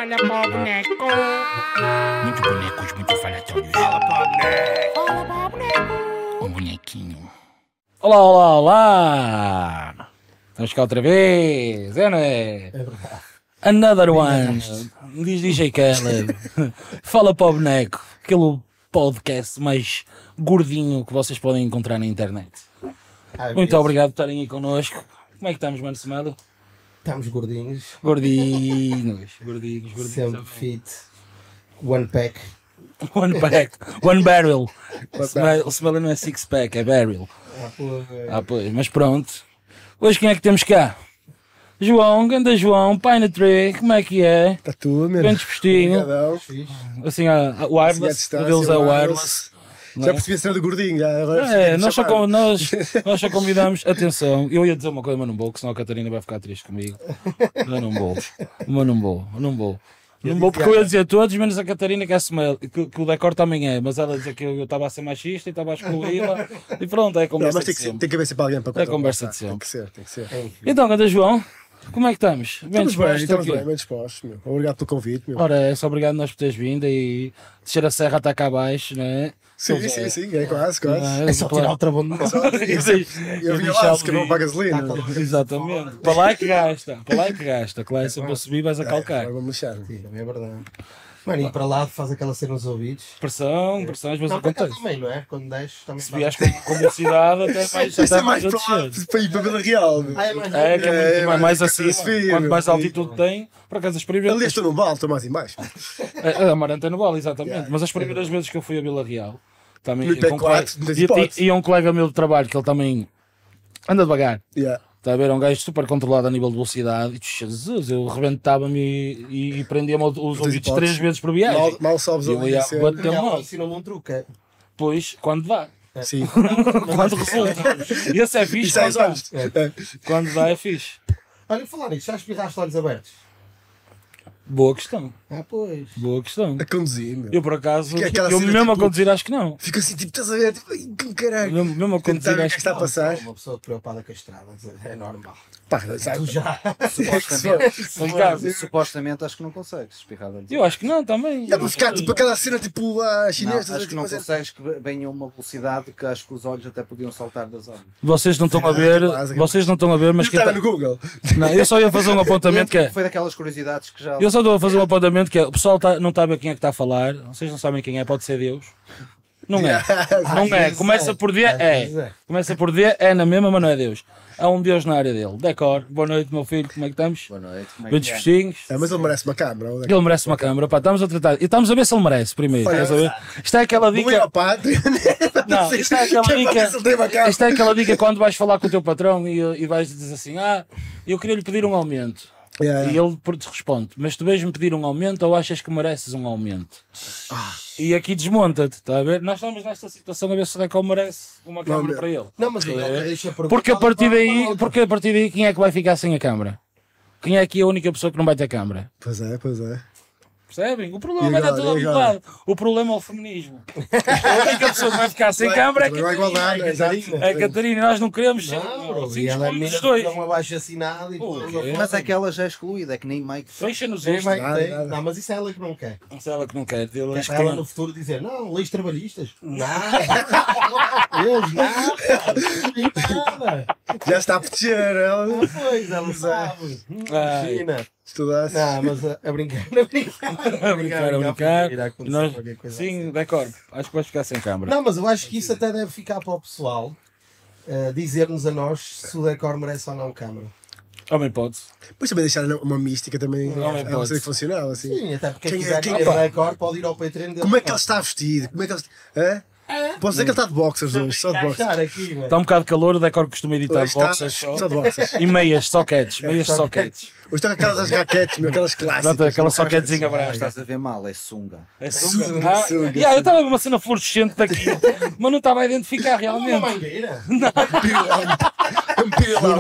Fala para o boneco. Muito bonecos, muito falatórios. Fala para o boneco. Fala para o boneco. Um bonequinho. Olá, olá, olá! Estamos cá outra vez, é, não é? É verdade. Another one. Diz DJ Khaled. Fala para o boneco. Aquele podcast mais gordinho que vocês podem encontrar na internet. Muito obrigado por estarem aí connosco. Como é que estamos, mano Smelo? Estamos gordinhos, Gordinhos. sempre fit, one pack. One pack, one barrel. O Smelo não é six pack, é barrel. Pois, mas pronto. Hoje quem é que temos cá? João, ganda João, pai na tree, como é que é? Está tudo, meu. Bem dispostinho. Obrigadão. Assim, o wireless, o deles é o wireless. Já percebi a cena do gordinho, já agora. Nós só convidamos, atenção, eu ia dizer uma coisa, mas não vou, que senão a Catarina vai ficar triste comigo. Eu não vou, não vou porque eu ia dizer todos, menos a Catarina que é Smell, que o decor também é, mas ela dizia que eu estava a ser machista e estava a excluí-la, e pronto, é a conversa Mas de tem sempre. que haver sempre alguém para contar. É conversa de sempre. Tem que ser. Então, ganda João, como é que estamos? Estamos bem dispostos, meu. Obrigado pelo convite, meu. Ora, é só obrigado nós por teres vindo e descer a serra até cá abaixo, não é? Sim, é quase. É só tirar o travão de nós. Eu vinha lá, se que não para a gasolina. Exatamente. Para lá é que gasta. Claro, se eu subir vais a calcar. Agora vamos deixar. Sim, é verdade. Mano, e para lá faz aquela cena nos ouvidos. Pressão, às vezes Não, para cá acontece. também, não é? Quando desces também Se vias com velocidade, até mais Isso é mais a para lá, descer. para ir para Vila Real, meu. É, que é muito mais acima. subir, Quanto meu. mais altitude tem, por acaso as primeiras. Ali estou no balde, estou mais em baixo. A Amarante é no Vale, exatamente. Mas as primeiras vezes que eu fui a Vila Real, também No ia com um colega- IP4, não tens hipótese. e um colega meu de trabalho que ele também anda devagar. Yeah. Está a ver? É um gajo super controlado a nível de velocidade. E Jesus, eu rebentava-me e prendia-me os ouvidos hipóteses. 3 vezes por viagem. Mal sobes E eu ali. ia assim. bater mal. Ensinou-me um truque. é? Pois, quando dá. Sim. Quando resulta. E esse é fixe. Isso é Quando dá. exausto. É. Quando dá é fixe. Olha, falar nisso, já espirraste olhos abertos? Boa questão. Pois. Boa questão. A conduzir, meu. Eu por acaso, Fica aquela eu cena, mesmo a tipo, conduzir acho que não. Fico assim, tipo, estás a ver? Tipo, ai, que caralho. Mesmo a conduzir Tentar ver o que acho que está a não. passar. Uma pessoa preocupada com a estrada, é normal. Pá, sabe? Tu já. Supostamente acho que não consegues espirrar de olhos. Eu acho que não também. Dá para ficar tipo aquela cena tipo a Não, chinesa. acho que não consegues que venha uma velocidade que acho que os olhos até podiam saltar das olhos. Vocês não estão a ver, mas quem Estava tá... no Google. Não, eu só ia fazer um apontamento que é. Foi daquelas curiosidades que já. Eu só estou a fazer um apontamento que é. O pessoal não está a ver quem é que está a falar. Vocês não sabem quem é, pode ser Deus. Não é. Não é. Começa por D, é. Começa por D, é na mesma, mas não é Deus. Há um Deus na área dele. Decor. Boa noite, meu filho. Como é que estamos? Boa noite. Como é Bem que é? dispostinhos. É, mas ele merece uma câmara. olha. Ele merece uma câmara. Pá, estamos a tratar. E estamos a ver se ele merece primeiro. Olha, Estás a ver? Isto é aquela Não é dica. ao pátria. Não, isto é aquela dica. Se ele tem uma câmara. Isto é aquela dica quando vais falar com o teu patrão e vais dizer assim: eu queria lhe pedir um aumento. Yeah. E ele te responde: mas tu vais-me pedir um aumento ou achas que mereces um aumento? E aqui desmonta-te, está a ver? Nós estamos nesta situação a ver se o Deco merece uma câmara para ele. Não, mas deixa eu Porque a partir daí, quem é que vai ficar sem a câmara? Quem é aqui a única pessoa que não vai ter câmara? Pois é. Percebem? O problema E é agora, estar tudo e agora? habituado. O problema é o feminismo. A única pessoa que vai ficar sem câmara é Não é igualdade, é exato. a Catarina. Nós não queremos ser. Não, Sim, e ela é escolhemos mesmo dois. não abaixo assinado e tudo. Mas aquela já é excluída, é que nem Mike. Fecha-nos Tem, isto. vai- Nada, tem. nada. Não, mas isso é ela que não quer. Se ela que não quer. Ele É acho para que ela tem- no futuro dizer, não, leis trabalhistas. Nada. Eles nada. Já está a proteger ela. Pois, ela sabe. Imagina. Estudasse. Não, mas a brincar, a brincar. Irá acontecer Nós- qualquer coisa Sim, assim. decor. Acho que vais ficar sem câmara. Não, mas eu acho que isso até deve ficar para o pessoal dizer-nos a nós se o decor merece ou não câmara. Homem pode. Depois também deixar uma mística também. Não, É pode. uma cena que funcionava assim. Sim, até porque Quem quem é- quiser quem ter é? decor pode ir ao Patreon dele. Como é que ele está vestido? Como é que ele está. Posso dizer que ele está de boxers hoje, só de boxers. Encaixar aqui, mano. Está um bocado de calor, o decor costuma editar Hoje está boxers só. só de boxers. E meias, soquetes. Meias soquetes. Hoje estão aquelas raquetes, meu, aquelas clássicas. Exato, aquela soquetezinha Ah, brasta. estás a ver mal, é sunga. É Sunga, sunga. sunga. Eu estava a ver uma cena fluorescente daqui, mas não estava a identificar Uma realmente. mangueira. Um pilão.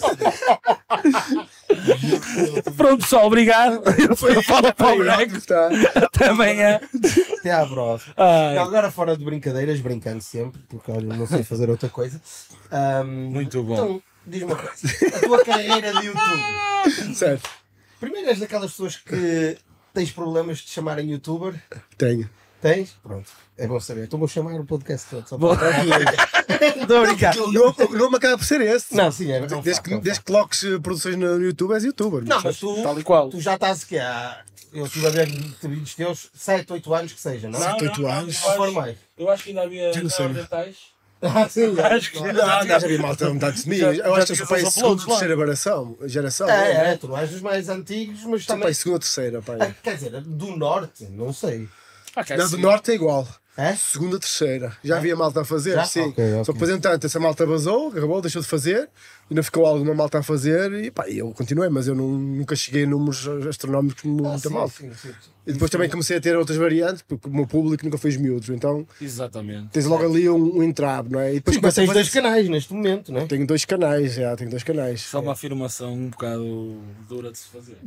Pronto, pessoal, obrigado. Fala para o boneco. Está. Até amanhã. Até à próxima. Ai, Não, agora fora de brincadeiras, brincando sempre, porque olha, não sei fazer outra coisa. muito bom. Então, diz-me uma coisa. A tua carreira de YouTube. Certo. Primeiro és daquelas pessoas que Tens problemas de te chamarem youtuber? Tenho. Tens? Pronto. É bom saber. Então vou chamar o podcast todo. Só Vou- para... Estou a brincar. O nome acaba por ser esse. Não, sim, é. Desde que coloques produções no YouTube, és youtuber. Não, mas tu, Tal e qual. tu já estás aqui há. Eu estive a ver vídeos teus 7, 8 anos que seja, não? Não. 8 anos. Ou for mais. Eu acho que ainda havia Já não sei. orientais. Ah, sim, Acho que Não, já vi malta a metade de mim. Já- Eu acho que já eu sou pai tinhas os segunda, uploads lá. terceira geração. É, tu não és dos mais antigos, mas Sou também. pai segunda, terceira, pai. Quer dizer, do norte, não sei. Não, do norte é igual. É? Segunda, terceira. Já havia malta a fazer, Já? sim. Ok, ok. Só que depois, entanto, essa malta vazou, acabou, deixou de fazer. Ainda ficou alguma malta a fazer e pá, eu continuei, mas eu nunca cheguei a números astronómicos como muita malta. Sim. E depois também comecei a ter outras variantes, porque o meu público nunca foi os miúdos. Então Exatamente. tens logo ali um entrave, não é? E depois Sim, mas começa a tens fazer- 2 canais neste momento, não é? Tenho 2 canais, já, tenho 2 canais. Só uma afirmação um bocado dura de se fazer.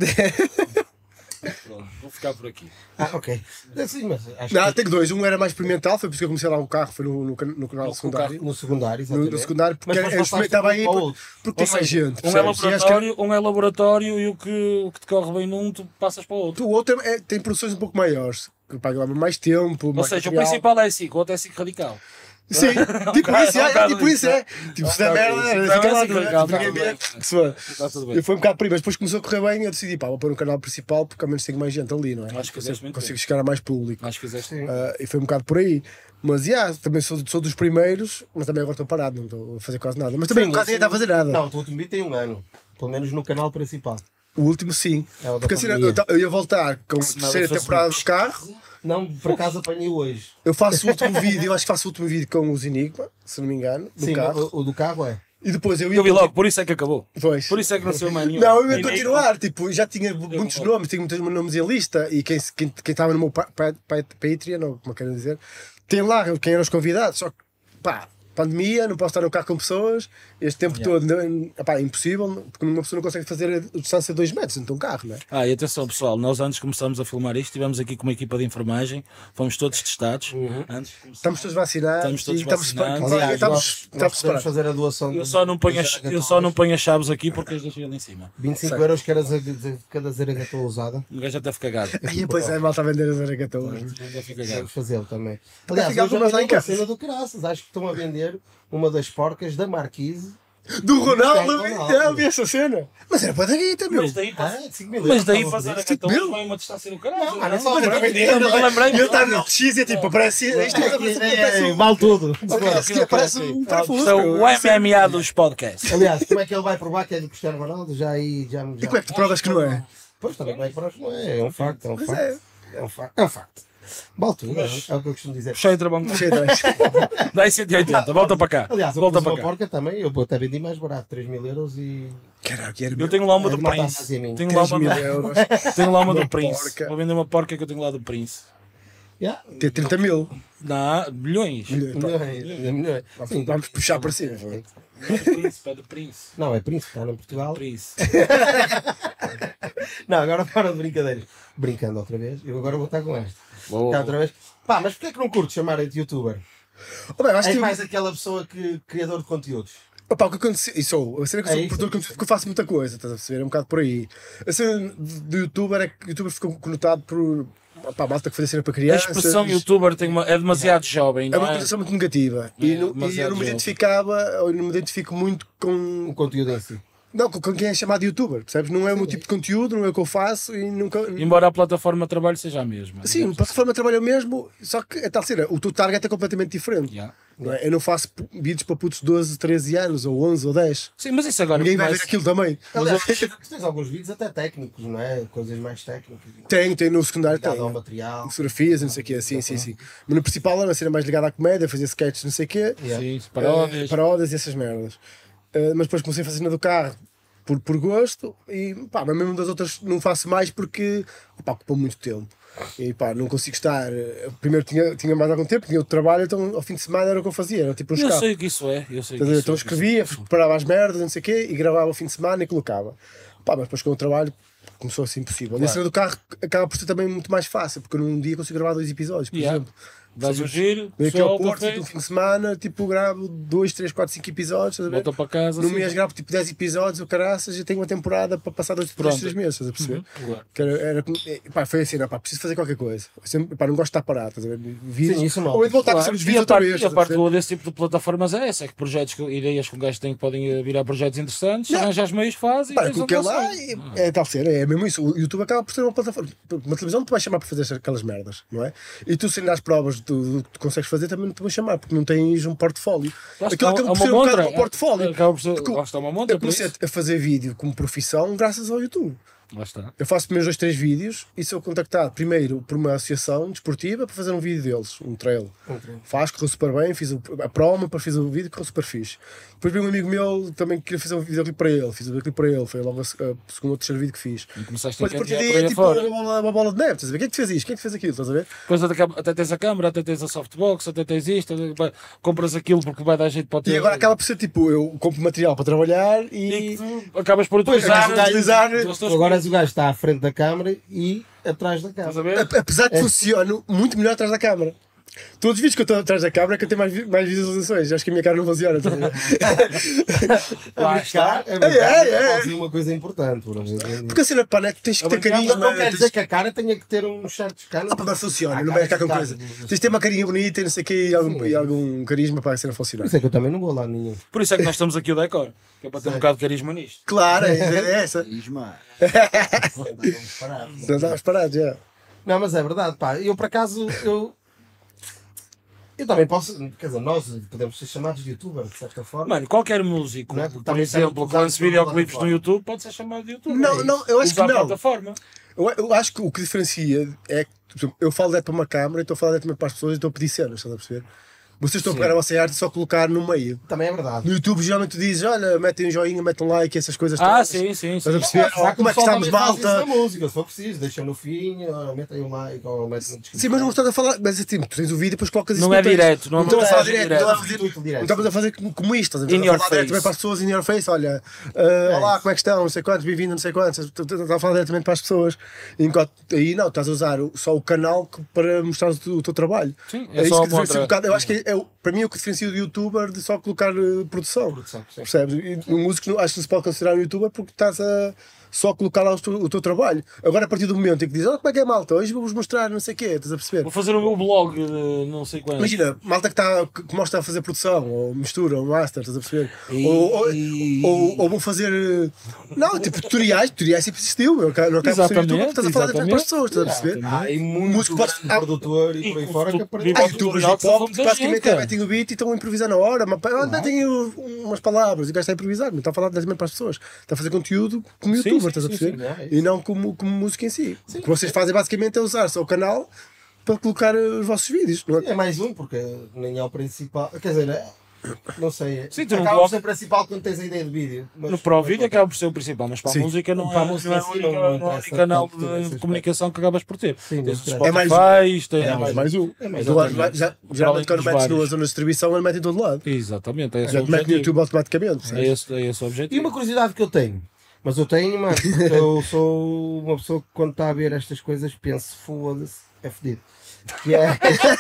Pronto, vou ficar por aqui. Ah, ok. Sim, mas acho Não, que tenho 2. Um era mais experimental, foi por isso que eu comecei lá um carro, foi no canal No secundário. no secundário, No exatamente. secundário, porque Mas eu passaste estava aí para o porque, outro. porque tem mais gente. Um é percebes? E acho que laboratório e o que te corre bem num, tu passas para o outro. o outro tem produções um pouco maiores, que paga mais tempo, Ou mais seja, o material. principal é SIC, o outro é SIC radical. Sim, tipo isso, um bocado tipo isso, isso, é. Tipo, se der merda, isso. fica Então, lá, assim, radical, ninguém tá vê, bem. que se vê. Está tudo bem. Eu fui um bocado por aí, mas depois começou a correr bem e eu decidi, pá, vou pôr um canal principal porque ao menos tenho mais gente ali, não é? Acho que fizeste muito Consigo bem. chegar a mais público. Acho que fizeste bem. E foi um bocado por aí. Mas, também sou dos primeiros, mas também agora estou parado, não estou a fazer quase nada. Mas também Sim, quase nem está a fazer nada. Não, o teu último vídeo tem 1 ano. Pelo menos no canal principal. O último sim. É o da Porque assim, pandemia. eu ia voltar com a Se nada terceira fosse temporada um- do carro. Não, por acaso apanhei hoje. Eu faço o último vídeo, eu acho que faço o último vídeo com os Enigma, se não me engano, do Sim, carro. o do carro é. E depois eu ia. Eu vi logo, por isso é que acabou. Pois. Por isso é que não saiu mais nenhum. Não, eu ia Nem- continuar, tipo, já tinha muitos nomes, tinha muitos nomes em lista e quem estava no meu Patreon, ou como quero dizer, tem lá quem eram os convidados, só que, pá, pandemia, não posso estar no carro com pessoas, este tempo todo, pá, é impossível, porque uma pessoa não consegue fazer a distância de 2 metros dentro de um carro, não é? E atenção pessoal, nós antes de começarmos a filmar isto, estivemos aqui com uma equipa de enfermagem, fomos todos testados. Antes de começar. Estamos todos vacinados, Estamos todos e estamos vacinados. Aliás, estamos nós podemos separados. fazer a doação. Eu só não ponho as chaves aqui porque as deixei ali em cima. 25 euros cada zaragatoa usada. O gajo até fica gago. Aí, pois é, mal está a vender as aragatoas. Já fica gago. Vamos fazê-lo também. Aliás, ficar hoje com nós lá em eu vi uma casa. cena do caraças. Acho que estão a vender uma das porcas da Marquise. Do Ronaldo, Ronaldo. eu vi essa cena. Mas era para da guita, meu. Mas daí para Ah, 5 mil mas euros. daí estava a fazer a vender. gatão Mil? vai uma distância do caralho. Não, não, Olha, para vender. Eu lembrei-me. Ele está no X e é tipo, parece. Isto parece Vale tudo. parece um parafuso. Isto é o MMA dos podcasts. Aliás, como é que ele vai provar que é do Cristiano Ronaldo? Já aí. Já, E como é que tu provas que não é? Pois também como é que provas que não é? É um facto. É um Pois facto. é. É um facto. É um facto. Vale tudo. É o que eu costumo dizer. Cheio de trabalho. Cheio de Dá 180, volta para cá. Aliás, eu Volta pus uma para cá. porca também. Eu até vendi mais barato. 3 mil euros e. Caralho, que era Eu tenho lá uma É do de matar Prince. a minha. Tenho lá 3 uma mil do, euros. tenho lá uma do Uma Prince. porca. Vou vender uma porca que eu tenho lá do Prince. Yeah. Ter 30 mil. Não, milhões. Milhões. Sim, Vamos puxar para cima. Não é do Príncipe, é do Prince. Não, é Príncipe, está em Portugal. Prince. Não, agora fora de brincadeiras. Brincando outra vez. Eu agora vou estar com esta. Boa. Cá outra vez. Pá, mas porquê é que não curtes chamar-te youtuber? Oh, bem, acho És que mais aquela pessoa que criador de conteúdos. Opa, o que aconteceu, e sou, a cena que eu É sou isso? produtor de conteúdo, porque eu faço muita coisa, estás a perceber? É um bocado por aí. A cena do youtuber é que o youtuber ficou conotado por a malta que fazia cena para A crianças. expressão youtuber é demasiado jovem, É não uma é? conotação muito negativa. É, E eu demasiado não me jovem. identificava, ou não me identifico muito O com. conteúdo em si. Não, com quem é chamado youtuber, percebes? Não é o meu tipo de conteúdo, não é o que eu faço e nunca. Embora a plataforma de trabalho seja a mesma. Sim, a plataforma trabalha o mesmo, só que é tal cena, o teu target é completamente diferente. Yeah. Não é? Eu não faço vídeos para putos de 12, 13 anos, ou 11 ou 10. Sim, mas isso agora Ninguém vai ver começa- aquilo também. Aliás, tu tens alguns vídeos até técnicos, não é? Coisas mais técnicas. Tem no secundário, Ligado tem. ao material. Fotografias, não sei o quê, sim. Mas no principal era uma cena mais ligada à comédia, fazer sketches, não sei o quê. Yeah. Sim, paródias. Paródias e essas merdas. Mas depois comecei a fazer cena do carro por gosto e pá, mas mesmo das outras não faço mais porque pá, ocupa muito tempo. E pá, não consigo estar. Primeiro tinha mais algum tempo, tinha outro trabalho, então ao fim de semana era o que eu fazia, era tipo um Eu escape. sei o que isso é. Eu sei o Estás a que ver? isso Então é. escrevia, preparava as merdas, não sei o quê, e gravava ao fim de semana e colocava. Pá, mas depois com o trabalho começou a ser impossível. E a cena do carro acaba por ser também muito mais fácil, porque num dia consigo gravar 2 episódios, por Yeah. exemplo. Dás o giro, Venho aqui ao solta, Porto, no fim de semana, tipo, gravo 2, 3, 4, 5 episódios, estás a ver? volta para casa. No assim. mês gravo tipo 10 episódios, o caraças, já tenho uma temporada para passar 2, Pronto. 3 meses, estás a perceber? Claro. Que pá, foi assim, não, pá, preciso fazer qualquer coisa. Eu sempre, pá, não gosto de estar parado, estás a ver? Vídeos, Sim, isso não. ou de voltar a Claro, fazer os e vídeos a outra parte, vez. e a estás a parte perceber? boa desse tipo de plataformas é essa, é que projetos, ideias que um gajo tem que podem virar projetos interessantes, arranjas meios, faz e Pá, tens com um o que é lá negócio. é tal ser, é mesmo isso. O YouTube acaba por ser uma plataforma. Uma televisão te vai chamar para fazer aquelas merdas, não é? E tu, sendo às provas do que tu consegues fazer, também não te vão chamar, porque não tens um portfólio. Lá está, Aquilo acaba é por ser uma um bocado montra, um portfólio. acaba por ser, Porque lá está uma montra, eu por comecei isso. a fazer vídeo como profissão graças ao YouTube. Lá está. Eu faço primeiros 2, 3 vídeos e sou contactado primeiro por uma associação desportiva para fazer um vídeo deles, um trail. Faz, correu super bem, fiz a promo, depois fiz o vídeo, correu super fixe. Depois veio um amigo meu também que queria fazer um videoclipe para ele, fiz o videoclipe para ele, foi logo o segundo ou terceiro vídeo que fiz. E começaste a Depois a partir encadear daí por é aí tipo fora. uma bola de neve, estás a ver? Quem é que te fez isto? Quem é que te fez aquilo? Estás a ver? Depois até tens a câmara, até tens a softbox, até tens isto, compras aquilo porque vai dar jeito para o teu. E agora acaba por ser tipo, eu compro material para trabalhar E e. tu acabas por utilizar. utilizar- Agora és o gajo que está à frente da câmara e atrás da Estás a câmara. ver? Apesar de funciono muito melhor atrás da câmara. Todos os vídeos que eu estou atrás da câmara é que eu tenho mais visualizações. Acho que a minha cara não funciona. Estás a ver? Lá está. Fazer uma coisa importante. Porque assim na panete tens que ter carinho. Não quer dizer que a cara tenha que ter uns certos canos. Mas funciona, não vai ficar com coisa. Tens de ter uma carinha bonita e não sei o quê e algum carisma para a cena Por funcionar. isso é que eu também não vou lá nenhum. Por isso é que nós estamos aqui o decor, que é para ter um bocado de carisma nisto. Claro, é essa. Isma. Não estavas parado já. Não, mas é verdade, pá. Eu por acaso, eu também posso, quer dizer, nós podemos ser chamados de youtuber, de certa forma. Mano, qualquer músico, Não é? por Também exemplo, tem que que lance usar videoclipes plataforma. no YouTube, pode ser chamado de YouTube. Não, não, eu acho que Usar a não. plataforma. Eu acho que o que diferencia é que, por exemplo, eu falo direto para uma câmara e estou a falar direto também para as pessoas e estou a pedir cenas, estás a perceber? Vocês estão a pegar a vossa arte e só colocar no meio. Também é verdade. No YouTube geralmente tu dizes, olha, metem um joinha, metem um like, essas coisas Ah, todas. sim, sim, Estás a sim. perceber? Será que Como o é que pessoal estamos, também faz isso malta? na música, se for preciso, deixa no fim, ou metem um like, ou metem no descrição. Sim, mas não estás a falar, mas assim, tu tens o vídeo e depois colocas isso Não no é texto. direto, não estamos a é falar direto. direto, não estamos a Tudo fazer- direto. não estamos a fazer como isto, estás a In falar your direto face. também para as pessoas, in your face, olha, olá, como é que estão, não sei quantos, bem-vindo, não sei quantos, estás a falar diretamente para as pessoas. Enquanto aí não, estás a usar só o canal para mostrar o teu trabalho. Sim, é isso só que uma diferencia outra- um bocado. Eu acho que para mim é o que diferencia o youtuber de só colocar produção. Produção, sim. Percebes? E um músico acho que se pode considerar um youtuber porque estás a só colocar lá o teu trabalho. Agora, a partir do momento em que dizes, como é que é, malta? Hoje vou-vos mostrar, não sei o quê, estás a perceber? Vou fazer o meu blog de não sei quando. Imagina, malta que mostra a fazer produção, ou mistura, ou master, estás a perceber? E- Ou vou fazer. Não, tipo, tutoriais sempre existiu. Não acaba por ser Exatamente, youtuber, estás a falar para as exatamente. pessoas, estás a perceber? Há e músico muito pode- produtor e por aí fora que aparece. Há youtubers de hip tutorial hop que que são basicamente muita gente, metem o beat e estão a improvisar na hora, metem umas palavras e o gajo está a improvisar, não está a falar diretamente para as pessoas, está a fazer conteúdo como Sim, youtuber, sim, estás a sim, perceber? sim, é isso. E não como música em si. O que vocês fazem basicamente é usar só o canal para colocar os vossos vídeos, não é? É mais um, porque nem é o principal. Quer dizer, não sei. Sim, tu não acaba por coloca- ser o principal quando tens a ideia do vídeo. Mas, No Pro Vídeo acaba por ser o principal, mas para a Sim. música não Para a é, música não é em si o único, não não é o interessa único canal tanto todo esse de aspecto. comunicação que acabas por ter. Sim, Tens não o é mais Spotify, tens É mais um. mais Tu um. geralmente quando dos metes vários. numa zona de distribuição, ele mete em todo lado. Exatamente, é esse Já o te mete no objetivo. YouTube automaticamente. É percebes? esse o E objetivo. uma curiosidade que eu tenho, mas eu tenho, mano, eu sou uma pessoa que quando está a ver estas coisas penso, foda-se, é fedido. Que é,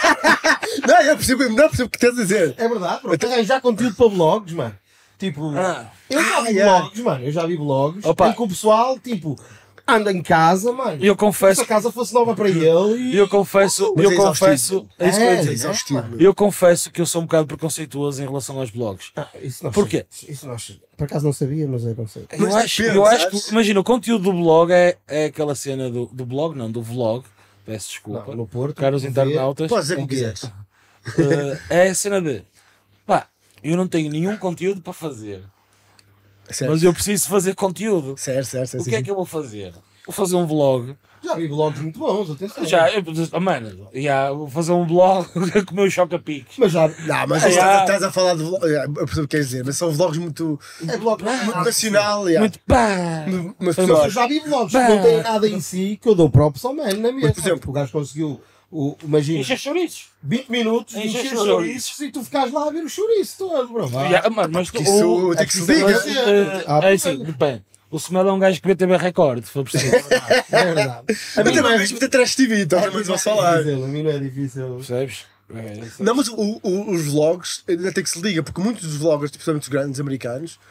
Não, eu percebo o que estás a dizer. é verdade, porque arranjar conteúdo para blogs, mano. Tipo, eu já vi blogs, mano, eu já vi blogs Opa. em que o pessoal, tipo, anda em casa, mano. Eu Se confesso, a casa fosse nova para ele e... eu confesso, Mas eu é confesso, é isso que eu ia dizer. exaustivo. Eu confesso que eu sou um bocado preconceituoso em relação aos blogs. Isso não Porquê? sei. Isso não sei. Por acaso não sabia, mas é conceito. Mas Eu acho sabes? que, imagina, o conteúdo do blog é aquela cena do blog, não, do vlog. Peço desculpa. Não, no Porto, Caros no internautas. Podes dizer o que quê? quiseres. É a cena de pá, eu não tenho nenhum conteúdo para fazer, Certo, mas eu preciso fazer conteúdo. certo. O que é que eu vou fazer? Vou fazer um vlog. Já vi blogs muito bons, atenção. Mano, vou fazer um blog com o meu choca-piques. Mas já... Não, mas É, estás a falar de vlogs. Eu percebo o que queres dizer, mas são vlogs muito É blog nacional. yeah. Muito pá! Mas, Foi por exemplo, Eu já vi vlogs Bah. que não têm nada em si que eu dou props ao man, na mesma. Mas, por exemplo, o gajo conseguiu, imagina, Encher chouriços. 20 minutos, Encher encher chouriços. chouriços e tu ficas lá a ver o chouriço todo, bro. Mano, mas que isso tem que se diga. é assim, depende. O Smell é um gajo que vê TV Record, se for preciso. É verdade. A Eu mim não também é vejo muita trash TV, então a também mim vou falar. difícil, a mim não é difícil. Percebes? Não, mas os vlogs ainda tem que se liga, porque muitos dos vloggers, principalmente os grandes americanos,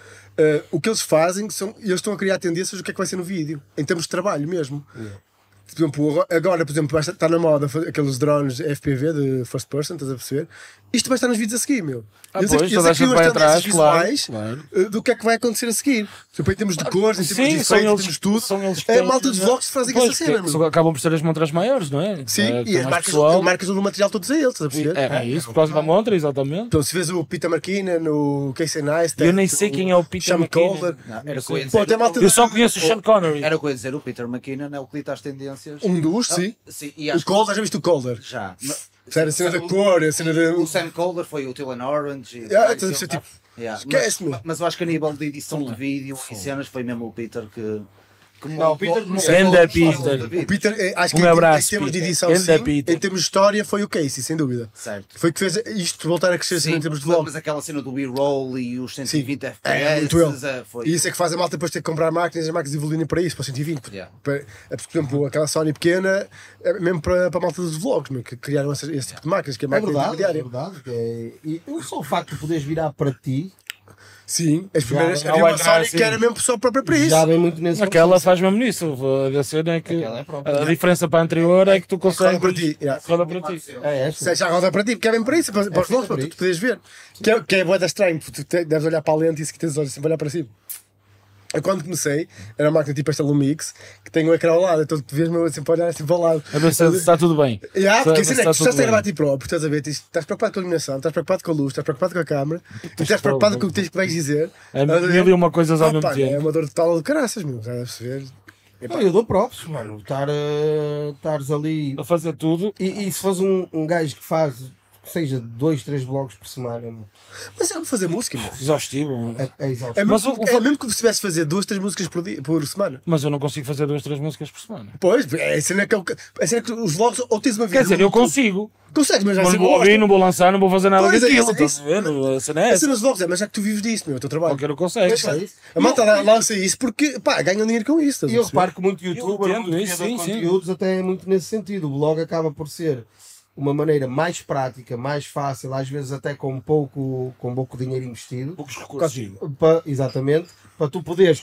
o que eles fazem são. Eles estão a criar tendências do que é que vai ser no vídeo, em termos de trabalho mesmo. Por exemplo, agora, por exemplo, está na moda aqueles drones FPV de first person, estás a perceber? Isto vai estar nos vídeos a seguir, meu. Pois, toda a gente vai atrás, claro. Do que é que vai acontecer a seguir. Por exemplo, em termos de cores, em termos de são efeitos, em eles, termos de tudo. são eles que É a têm, malta dos vlogs que fazem essa cena, meu. acabam por ser as montras maiores, não é? Sim, É, e tem as mais marcas, pessoal. marcas dão o material todos a eles, estás a perceber? É isso, por causa da montra, exatamente. Então, se vês o Peter McKinnon, o Casey Neistat, Eu nem sei quem é o Peter Sean McKinnon. Calder. Não, era o que eu ia Pô, dizer. tem malta Eu só conheço o Sean Connery. Era o que eu ia dizer, o Peter McKinnon é o que dita as tendências. Um dos, sim. Sim, e O acho que Calder, já viste o Calder? já. Sério, a cena da cor, a cena da. O Sam Calder foi o Dylan Orange. Estás a perceber, tipo. Yeah, Esquece-me. mas eu acho que a nível de edição de vídeo e cenas foi mesmo o Peter que. Não, o Peter não- Ganda Peter. O Peter, acho que Um em abraço, termos de Peter. edição, Ganda sim. Peter. Em termos de história, foi o Casey, sem dúvida. Certo. Foi que fez isto voltar a crescer assim, em termos de vlog. mas aquela cena do B-roll e os 120 FPS É muito ele. foi. E isso é que faz a malta depois ter que comprar máquinas e as máquinas evoluírem para isso, para 120. Yeah. Por exemplo, aquela Sony pequena, é mesmo para a malta dos vlogs, meu, que criaram esse tipo de máquinas, que é É máquina verdade, é intermediária. verdade. E só o facto de poderes virar para ti Sim, as primeiras. Já, Havia uma já, Sony sim. que era mesmo só própria para isso. já vem muito nesse Aquela faz mesmo nisso. A cena é que Aquela é própria. a diferença para a anterior é que tu Roda consegues. para ti. Yeah. Roda para ti. É esta. Se já roda para ti, porque é bem para isso, para os vlogs, para para tu isso. poderes ver. Que é bué da estranho, porque tu deves olhar para a lente e isso que tens os olhos sempre a olhar para cima. Eu quando comecei, era uma máquina tipo esta Lumix, que tem um ecrã ao lado, então tu vês-me sempre a olhar assim para o lado. A ver se está tudo bem. Porque Se assim, é que está tu estás tudo a gravar a bem. ti próprio, estás a ver, estás preocupado com a iluminação, estás preocupado com a luz, estás preocupado com a câmera, tu estás preocupado com o que tens que vais dizer. É mil e uma coisas ao mesmo É tempo. uma dor total de caraças, meu, já deves ver. Não, eu dou props, mano. Estares ali. A fazer tudo. E se fores um gajo que faz, que seja 2, 3 vlogs por semana, mano, Mas é como fazer música, meu. Exaustivo. é exausto. É Mas mesmo, o- é mesmo que se tivesse a fazer 2, 3 músicas por semana. Mas eu não consigo fazer 2, 3 músicas por semana. Pois, é a cena que, a cena que os vlogs ou tens uma vida. Quer dizer, eu muito- consigo. Consegues, mas vai Mas ser não vou ouvir, não vou lançar, não vou fazer nada Pois é, daquilo. isso, Estás a ver? A cena é A essa. cena dos vlogs é, mas já que tu vives disso, meu, o teu trabalho. Qualquer um consegue. Pois é isso. A malta lança isso porque, pá, ganham dinheiro com isso. estás E a eu perceber? reparo que muito youtuber, entendo muito isso, criador de sim, sim. conteúdos, até é muito nesse sentido. O blog acaba por ser uma maneira mais prática, mais fácil, às vezes até com pouco dinheiro investido. Poucos recursos. Exatamente, para tu poderes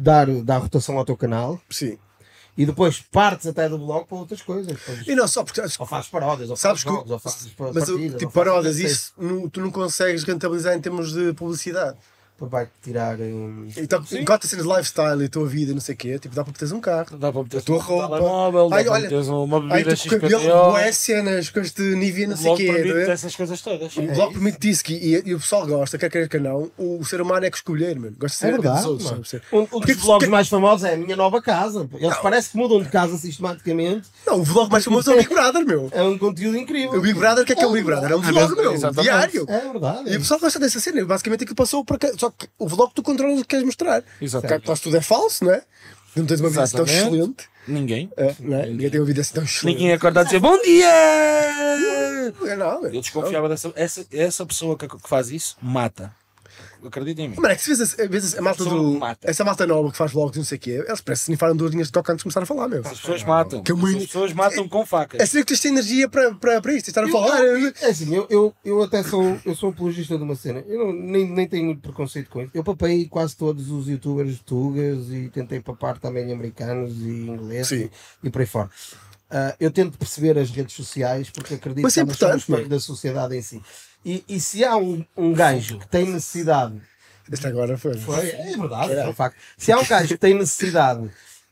dar rotação ao teu canal Sim. e depois partes até do blog para outras coisas. E não só porque. Ou fazes paródias, ou Sabes fazes que. jogos, ou fazes Mas partidas. tipo, ou fazes paródias, o que isso tu não consegues rentabilizar em termos de publicidade. seja. Vai-te tirar. Então, enquanto a cena de lifestyle e a tua vida e não sei o quê, tipo, dá para teres um carro. Dá para meter A tua um roupa. telemóvel, dá Ai, para olha, meteres uma Ai, bebida tu com o cabelo, XPTO. boé cenas, coisas de Nivea, não sei o Logo quê. permite não é? essas coisas todas. O blog permite isso e o pessoal gosta, quer queira que não, o ser humano é que escolher, mano. Gosta de É ser a vida verdade, dos outros, mano. sabe? Um Porque- dos vlogs porque- mais famosos é a minha nova casa. Eles parece que mudam de casa sistematicamente. Não, o vlog mais famoso é o Big Brother, meu. É um conteúdo incrível. O Big Brother, o que é o Big Brother? É um vlog, meu, Exatamente. diário. É verdade. E o pessoal gosta dessa cena, basicamente aquilo passou para cá. Só que o vlog tu controlas o que queres mostrar. Exatamente. Quase tudo é falso, não é? Não tens uma vida assim tão Exatamente. excelente. Ninguém. Não é? Ninguém tem uma vida assim tão excelente. Ninguém acorda a dizer bom dia! Não, Eu desconfiava dessa. Essa pessoa que faz isso mata. Acredita em mim. Mano, é que se vês a malta Pessoa do. mata. Essa malta nova que faz vlogs e não sei o quê, eles parecem que se snifaram 2 linhas de coca antes de começar a falar, meu. As pessoas matam. Que é muito- As pessoas matam com facas. É sério que tens de ter energia para isto, tens de estar a falar. É assim, eu até sou apologista de uma cena. Eu nem tenho muito preconceito com isso. Eu papei quase todos os youtubers tugas e tentei papar também americanos e ingleses Sim. e por aí fora. Eu tento perceber as redes sociais porque acredito Mas que é elas são um importante, espelho mano. da sociedade em si. E se há um gajo que tem necessidade. Este agora foi. É verdade, é um facto. Se há um gajo que tem necessidade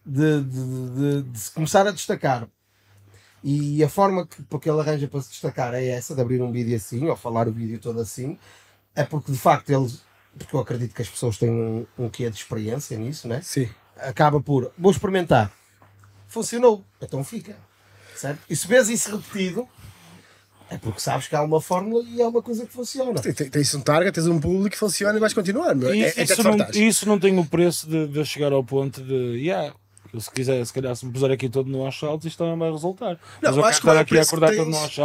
de se começar a destacar e a forma que ele arranja para se destacar é essa, de abrir um vídeo assim, ou falar o vídeo todo assim, é porque de facto porque eu acredito que as pessoas têm um quê de experiência nisso, né? Sim. Acaba por, vou experimentar, funcionou, então fica, certo? E se vês isso repetido, é porque sabes que há uma fórmula e é uma coisa que funciona. Tens um target, tens um público que funciona e vais continuar, meu. É Isso, isso não tem o preço de eu chegar ao ponto de. Eu se calhar se me puser aqui todo no aos saltos, isto também vai resultar. Mas eu acho quero que não é estar o aqui a preço que acordar todo tens. no aos saltos.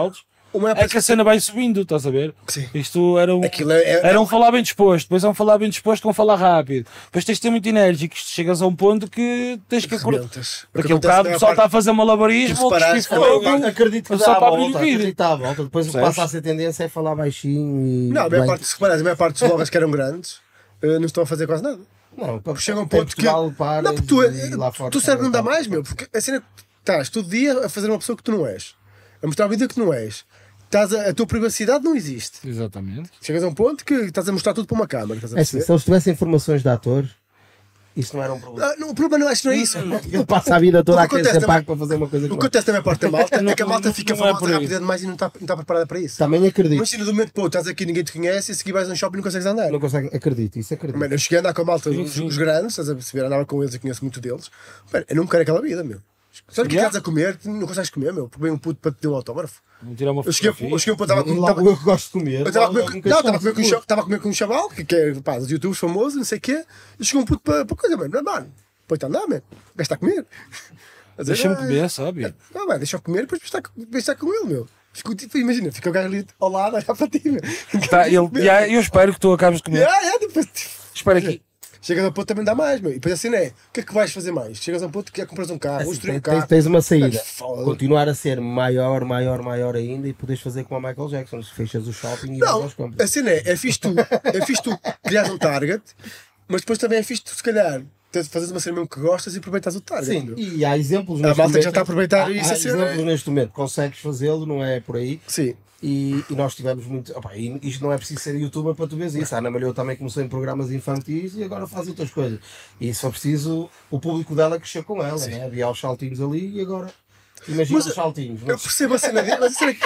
É que a cena vai subindo, estás a ver? Sim. Isto era um, Aquilo era um falar bem disposto, depois é um falar bem disposto com um falar rápido. Depois tens de ter muito enérgico, chegas a um ponto que tens que acordar. rebentas. Aquele bocado o pessoal está a fazer malabarismo, Tu ou separares- cuspir fogo. Acredito que Só dá a para volta, abrir o vídeo. acredito que dá a volta. Depois o que Percebes? passa a ser tendência é falar baixinho e... Não, a bem. maior parte, se reparares, a maior parte dos bloggers que eram grandes não estão a fazer quase nada. Não, Chega um em ponto que. Portugal, paras Não, porque tu, e lá fora tu cérebro não dá também mais, meu. Porque a cena é que estás todo dia a fazer uma pessoa que tu não és, a mostrar a vida que não és. A tua privacidade não existe. Exatamente. Chegas a um ponto que estás a mostrar tudo para uma câmara. Estás a É assim, perceber? se eles tivessem informações de ator, isso não era um problema. O problema não, acho que não é isso. Ele passa a vida toda O a que querer acontece ser pago para fazer uma coisa O que que não. acontece também a parte da malta é que a malta fica não é por famosa aí. rápida demais e não está preparada para isso. Também acredito. Imagina do momento, pô, estás aqui, ninguém te conhece e a seguir vais a um shopping e não consegues andar. Não consegue, acredito, isso acredito. Mano, eu cheguei a andar com a malta, Sim, os, sim. os grandes, estás a perceber? Andava com eles, eu conheço muito deles. Mano, eu não quero aquela vida, meu. Sabe o que estás a comer? Tu não consegues comer, meu. Porque vem um puto para te dar um autógrafo. Vou tirar uma Eu cheguei fotografia. a um ponto, estava E logo eu que gosto de comer. Eu estava a logo comer, nunca não, estava a chamo. comer com estava a comer com um chaval, que é, pá, dos youtubers famosos, não sei o quê. E chegou um puto para coisa, mano. Não, mano. Põe-te a andar, mano. O gajo está a comer. A dizer, Deixa-me "Ai, comer, sabe? Não, mano, deixa eu comer, depois está com ele, meu. Fico, tipo, imagina, fica o gajo ali ao lado a olhar para ti, meu. Tá, eu espero que tu acabes de comer. Depois, Espera aqui. chegas a um ponto também dá mais, meu. E depois assim é, o que é que vais fazer mais? Chegas a um ponto que já compras um carro, Assim, construir um tens, carro. tens uma saída. Foda. Continuar a ser maior ainda e podes fazer como a Michael Jackson. Se fechas o shopping e vais Não, aos compras. a cena é fixe tu criares um target, mas depois também é fixe tu, se calhar, fazes uma cena mesmo que gostas e aproveitas o target. Sim, meu. e há exemplos A neste malta momento. já está a aproveitar há, isso há a ser, exemplos é? neste momento. Consegues fazê-lo, não é por aí. Sim. E nós tivemos muito. Opa, e isto não é preciso ser youtuber para tu veres isso. A Ana Malhou também começou em programas infantis e agora faz outras coisas. E se for preciso, o público dela cresceu com ela, né? Havia os saltinhos ali e agora. Imagina Mas os saltinhos. Eu percebo a cena dele, mas a cena é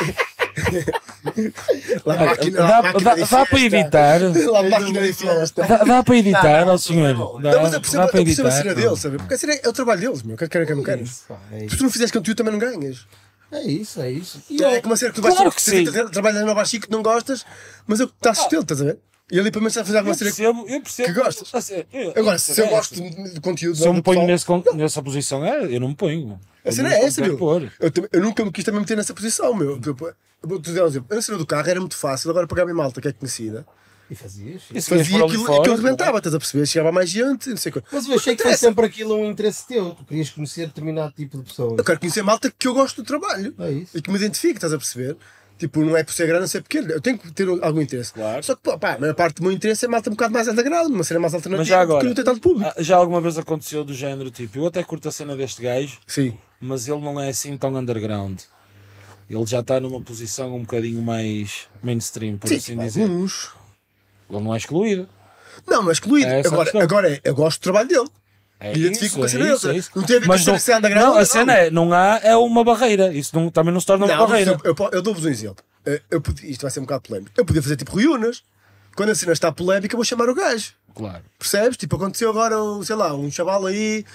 que. Lá a máquina, lá a Dá máquina de para festa. editar. Lá a máquina de festa. Dá para editar, ó senhor. Não, mas eu percebo, Dá para eu percebo a editar. cena dele, sabe? Porque a cena é o trabalho deles, meu. Quer queira, quer não É queiras. isso, pá, Se tu não fizeres conteúdo também não ganhas. é isso, é isso. E É como uma cena que tu vais Claro que sim. trabalhar na Nova Chico que não gostas, mas eu está sustento, estás a ver? E ali para mim está a fazer alguma cena que. Eu percebo. que gostas. Eu- Agora, se eu gosto de conteúdo. Se eu do me ponho pessoal- nessa posição, eu não me ponho. A cena é essa, meu. Eu nunca me quis também meter nessa posição, meu. Eu vou-te dizer um exemplo. Eu na cena do carro era muito fácil, agora pagar a minha malta que é conhecida. E fazias. Fazia aquilo que eu rebentava, estás a perceber? Chegava a mais gente, não sei o que. Mas eu achei que foi sempre aquilo um interesse teu. Tu querias conhecer determinado tipo de pessoas. Eu quero conhecer malta que eu gosto do trabalho. É isso. E que me identifique, estás a perceber? Tipo, não é por ser grande, não ser pequeno. Eu tenho que ter algum interesse. Claro. Só que, pá, a maior parte do meu interesse é malta um bocado mais underground, uma cena mais alternativa, Mas já agora, porque não tem tanto público. já alguma vez aconteceu do género, tipo, eu até curto a cena deste gajo, Sim. mas ele não é assim tão underground. Ele já está numa posição um bocadinho mais mainstream, por Sim, assim tipo, dizer. alguns. Ele não é excluído. Não, não é excluído. É essa a questão. Agora eu gosto do trabalho dele. É E identifico isso, com a cena dele. é isso. Não tem a ver com Mas a cena underground. não, a cena é, não há, é uma barreira. Isso também não se torna uma Não, barreira. eu dou-vos um exemplo. Isto vai ser um bocado polémico. Eu podia fazer tipo Ruínas. Quando a cena está polémica, eu vou chamar o gajo. Claro. Percebes? Tipo, aconteceu agora, sei lá, um chaval aí,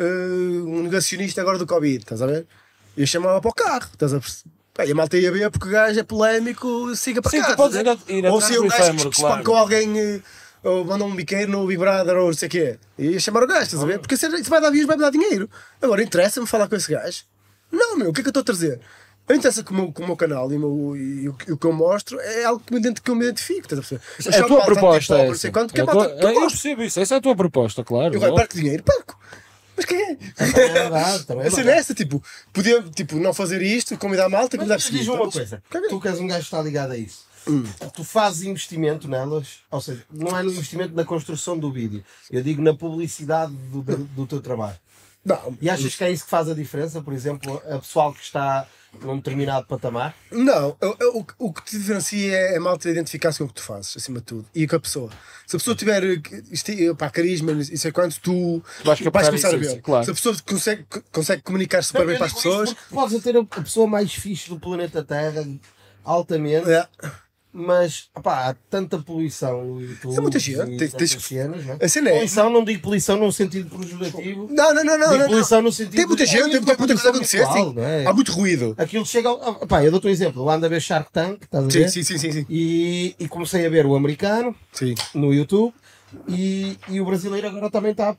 um negacionista agora do Covid, estás a ver? E eu chamava para o carro, estás a perceber? Pá, e a malta ia ver porque o gajo é polémico, siga para Sim, cá. tu podes estás a ver? ir Ou atrás se o do gajo efêmero, que claro. espancou alguém, ou mandou um biqueiro no Big Brother, ou não sei o quê. E ia chamar o gajo, estás a ver? Porque isso vai dar views, vai me dar dinheiro. Agora, interessa-me falar com esse gajo? Não, meu, o que é que eu estou a trazer? Eu interessa com o meu canal e o que eu mostro é algo que eu me identifico, estás a perceber? Eu É a chamo tua malta proposta. anti-pop, É não sei essa. quanto, que É é a malta tua- que eu eu gosto. percebo isso. Essa é a tua proposta, claro. Eu agora perco dinheiro, perco. Mas quem é? Também é verdade, também é A cena é verdade. essa, tipo, podia tipo, não fazer isto, convidar a malta, convidar a Mas seguir. diz-me uma coisa, tu que és um gajo que está ligado a isso, tu fazes investimento nelas, ou seja, não é no investimento na construção do vídeo, eu digo na publicidade do teu trabalho. Não, E achas que é isso que faz a diferença, por exemplo, a pessoal que está num determinado patamar? não, o que te diferencia é a malta identificar-se com o que tu fazes, acima de tudo, e com a pessoa. Se a pessoa tiver pá, carisma, e sei quanto, tu Vais captar começar a isso, ver. claro. Se a pessoa consegue comunicar super bem Eu para as digo isto pessoas, porque podes ter a pessoa mais fixe do planeta Terra, altamente, é. mas opá, há tanta poluição no YouTube. É muita gente, e tens tantas que- cenas, não é? a cena é- Poluição, não digo poluição num sentido pejorativo. Não, Digo poluição no sentido Tem muita de- gente, tem muita coisa a acontecer, habitual, sim. não é? Há muito ruído. Aquilo chega ao... Pá, eu dou-te um exemplo. Eu ando a ver Shark Tank, estás a Sim, ver? sim, sim, sim, sim. E comecei a ver o americano Sim. no YouTube e o brasileiro agora também está a pôr.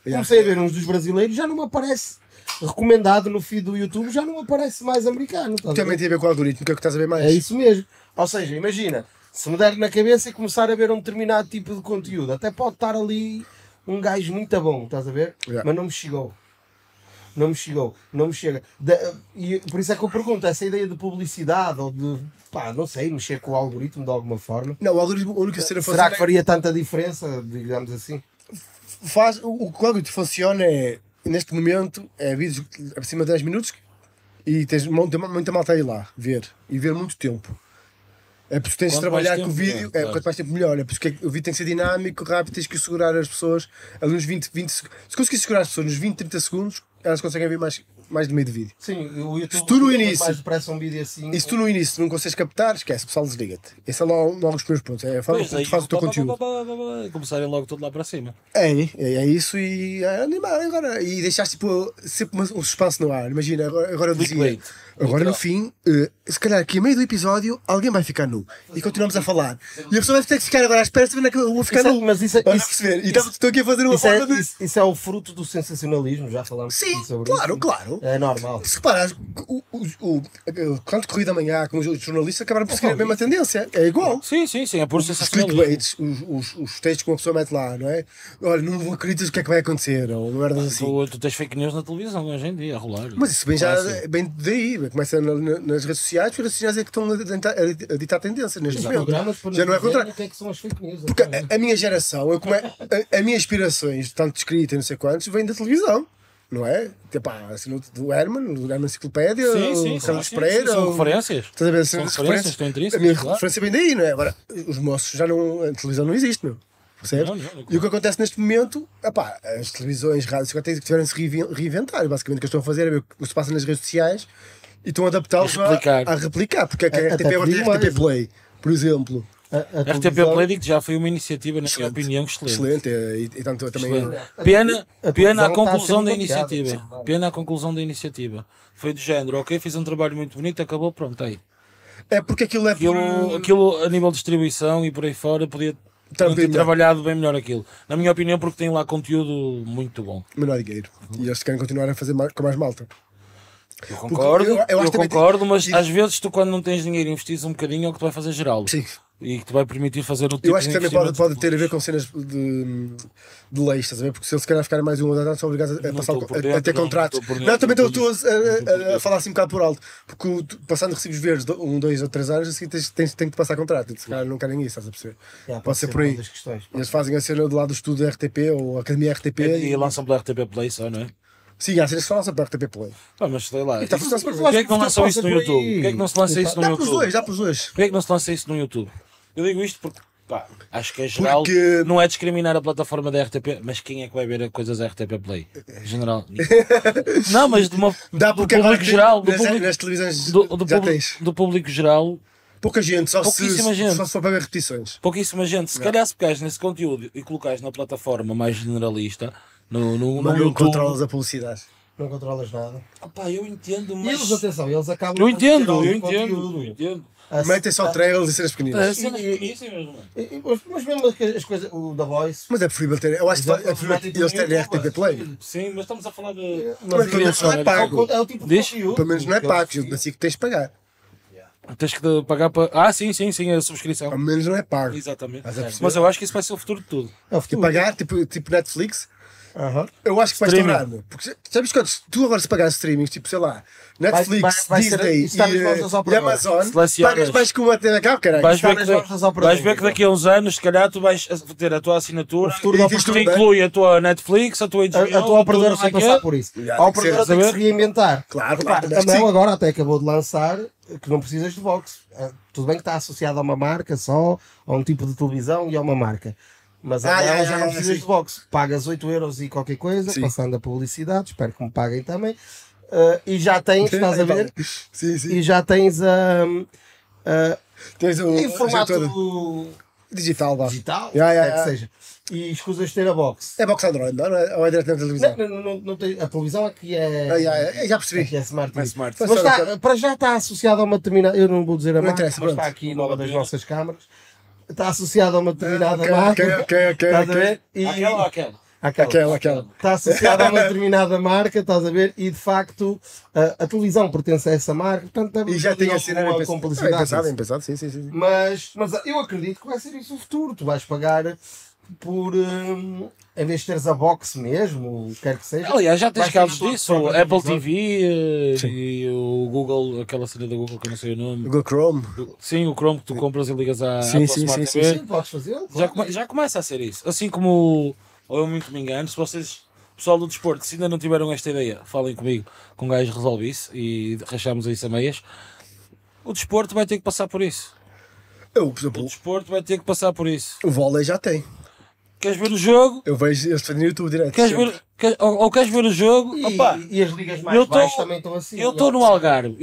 Comecei a ver uns dos brasileiros, já não me aparece recomendado no feed do YouTube, já não me aparece mais americano. Estás a ver? Também tem a ver com o algoritmo, que é o que estás a ver mais. É isso mesmo. Ou seja, imagina, se me der na cabeça e começar a ver um determinado tipo de conteúdo, até pode estar ali um gajo muito bom, estás a ver? Yeah. Mas não me chegou. Não me chegou, não me chega. E por isso é que eu pergunto, essa ideia de publicidade ou de, pá, não sei, mexer com o algoritmo de alguma forma, Não, o algoritmo, a única cena será que faria tanta diferença, digamos assim? faz, o que o algoritmo funciona é, neste momento, é vídeos acima de 10 minutos e tens muita malta aí lá, ver, e ver muito tempo. É porque tens de Quanto mais trabalhar com o tempo, vídeo, claro. quanto mais tempo melhor. É porque o vídeo tem que ser dinâmico, rápido, tens que segurar as pessoas ali nos 20 segundos. Se conseguires segurar as pessoas nos 20, 30 segundos, elas conseguem ver mais de meio de vídeo. Sim, o YouTube Se tu no fica início- mais depressa um vídeo assim. E se tu no início não consegues captar, esquece, o pessoal desliga-te. Esse é logo os primeiros pontos. É a forma Pois, como aí, tu fazes o teu conteúdo. Começarem logo tudo lá para cima. É isso e é animar agora. E deixaste tipo, sempre um suspense no ar. Imagina, agora eu dizia. Clickbait. Agora no fim, se calhar aqui a meio do episódio, alguém vai ficar nu. E continuamos a falar. E a pessoa vai ter que ficar agora à espera de saber que eu vou ficar Isso é- nu. mas isso é- Vais isso- perceber? E estou aqui a fazer uma Isso é, forma de. isso é o fruto do sensacionalismo, já falamos Sim, sobre claro, isso. claro. É normal. Se reparares, quando corrida amanhã, como os jornalistas acabaram por seguir a mesma tendência. É igual. Sim, é por Os sensacionalismo. clickbaits, os textos que uma pessoa mete lá, não é? Olha, não acreditas o que é que vai acontecer, ou merdas assim. Tu tens fake news na televisão hoje em dia a rolar. Mas isso bem já Fácil. é bem daí, começa nas redes sociais, porque as redes sociais é que estão a ditar tendência neste momento. Programas para Já não é nos dizerem contrário. o que é que são as fake news. Porque a minha geração, a minha inspirações, tanto de escrita e não sei quantos, vêm da televisão. Não é? Tipo, assim, do Herman Enciclopédia, o Carlos Pereira. São ou- referências. Estás a ver? São As referências, estão A intrínsecas. minha claro. referência vem daí, não é? Agora, os moços já não. A televisão não existe, meu. Percebes? Não, E o que acontece neste momento, epá, as televisões, rádios, agora tiveram de se reinventar. Basicamente, o que eles estão a fazer é ver o que se passa nas redes sociais e estão a adaptá-los E replicar. a replicar. Porque a Até RTP agora tem digo RTP mais. Play, por exemplo. A RTP televisão- Play digo que já foi uma iniciativa, na minha Excelente. opinião, excelente. Excelente. E tanto eu também. Excelente. A Pena televisão a conclusão está a da ser mapeada. iniciativa. Pena a conclusão da iniciativa. Foi do género, ok, fiz um trabalho muito bonito, acabou, pronto, aí. É porque aquilo é por. Aquilo a nível de distribuição e por aí fora podia Também ter melhor. trabalhado bem melhor aquilo. Na minha opinião, porque tem lá conteúdo muito bom. Menor dinheiro. E eles querem continuar a fazer com mais malta. Eu concordo, eu acho eu que também concordo, mas e- às vezes tu quando não tens dinheiro investires um bocadinho é o que tu vai fazer geral. Sim. E que te vai permitir fazer o tipo Eu acho que de também investimento pode que ter a ver tu com cenas de leis, estás a ver? Porque se eles querem ficar mais um ou dois anos, são obrigados a Não passar estou por a dentro, ter não contratos. estou por Não, também dentro, estou a falar assim um bocado por alto. Porque passando recibos verdes, 1, 2 ou 3 anos, assim tens que te passar contrato. E se calhar não querem isso, estás a perceber? Yeah, Pode ser por aí. uma das questões. Eles fazem a cena do lado do estudo da RTP ou Academia RTP. E lançam pela RTP Play só, não é? Sim, há cenas que falam sempre para RTP Play. Pá, mas sei lá. tá a funcionar super bem. Porquê é que não lançam isso no Passa por YouTube? aí. Porquê é que não se lança isso no Dá para os YouTube? dois, dá para os dois. Porquê é que não se lança isso no YouTube? Eu digo isto porque, pá, acho que é geral. Porque- Não é discriminar a plataforma da RTP, mas quem é que vai ver as coisas da RTP Play? Em geral. Não, mas de uma, Dá do porque público agora geral. Do nas, público, nas televisões do já público, tens. do público geral, Pouca gente, Pouquíssima gente. só se for para ver repetições. pouquíssima gente. Se calhar se pegares nesse conteúdo e colocares na plataforma mais generalista, no Mas não YouTube. controlas a publicidade. Não controlas nada. Opá, eu entendo, E mas. eles, atenção, eles acabam Eu por ter entendo, algum eu entendo. conteúdo. Eu entendo. Metem só trailers e cenas pequeninas. É, cenas pequeníssimas, mano. Mas mesmo as coisas, o da Voice, Mas é preferível ter. Eu acho que é preferível eles terem RTP Play. Sim, mas estamos a falar de. Mas pelo menos não é pago. é o tipo Diz? de conteúdo. Pelo menos não é que pago. eles- Assim que tens de pagar. Tens que pagar para. Ah, sim, a subscrição. Ao menos não é pago. Exatamente. Estás a perceber? Mas eu acho que isso vai ser o futuro de tudo. É o E futuro. pagar, tipo Netflix, Aham. eu acho que vai Streaming. estourar. Porque sabes quantos? Tu agora se pagares streamings, tipo, sei lá, Netflix, vai ser- Disney isso está nas mãos das e operadoras. Amazon, Selecionas. pagas mais que uma TV a cabo, caralho. Vais está ver, nas que mãos das da- operadoras. vais ver que daqui a uns anos, se calhar, tu vais ter a tua assinatura O futuro e da que operadora- inclui a tua Netflix, a tua HBO, A tua operadora não sei vai quê. passar por isso. Já, A tem que operadora ser, tem que se saber? reinventar. Claro, Epá, claro, a sim. Mel agora até acabou de lançar que não precisas de Vox. Tudo bem que está associado a uma marca só, a um tipo de televisão e a uma marca. Mas a Mel já não precisas sim. de Vox. Pagas 8 euros e qualquer coisa, Sim. passando a publicidade, espero que me paguem também. E já tens, estás a ver? Sim, sim. E já tens Tens o em formato todo digital, vá. digital, Ya, ya, quer que ya. seja. E escusas de ter a box. É box Android, não é? Ou é direto na televisão? Não tem, a televisão aqui é. Já Aqui percebi. é Smart É TV. smart. Mas para já está associado a uma determinada. Eu não vou dizer a Não marca, interessa, mas pronto. está aqui numa das nossas câmaras. Está associado a uma determinada Ok, marca. ok, ok, Estás a ok. ver? E Aquela ou aquela? Aquela. Está associada a uma determinada marca, estás a ver? E de facto a televisão pertence a essa marca, portanto E já tem a cena com publicidade. bem pensado, sim. Mas eu acredito que vai ser isso o futuro. Tu vais pagar por em vez de teres a box mesmo, quer que seja. Aliás, já tens vais ter casos uma disso, o própria Apple televisão. TV e o Google, aquela cena da Google que eu não sei o nome. Google Chrome. Sim, o Chrome que tu compras e ligas à Sim, Apple sim, Smart sim, TV. Sim, podes fazer. Já começa a ser isso. Assim como, ou eu muito me engano, se vocês, pessoal do desporto, se ainda não tiveram esta ideia, falem comigo, com um gajo resolve isso e rachamos isso a meias. O desporto vai ter que passar por isso. Eu, por O exemplo, desporto vai ter que passar por isso. o vôlei já tem. Queres ver o jogo? Eu vejo eles fazem no YouTube direto. Queres sempre. ver, ou queres ver o jogo? Opa, E as ligas mais eu tô- baixas também estão assim. eu estou no Algarve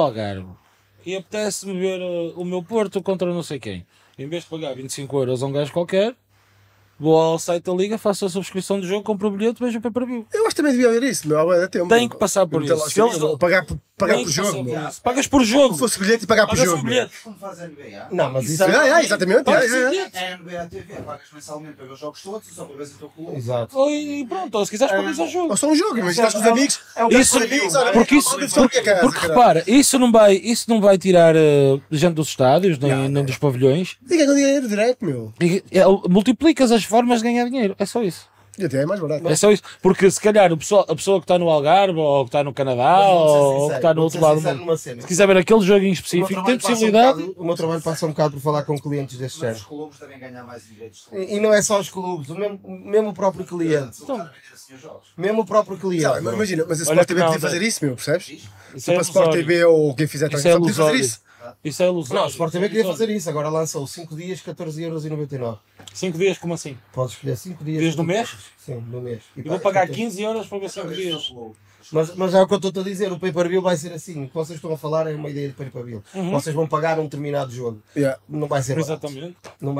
e apetece-me ver o meu Porto contra não sei quem. Em vez de pagar 25 euros a um gajo qualquer, vou ao site da Liga, faço a subscrição do jogo, compro o bilhete, vejo o pay-per-view. Eu acho que também devia haver isso, meu. Há tempo. Tem que passar por Eu isso. meter lá, Se eles- Pagar Tem por que jogo, passar meu. por isso. Pagas por jogo. Se fosse bilhete e pagar por Pagas jogo. o meu. bilhete. Como faz a NBA. Não, mas isso Exatamente. Pagas o é. bilhete. É a NBA TV, pagas mensalmente para ver os jogos todos e só para ver se o teu clube. Exato. Ou e pronto, ou se quiseres pagas ao jogo. Ou só um jogo, mas estás com os amigos. Isso, porque isso, porque repara, isso não vai tirar gente dos estádios, nem dos pavilhões. E ganham dinheiro direto, meu. Multiplicas as formas de ganhar dinheiro. É só isso. E até é mais barato. É só isso. Porque se calhar a pessoa que está no Algarve, ou que está no Canadá, ou que está no outro lado do mundo, se quiser ver aquele jogo em específico, tem possibilidade. O meu trabalho passa um bocado por falar com clientes desse Mas os género. clubes devem ganhar mais direitos. E não é só os clubes, mesmo o próprio cliente. Estão a vender assim os jogos. Mesmo o próprio cliente. Não, mas imagina, mas a Olha Sport que TV não, podia fazer né? isso, meu, percebes? Isso é Tipo a Sport ilusório. TV ou quem fizer Isso é transmissão podia fazer ilusório. isso. Isso é ilusão. Não, o Sport TV queria fazer isso, agora lançou 5 dias, 14,99€. 5 dias, como assim? Podes escolher 5 dias. Dias do mês? Sim, no mês. E Eu vou pagar 15 euros para ver 5 dias. Mas é o que eu estou a dizer, o pay-per-view vai ser assim. O que vocês estão a falar é uma ideia de pay-per-view. Vocês vão pagar um determinado jogo. Yeah. Não vai ser barato. Exatamente.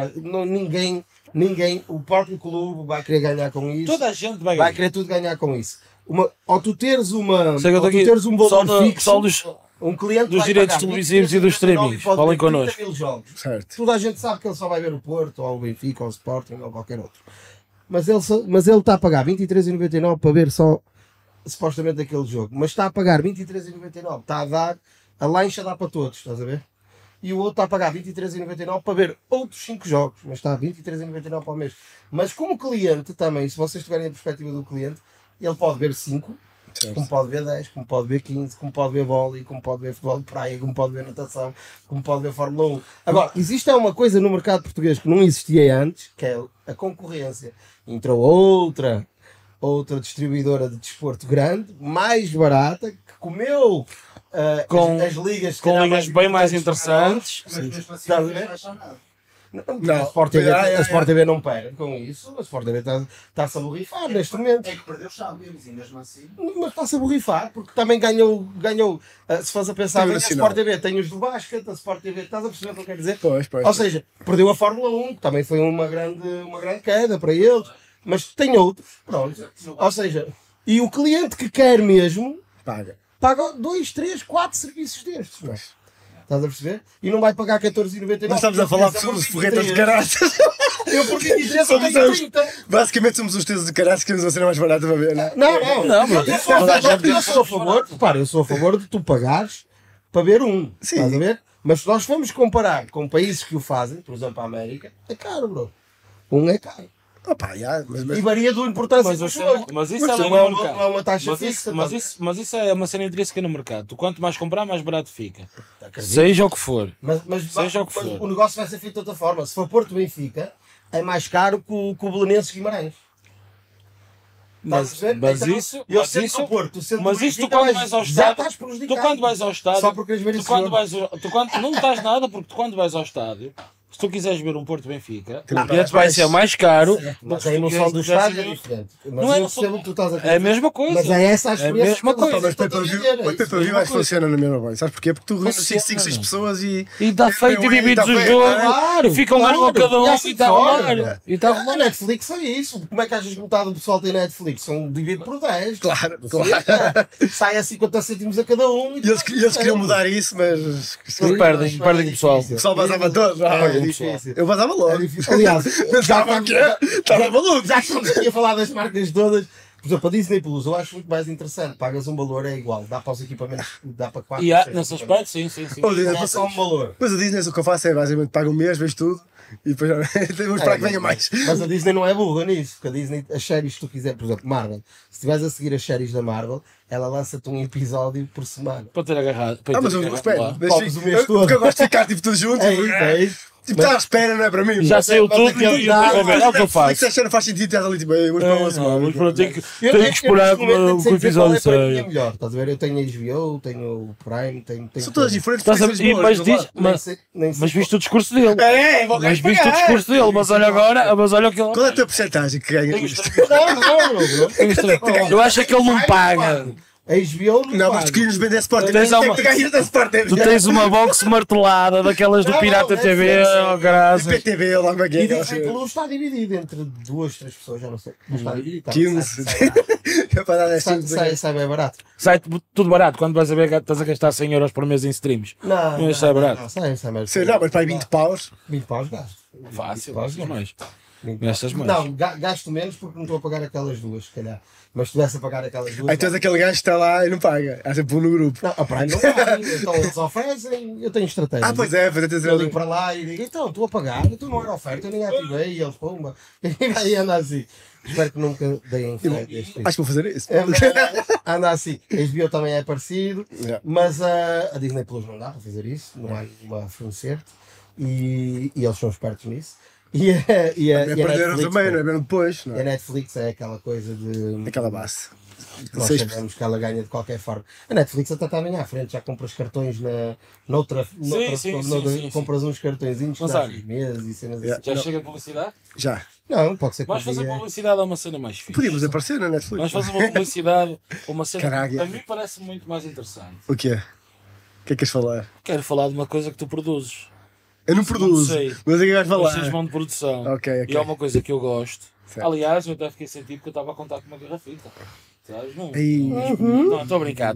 Ninguém, o próprio clube vai querer ganhar com isso. Toda a gente vai Vai ganhar. querer tudo ganhar com isso. Ou tu teres Sei que eu estou ou tu aqui, teres um pessoal valor do- fixo, pessoal dos- um cliente dos vai direitos pagar televisivos e dos 23,99 streamings. pode Falem ver 30 connosco. mil jogos. Certo. Toda a gente sabe que ele só vai ver o Porto, ou o Benfica, ou o Sporting, ou qualquer outro. Mas ele está a pagar 23,99 para ver só supostamente aquele jogo. Mas está a pagar 23,99. Está a dar, a lancha dá para todos, estás a ver? E o outro está a pagar 23,99 para ver outros 5 jogos. Mas está a 23,99 para o mês. Mas como cliente também, se vocês tiverem a perspectiva do cliente, ele pode ver 5. Certo. Como pode ver 10, como pode ver 15, como pode ver vôlei, como pode ver futebol de praia, como pode ver natação, como pode ver Fórmula 1. Agora, existe uma coisa no mercado português que não existia antes, que é a concorrência. Entrou outra distribuidora de desporto grande, mais barata, que comeu Com- as ligas, se Com calhar, ligas bem mais importantes para nós. interessantes. Mas mesmo assim Estás a não ver? vai achar nada. Não. A Sport TV, Ah, é, a Sport é. TV não perde com isso, a Sport TV está-se a borrifar neste momento. É que perdeu os Champions e mesmo assim. Mas está-se a borrifar, porque também ganhou se fosse a pensar Tem o bem, a Nacional. Sport TV tem os do basquete, a Sport TV, estás a perceber o que eu quero dizer? Pois. Ou seja, perdeu a Fórmula 1, que também foi uma grande queda para eles, mas tem outros, pronto. Ou seja, e o cliente que quer mesmo, Paga. paga 2, 3, 4 serviços destes, não é? Estás a perceber? E não vai pagar 14,99. Nós estamos a falar de somos forretas de caraças. Eu por 23 Somos tenho os- 30. Basicamente somos os teus de caraças que temos a cena mais barata para ver, não é? Não, mas eu sou a favor, repara, eu sou a favor de tu pagares para ver um, Sim. estás a ver? Mas se nós formos comparar com países que o fazem, por exemplo a América, é caro, bro. Um é caro. Opa, já, E varia da importância Mas do isso jogo. mas isso é Não no é mercado. uma taxa Mas fixa. mas isso é uma cena intrínseca no mercado. Tu quanto mais comprar, mais barato fica. Acredito. Seja o que for. Mas Seja o que mas for. o negócio vai ser feito de outra forma. Se for Porto Benfica, é mais caro que o Belenenses Guimarães. Mas Estás a perceber? Então, isso, eu mas sendo isso, do Porto, sendo do mas isso tu Benfica, quando mas vais ao já estádio, estás prejudicado. tu quando vais ao estádio, Só porque queres ver tu esse quando jogo. vais, tu quando, não estás nada, porque tu quando vais ao estádio, se tu quiseres ver um Porto Benfica, Não, o bilhete vai ser mais caro. Certo, do mas que a se tu emoção do quiseres estádio é ver- diferente. Mas Não é eu emoção- percebo o que tu estás a É a dizer. mesma coisa. Mas é essa a experiência. mesma que eu coisa. estou Mas a pay-per-view dizer, é o isso pay-per-view mesma acho que coisa. funciona na mesma bem. Sabes porquê? Porque tu reúnes Funciona. 5, 6 pessoas e. E está feito, Tá divides o feito, jogo, claro, e fica um claro. ano cada E um assim e está a fora. rolar. E está a A rolar. Netflix é isso. Como é que achas que metade do pessoal tem Netflix? São dividido por 10. Claro. Sai a 50 cêntimos a cada um. E eles queriam mudar isso, mas. Perdem o pessoal. O pessoal passava todo. Olha, um pessoal. difícil. Eu vazava É logo. difícil. Aliás, Estava aqui. Estava maluco. já que estamos aqui a falar das marcas todas, por exemplo, a Disney Plus eu acho muito mais interessante. Pagas um valor, é igual, dá para os equipamentos, dá para 4. E há, nesse aspecto, sim. Ô, Disney, É só um valor. Pois a Disney, o que eu faço é basicamente pago um mês, vejo tudo e depois já vamos esperar que venha mais. Mas a Disney não é burra nisso, porque a Disney, as séries que tu quiser, por exemplo, Marvel, se estiveres a seguir as séries da Marvel, ela lança-te um episódio por semana. Para ter agarrado. Para Ah, mas ter eu agarrado espero. lá. Pobres o mês todo. Porque eu gosto de ficar tipo tudo junto. É isso, é isso. Tipo, está à espera, não é para mim. Já saiu mas tudo aquele e dá- eu vou ver. É o que eu faço. Se achar não faz sentido, estás ali tipo, "Ei, vamos para uma Não, semana." mas pronto, tenho que Eu esperar neste momento, que sei o dizer qual episódio é para mim a saia. melhor, estás a ver? Eu tenho a HBO, tenho o Prime, tenho São todas diferentes. Estás a- experiências boas, mas não diz- vale. nem sei Mas viste o discurso dele. É, vou Mas pagar. viste o discurso dele. Mas olha agora, mas olha o que ele. Qual é a tua porcentagem que ganha com isto? Não, Eu acho é que ele não paga. A HBO Não, mas tu querias vender Sporting. Tens Tem uma- que ganhar da Sporting. Tu tens uma box martelada daquelas do Não, Pirata é TV, sim, oh, graças. PTV, logo como é que E é. o Disney Plus está dividido entre 2, 3 pessoas, já não sei. Mas está dividido. 15. É para dar Sai bem barato. Sai tudo barato. Quando vais a ver, estás a gastar 100 euros por mês em streams. Não, Mas sai barato. Não, sai mais. Sei não, mas para aí 20 paus. 20 paus gasto. Fácil, 20 paus gastas mais. 20 Gastas mais. Não, gasto menos porque não estou a pagar aquelas duas, se calhar. Mas se estivesse a pagar aquelas duas. Aí tu és aquele gajo que está lá e não paga. Há sempre um no grupo. Não, a Prime não paga. Então eles oferecem, eu tenho estratégia. Ah, pois é, fazer Eu atenção. ligo para lá e digo, então, estou a pagar, então não era oferta, eu nem ativei, e eles, pumba. E aí anda assim. Espero que nunca deem frente este tipo. Acho que vou fazer isso. Anda assim. A HBO também é parecido, Yeah. mas a Disney Plus não dá para fazer isso, não há nenhuma a fornecer. E eles são espertos nisso. E a Perderam Netflix, também, não é? Mesmo depois, não e a é? Netflix é aquela coisa de. Aquela base. Nós Seis- sabemos que ela ganha de qualquer forma. A Netflix até está bem à frente, já compras cartões noutra. sim. Compras uns cartõezinhos que Mas dá olha, 6 meses e cenas Yeah. assim. Já Não. chega de publicidade? Já. Não, pode ser que Vamos fazer diga- publicidade a uma cena mais fixe. Podíamos aparecer na Netflix. Vamos fazer uma publicidade a uma cena Caraca. que a mim parece muito mais interessante. O quê? O que é que queres falar? Quero falar de uma coisa que tu produzes. Eu não produzo, sei. mas é que vais Mas tens falar. mão de produção. Ok, E é ok. uma coisa que eu gosto. Certo. Aliás, eu até fiquei sentido que eu estava a contar com uma garrafita. Sabes? Não, Aí, não, estou a brincar.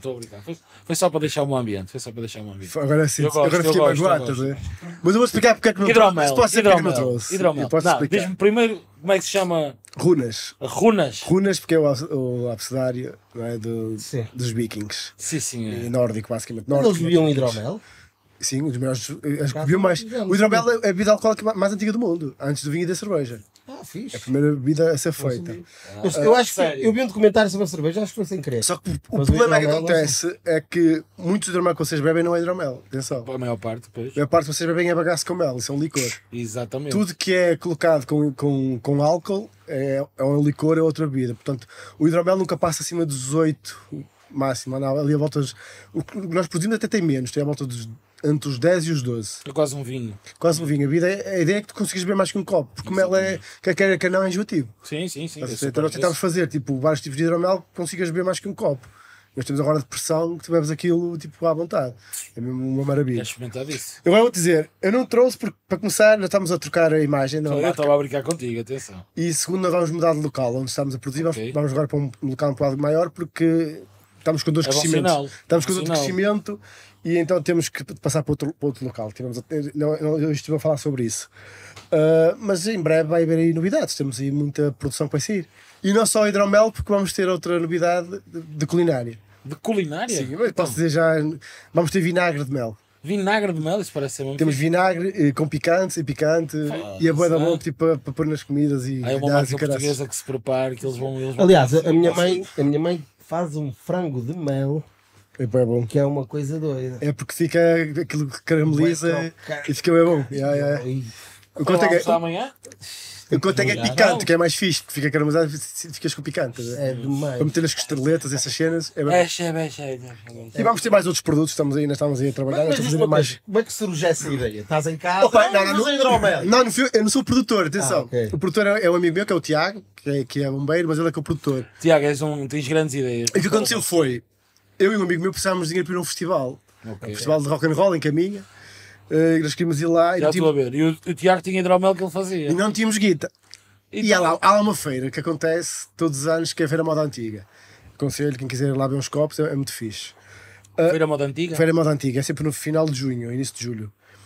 Foi só para deixar o meu ambiente. agora sim, Eu gosto, agora fiquei eu gosto, magoado, eu estás a ver? Mas eu vou explicar porque é que não Hidromel. Se posso dizer porque é que não trouxe. Hidromel. Eu posso Não, explicar. diz-me primeiro como é que se chama Runas. runas. Runas porque é o abecedário, não é, Sim. dos vikings. Sim, sim. E É. nórdico, basicamente. Mas Nórdico, eles bebiam vikings. hidromel? Sim, os melhores. Acho que Cá bebiam mais. fizemos, O hidromel é a bebida alcoólica mais antiga do mundo, antes do vinho e da cerveja. Ah, fixe. É a primeira bebida a ser feita. Eu acho que sério? eu vi um documentário sobre a cerveja, acho que foi sem querer. Só que o Mas o problema que hidromel, acontece é que muitos hidromel que vocês bebem não é hidromel. Atenção. A maior parte, depois. A maior parte que vocês bebem é bagaço com mel, isso é um licor. Exatamente. Tudo que é colocado com álcool é um licor, é outra bebida. Portanto, o hidromel nunca passa acima dos 18 máximo. Não, ali a volta dos, o que nós produzimos até tem menos, tem a volta dos entre os 10 e os 12. É quase um vinho. Quase um vinho. A ideia é que tu consigas beber mais que um copo, porque o mel é, quer que não é enjoativo. Sim. Então nós tentámos fazer tipo, vários tipos de hidromel que consigas beber mais que um copo. Nós temos agora de pressão que tu bebes aquilo tipo, à vontade. É mesmo uma maravilha. Queres experimentar isso? Eu vou dizer, eu não trouxe porque, para começar, nós estamos a trocar a imagem da Eu marca. estava a brincar contigo, atenção. E segundo, nós vamos mudar de local onde estamos a produzir. Ok. Vamos agora para um local um bocado maior porque estamos com dois É bom crescimentos. sinal. Estamos com Bom outro sinal. crescimento e então temos que passar para outro local. Eu estive a falar sobre isso. Mas em breve vai haver aí novidades. Temos aí muita produção para sair. E não só hidromel, porque vamos ter outra novidade de culinária. De culinária? Sim, eu posso dizer já. Vamos ter vinagre de mel. Vinagre de mel, isso parece ser muito Temos fixe. vinagre com picante, sem picante e a boa da boa tipo, para pôr nas comidas e Há uma grelhados marca e caraças. portuguesa que se prepara, que eles vão... Aliás, a minha mãe faz um frango de mel É bem bom. que é uma coisa doida. É porque fica aquilo que carameliza Vai trocar. e fica bem bom. O que eu tenho é, amanhã? o que eu tenho é picante, que é mais fixe, porque fica caramelizado e ficas com picante. Estás a ver? É demais. Para meter as costeletas, essas cenas. É bem. É. E vamos ter mais outros produtos, nós estamos aí a trabalhar, Mas estamos a diz fazer uma mais. coisa, como é que surge essa ideia? Estás em casa? Opa, não, usa hidromel. Não, eu não sou o produtor, atenção. Ah, ok. O produtor é um amigo meu, que é o Tiago, que é bombeiro, mas ele é que é o produtor. Tiago, tens grandes ideias. E o que aconteceu foi, eu e um amigo meu precisávamos de dinheiro para ir a um festival. Ok. Um festival de rock and roll em Caminha. Nós queríamos ir lá e Já não, estou a tínhamos, ver. E o Tiago tinha hidromel que ele fazia. e não tínhamos guita. E há lá uma feira que acontece todos os anos, que é a Feira Moda Antiga. Aconselho, quem quiser ir lá ver uns copos, é muito fixe. Feira moda antiga? Feira Moda Antiga, é sempre no final de junho, início de julho.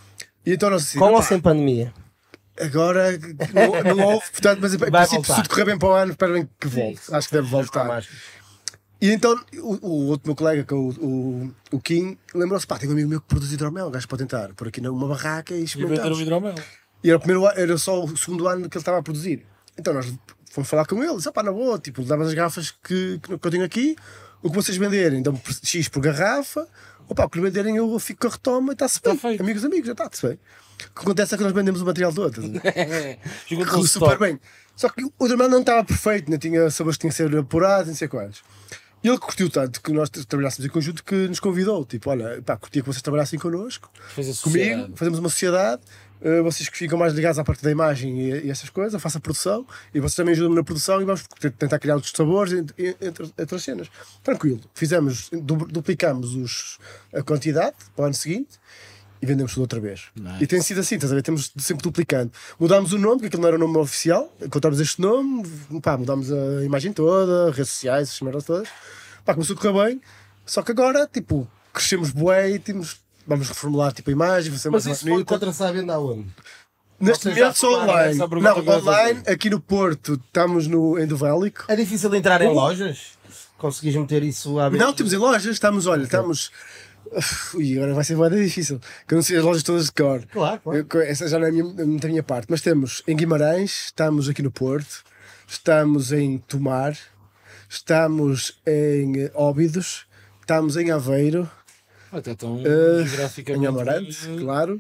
E então nós assim, Com ou "Pá, sem pandemia? agora não houve, portanto, mas em princípio, se voltar. tudo correr bem para o ano, espero bem que volte. Acho que deve voltar. E então o outro meu colega, que é o Kim, lembrou-se: pá, tem um amigo meu que produz hidromel, o gajo pode tentar por aqui numa barraca e E vender o experimentar. hidromel. E era só o segundo ano que ele estava a produzir. Então nós fomos falar com ele, disse: pá, na boa, tipo, dava as garrafas que eu tenho aqui, o que vocês venderem, dão X por garrafa, opá, o que lhe venderem eu fico com a retoma e está-se bem. feito. Amigos, já está-se bem. O que acontece é que nós vendemos o material todo. estás a ver? Jogou Correu todo super stock. bem. Só que o hidromel não estava perfeito, não tinha sabores que tinham que ser apurados, não sei quantos. E ele curtiu tanto que nós trabalhássemos em conjunto que nos convidou. Tipo, olha, pá, curtia que vocês trabalhassem connosco, Fez a sociedade. comigo, fazemos uma sociedade. Vocês que ficam mais ligados à parte da imagem e essas coisas, eu faço a produção e vocês também ajudam-me na produção e vamos tentar criar outros sabores entre as cenas. Tranquilo. Fizemos, duplicamos a quantidade para o ano seguinte e vendemos tudo outra vez. Nice. E tem sido assim, estás a ver? Temos sempre duplicando. Mudámos o nome, porque aquilo não era o nome oficial, encontramos este nome, pá, mudámos a imagem toda, redes sociais, as merdas todas. Pá, começou a correr bem, só que agora, tipo, crescemos bué e vamos reformular tipo, a imagem, vai ser Mas mais isso foi bonita. contra a venda aonde? Neste Vocês já momento só formaram online. essa pergunta Não, que eu ia online, fazer. aqui no Porto, estamos em Dovélico. É difícil entrar em lojas? Conseguis meter isso à venda? Não, temos em lojas, estamos. Ui, agora vai ser bem difícil, que eu não sei as lojas todas de cor. Claro, claro. Essa já não é da minha parte, mas temos em Guimarães, estamos aqui no Porto, estamos em Tomar, estamos em Óbidos, estamos em Aveiro, Até tão em geograficamente. Amarante, claro.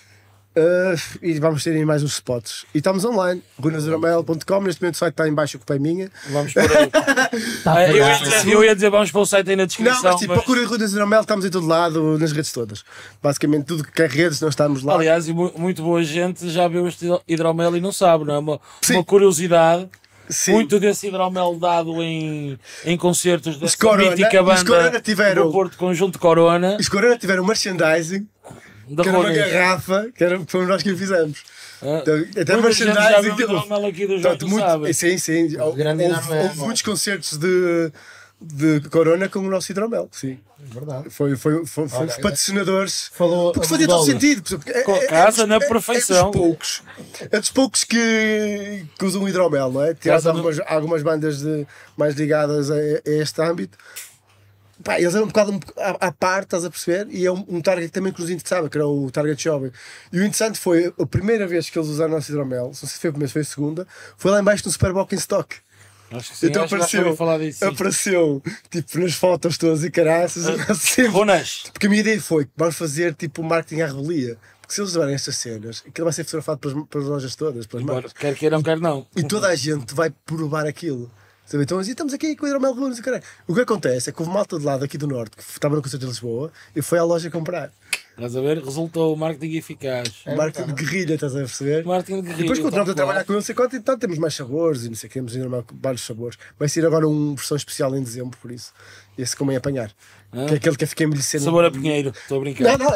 E vamos ter em mais uns spots. E estamos online, runasdramel.com. Neste momento o site está em baixo, a culpa é minha. Vamos por aí. Eu ia dizer, vamos pôr o site aí na descrição. Não, mas tipo, procura Runas Dramel, estamos em todo lado, nas redes todas. Basicamente, tudo que é redes, nós estamos lá. Aliás, e muito boa gente já viu este hidromel e não sabe, não é? Sim. Uma curiosidade. Sim. Muito desse hidromel dado em concertos dessa Corona, mítica os banda Corona tiveram- do Porto Conjunto Corona. Os Corona tiveram merchandising, Da que era uma Ronis. garrafa, que fomos nós que o fizemos. Ah, Então, até muita gente já viu merchandising. o hidromel aqui do Portanto, João, sabe? sim. grande hidromel. Houve muitos concertos de Corona com o nosso hidromel. Sim. Verdade. Fomos patrocinadores. Falou Porque fazia todo sentido. Porque Com a casa na perfeição. É dos poucos que usam o hidromel, não é? Tirados Casa no- algumas bandas mais ligadas a este âmbito. Pá, eles eram um bocado à parte, estás a perceber? E é um target também que nos interessava, que era o target jovem. E o interessante foi a primeira vez que eles usaram o nosso hidromel, não sei se foi a primeira, se foi a segunda, foi lá embaixo no Superboc em stock. Acho que sim, Então acho que já ouvi falar disso. sim. apareceu tipo nas fotos todas e caraças. sempre. Ronas. Porque a minha ideia foi que vamos fazer tipo marketing à revelia. Porque se eles levarem estas cenas, aquilo vai ser fotografado pelas lojas todas, pelas Embora, marcas. quer queiram, quer não. E toda a gente vai provar aquilo. Sabe? Então assim, estamos aqui com o hidromel Runas e caralho. O que acontece é que houve malta de lado aqui do Norte que estava no concerto de Lisboa e foi à loja comprar. Estás a ver? Resultou marketing eficaz. Marketing de guerrilha, estás a perceber? Marketing de E guerrilha. depois continuamos a tal trabalhar qual. com ele, não sei quanto, então temos mais sabores e não sei o que, temos hidromel com vários sabores. Vai ser agora uma versão especial em dezembro, por isso. Esse como é apanhar. Que é aquele que fica envelhecendo. Sabor a pinheiro. Estou a brincar. Não,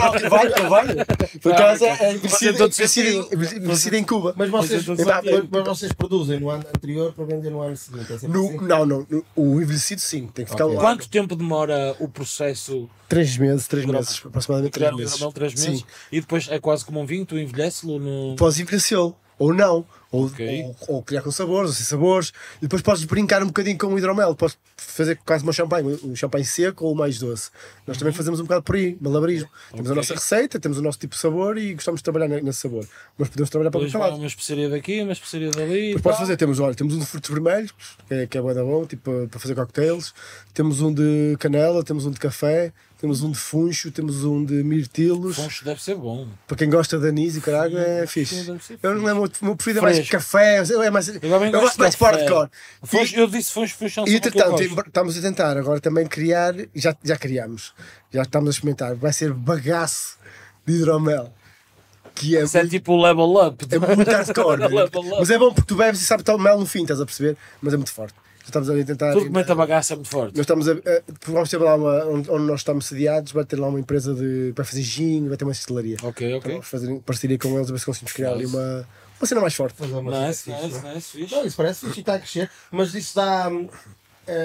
vai. Por acaso é Fazia todo envelhecido em Cuba. Mas vocês, Mas então, mas vocês produzem no ano anterior para vender no ano seguinte. É sempre assim? Não, o envelhecido sim, tem que ficar Ok. lá. Quanto tempo demora o processo 3 meses, aproximadamente de criar 3 o meses. hidromel? 3 meses? Sim. E depois é quase como um vinho, tu envelheces-lo no... Podes envelhecê-lo, ou não, Ok. ou criar com sabores, ou sem sabores, e depois podes brincar um bocadinho com o hidromel, podes fazer quase uma champanhe, um champanhe seco ou mais doce. Nós também fazemos um bocado por aí, malabarismo. Temos a Ok. nossa receita, temos o nosso tipo de sabor e gostamos de trabalhar nesse sabor. Mas podemos trabalhar para Depois qualquer vai lado. uma especiaria daqui, uma especiaria dali. Depois podes fazer, temos um de frutos vermelhos, que é bué da bom, tipo, para fazer cocktails. Temos um de canela, temos um de café, temos um de funcho, temos um de mirtilos. Funcho deve ser bom. Para quem gosta de anis e caralho, é fixe. deve ser Eu não lembro, o meu preferido é mais Fresco. café, é mais, eu também gosto mais de café. hardcore. Funcho, eu disse funcho são E sempre que eu entretanto, gosto. estamos a tentar agora também criar, já criamos, já estamos a experimentar, vai ser bagaço de hidromel. Que é Isso é tipo o level up. é muito hardcore, velho. Level up. Mas é bom porque tu bebes e sabe tal mel no fim, estás a perceber? Mas é muito forte. Já estamos a tentar. Tudo que mete a bagaça é muito forte. Nós estamos vamos ter lá onde nós estamos sediados, vai ter lá uma empresa vai fazer gin, vai ter uma destilaria. Ok, Então, ok. vamos fazer parceria com eles a ver se conseguimos criar ali Nice. uma cena mais forte. Fazer uma Nice, cena fixe. nice, nice, fixe. Não, isso parece fixe e está a crescer, mas isso dá.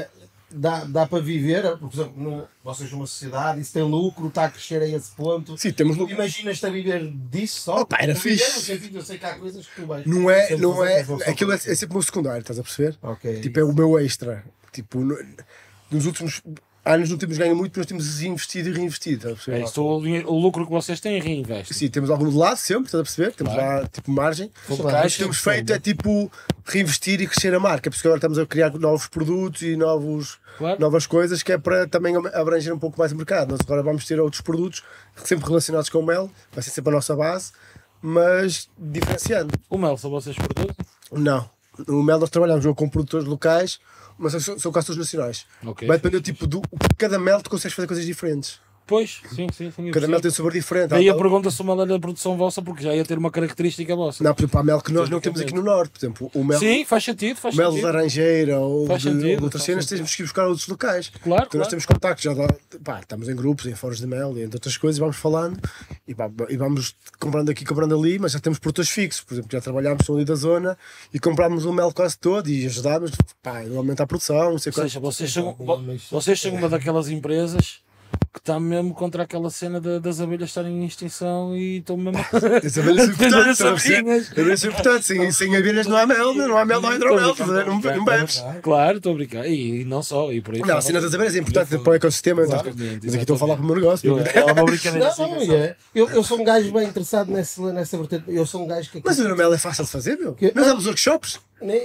dá para viver, por exemplo, vocês numa sociedade, isso tem lucro, está a crescer a esse ponto. Sim, temos lucro. Imaginas-te a viver disso só? Opa, era A viver, fixe. no sentido, eu sei que há coisas que tu vais. Não é, sempre não fazer é, que vão só aquilo é fazer. sempre o meu secundário, estás a perceber? Ok. Tipo, é o meu extra. Tipo, nos últimos anos não temos ganho muito, mas temos investido e reinvestido, estás a perceber? É isso, o lucro que vocês têm reinveste. Sim, temos algum de lado sempre, estás a perceber? Temos Claro. lá, tipo, margem. Full O que caixa, temos feito é, tipo, reinvestir e crescer a marca. Por isso que agora estamos a criar novos produtos e Claro. novas coisas, que é para também abranger um pouco mais o mercado. Nós agora vamos ter outros produtos sempre relacionados com o mel, vai ser sempre a nossa base, mas diferenciando. O mel são vocês produzem? Não. No mel nós trabalhamos ou com produtores locais, mas são quase todos nacionais. Ok. Vai depender tipo cada mel tu consegues fazer coisas diferentes. Pois, sim. eu Cada percebo. mel tem um sabor diferente. Daí Há- a pergunta se o mel é da produção vossa, porque já ia ter uma característica vossa. Não, por exemplo, há mel que nós não temos aqui no norte. Por exemplo, o mel, Sim, faz sentido, faz mel de sentido. laranjeira ou Faz de sentido, outras faz cenas, sentido. temos que ir buscar a outros locais. Claro, Então nós claro. temos contactos, pá, estamos em grupos, em fóruns de mel e entre outras coisas, vamos falando e vamos comprando aqui, comprando ali, mas já temos produtores fixos. Por exemplo, já trabalhámos são ali da zona e comprámos o mel quase todo e ajudámos pá, a aumentar a produção, não sei Ou quanto. seja, vocês são uma daquelas empresas que está mesmo contra aquela cena das abelhas estarem em extinção e estão mesmo. As abelhas são importantes, As estás a perceber? abelhas. As abelhas são importantes, sem abelhas não há mel, não há mel, não há hidromel, estás a ver? não bebes. Claro, estou a brincar. E não só, e por aí. Não, a cena das abelhas é importante para o ecossistema, então, Exatamente, mas aqui estou a falar para o meu negócio. É uma brincadeira Não, assim. não, é. Eu sou um gajo bem interessado nessa vertente. Eu sou um gajo que. Mas o hidromel é fácil de fazer, meu. Que- Nós damos workshops.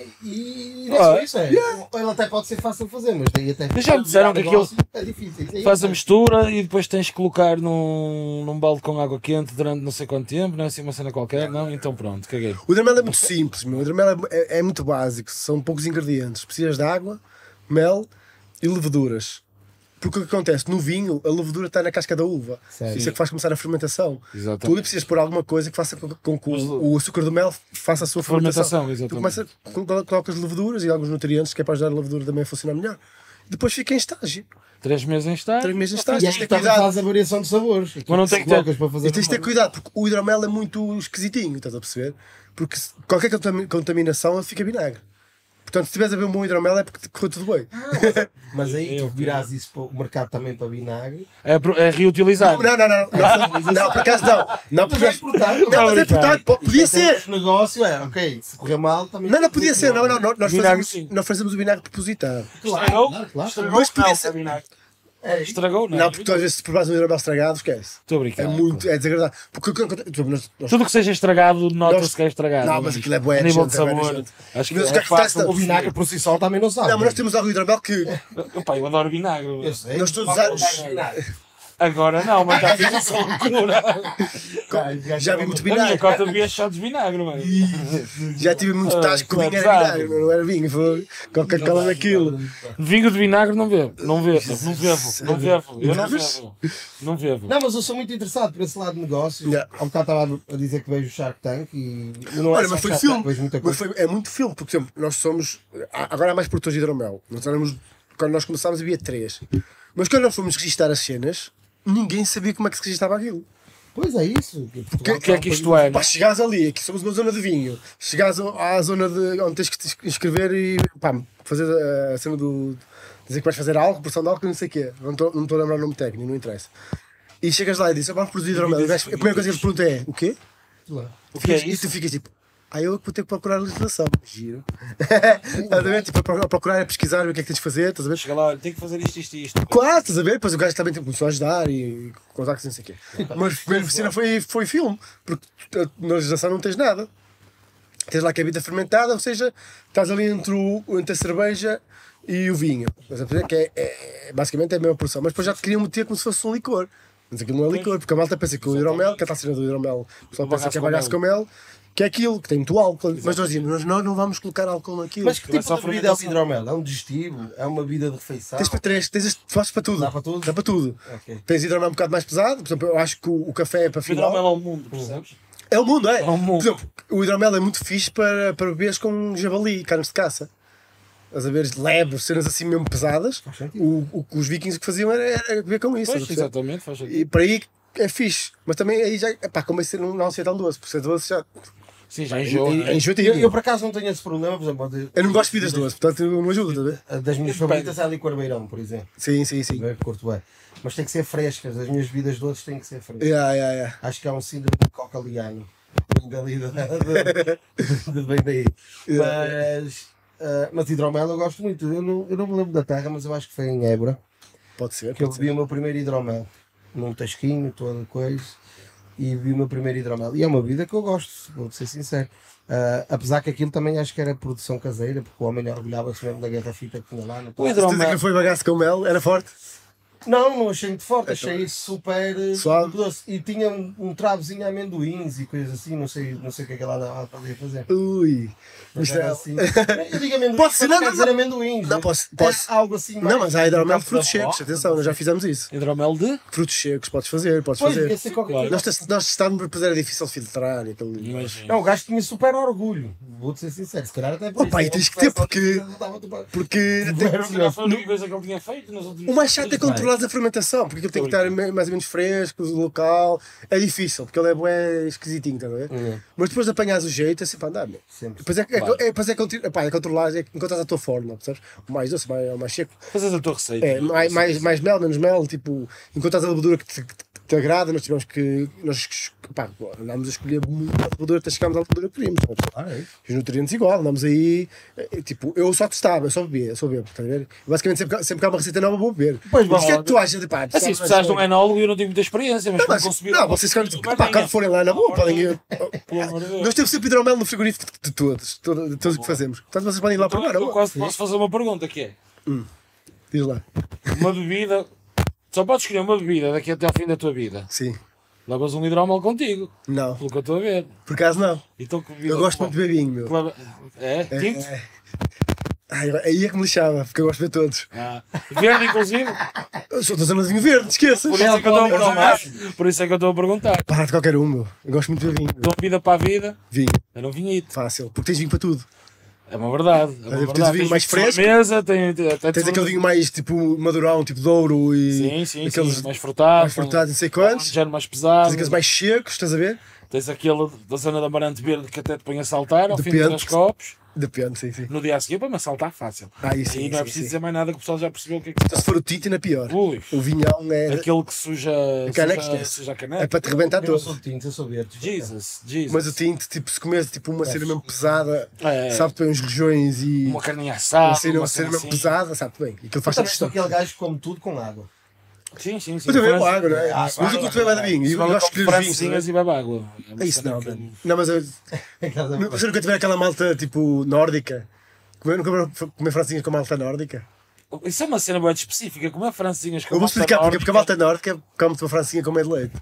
E não só isso é. Ele até pode ser fácil de fazer, mas daí até. Já me disseram que aquilo é difícil. faz a mistura e depois tens que colocar num balde com água quente durante não sei quanto tempo, não é assim uma cena qualquer, não? Então pronto, caguei. O hidromel é muito simples, meu. O hidromel é muito básico. São poucos ingredientes. Precisas de água, mel e leveduras. Porque o que acontece? No vinho, a levedura está na casca da uva. Certo. Isso é que faz começar a fermentação. Exatamente. Tu ali precisas pôr alguma coisa que faça com que o açúcar do mel faça a sua fermentação. Fermentação, Tu exatamente. colocas leveduras e alguns nutrientes que é para ajudar a levedura também a funcionar melhor. Depois fica em estágio. 3 meses em estar. 3 meses em E estágio. aí Tens de ter também cuidado. faz a variação de sabores. Mas não tem que ter- colocas para fazer. E tens de ter cuidado, porque o hidromel é muito esquisitinho, estás a perceber? Porque qualquer contaminação ele fica vinagre. Portanto, se estiveres a ver um bom hidromel é porque te correu tudo bem. Mas aí tu virás isso para o mercado também para vinagre. É reutilizar. Não, por acaso não. Não, Mas porque, é importado. não, mas é portanto, podia ser. Esse negócio é, ok, se correr mal também. Não, podia ser. Não, nós Vinagre, sim. fazemos o vinagre propositado. Estragou? Claro. Estragou? Mas podia Não, ser- é vinagre. É, Estragou, não? Não, porque tu às vezes se provares um hidromel estragado, esquece. Estou a brincar. É desagradável. Porque o que acontece. Tudo que seja estragado, nota-se Nós- que é estragado. Não, mas aquilo é bué A nível de gente, é bué sabor. gente. Acho que Mas o é que acontece fácil. o vinagre por si só também não sabe. Não, mas nós temos algo hidromel que Opa, eu adoro vinagre. Eu sei. nós todos os Qual é o anos vinagre? Agora não, mas já fiz essa loucura. já vi muito A minha vinagre. cota devia só de vinagre, mano. Já tive muito tasco com claro, vinho, era sabe. vinagre, não era vinho, foi Coca-Cola daquilo. Vinho de vinagre não bebo. Não bebo. Eu não bebo. Não bebo. Não, mas eu sou muito interessado por esse lado de negócios. Yeah. Há um bocado estava a dizer que vejo o Shark Tank e eu não é Olha, só mas foi Shark filme. Tank, vejo muita Mas coisa. é muito filme, porque, por exemplo, nós somos. Agora há mais produtores de hidromel. Nós éramos, quando nós começámos havia 3. Mas quando nós fomos registrar as cenas, ninguém sabia como é que se registava aquilo. Pois é isso. O que é que isto é? Pá, chegares ali, aqui somos uma zona de vinho, chegares à zona de onde tens que te inscrever e pá, fazer a cena do. Dizer que vais fazer álcool, produção de álcool, não sei o quê. Não estou a lembrar o nome técnico, não interessa. E chegas lá e dizes, vamos produzir hidromel. E o gajo- a primeira coisa que ele pergunta é: o quê? O que é E isso? tu ficas tipo, eu vou ter que procurar a legislação. Giro. Estás a ver? Tipo, a procurar, a pesquisar, ver o que é que tens de fazer, estás a ver? Chega lá, olha, tenho que fazer isto. Claro, estás a ver? Depois o gajo também tipo, começou a ajudar e contactos, não sei o quê. Mas a primeira cena foi filme, porque na legislação não tens nada. Tens lá a bebida fermentada, ou seja, estás ali entre a cerveja e o vinho. Estás a ver? Que basicamente é a mesma produção. Mas depois já te queriam meter como se fosse um licor. Mas aquilo não é licor, porque a malta pensa que o hidromel, que a taça do hidromel, o pessoal pensa que é bagaço com mel, que é aquilo, que tem muito álcool. Mas nós dizemos, nós não vamos colocar álcool naquilo. Mas que Vai tipo só de bebida é o fermentação. hidromel? É um digestivo? É uma bebida de refeição? Tens para 3, fazes para tudo. Dá para tudo? Dá para tudo. Ok. Tens hidromel um bocado mais pesado, por exemplo, eu acho que o café é para O hidromel final. ao mundo, percebes? É o mundo, é? É o mundo. Por exemplo, o hidromel é muito fixe para beberes com javali, carnes de caça. Estás a ver, leves, cenas assim mesmo pesadas. Faz sentido. O que os vikings que faziam era beber com isso. Pois, estás a perceber? exatamente, faz sentido. E para aí é fixe. Mas também aí já, pá, como ser não ser tão doce, por ser doce já. Sim, já enjoa. É né? enjoativo. Eu por acaso não tenho esse problema, por exemplo, Eu não gosto de bebidas doces, portanto não ajuda, estás a ver? das minhas favoritas é a licor beirão, por exemplo. Sim, sim, sim. Eu curto bem. Mas tem que ser frescas, as minhas bebidas doces têm que ser frescas. Yeah. Acho que é um síndrome de cocaliano. Vem dali, vem daí. Mas hidromel eu gosto muito. Eu não me lembro da terra, mas eu acho que foi em Évora Pode ser, que eu pode bebi ser. o meu primeiro hidromel. Num tasquinho, toda coisa. E bebi o meu primeiro hidromel. E é uma bebida que eu gosto, vou ser sincero. Apesar que aquilo também acho que era produção caseira, porque o homem orgulhava-se mesmo da garrafita que tinha lá. No O Certeza que hidromel. não foi bagaço com mel, era forte. Não achei muito forte, achei super Suave. doce. E tinha um travozinho de amendoins e coisas assim, não sei o que é que ela andava a fazer. Ui. Mas Isto era é... assim. Eu digo amendoins, Posso ser, mas não, quer dizer amendoins. Não, né? posso- É algo assim mais. Não, mas há hidromel de frutos da secos, avó. atenção, nós já fizemos isso. Hidromel de? Frutos secos, podes fazer. Pois, fazer. devia ser qualquer Claro. coisa. Nós testámos, depois era difícil de filtrar e aquele... Imagina. Não, o gajo tinha super orgulho, vou-te ser sincero. Se calhar até por Opa, isso, e tens eu que ter, confesso, porque- eu estava tudo- Porque Já foi a única coisa que ele tinha feito nas últimas. o mais chato é controlar a fermentação, porque aquilo tem que estar mais ou menos fresco, o local. É difícil, porque ele é bué esquisitinho, estás a ver? Mas depois de apanhas o jeito, é sempre a andar, meu. Sempre. Depois é controlar, é controlar a tua forma, percebes? O mais doce, o mais seco. Fazes a tua receita. É, mais mel, menos mel, tipo, enquanto a levedura que te agrada, nós tivemos que. Andámos a escolher muito a levedura até chegámos à levedura que queríamos. Sabes? Os nutrientes igual, andámos aí. Tipo, eu só testava, eu só bebia, estás a ver? Basicamente, sempre que há uma receita nova, vou beber. Pois, Mas o que é que bom, tu achas de pá? Assim, se precisares de um enólogo, eu não tenho muita experiência, mas para Mas, consumir. não, vocês quando forem lá na boa, podem ir. Pelo amor de Deus. Nós temos sempre hidromel no frigorífico de todos o que fazemos. Portanto, vocês podem ir lá Então, provar. eu quase posso fazer uma pergunta que é: Diz lá. uma bebida. Só podes escolher uma bebida daqui até ao fim da tua vida. Sim. Levas um hidromel contigo, Não. pelo que eu estou a ver. Por acaso não. Então, que bebida Eu gosto muito de beber vinho, meu. É? Tinto? Ai, aí é que me lixava, porque eu gosto de ver todos. Ah. Verde, inclusive. Eu sou da zona de vinho verde, esqueças. Por isso é que eu estou a perguntar. Por isso é que eu estou a perguntar. Para de qualquer um, meu. Eu gosto muito de beber vinho. Dou vida para a vida, Vinho, era um vinhito. fácil. Porque tens vinho para tudo. É uma verdade. É uma Tens verdade. vinho mais fresco. Mesa, Tens aquele vinho mais tipo madurão, tipo de ouro e. Sim, aqueles mais frutado. mais frutados, não sei quantos. Já mais pesado. Tens aqueles mais secos, estás a ver? Tens aquele da zona da Amarante Verde que até te põe a saltar ao fim de Depende. 3 copos. Depende, sim, sim. No dia a seguir, para-me a saltar fácil. Isso, E não é sim, preciso sim. dizer mais nada que o pessoal já percebeu o que é que se Então, se for o tinto, ainda pior. Ui, O vinhão é. aquele que suja, caneca, suja, esquece. suja a É caneca. para te rebentar Eu não todo. sou de tinto, eu sou verde. Jesus. Mas o tinto, tipo, se comes tipo, uma cena mesmo pesada, É. sabe bem os rojões e. Uma carninha assada. Uma cena mesmo assim. pesada, sabe bem. Aquilo Eu faz também sou questão. aquele gajo que come tudo com água. Sim. Mas eu bebo água, não é? Ah, Mas eu curto beber vinho. E eu gosto de escolher os vinhos. francesinhas e bebe água. É uma É isso cena não, que- mano. Não, mas eu. Você nunca tiver aquela malta tipo nórdica? Comer francinhas com malta nórdica? Isso é uma cena bem específica. Como é francinhas com Eu vou malta explicar porque a nórdica? malta nórdica come-te uma francinha com meio de leite.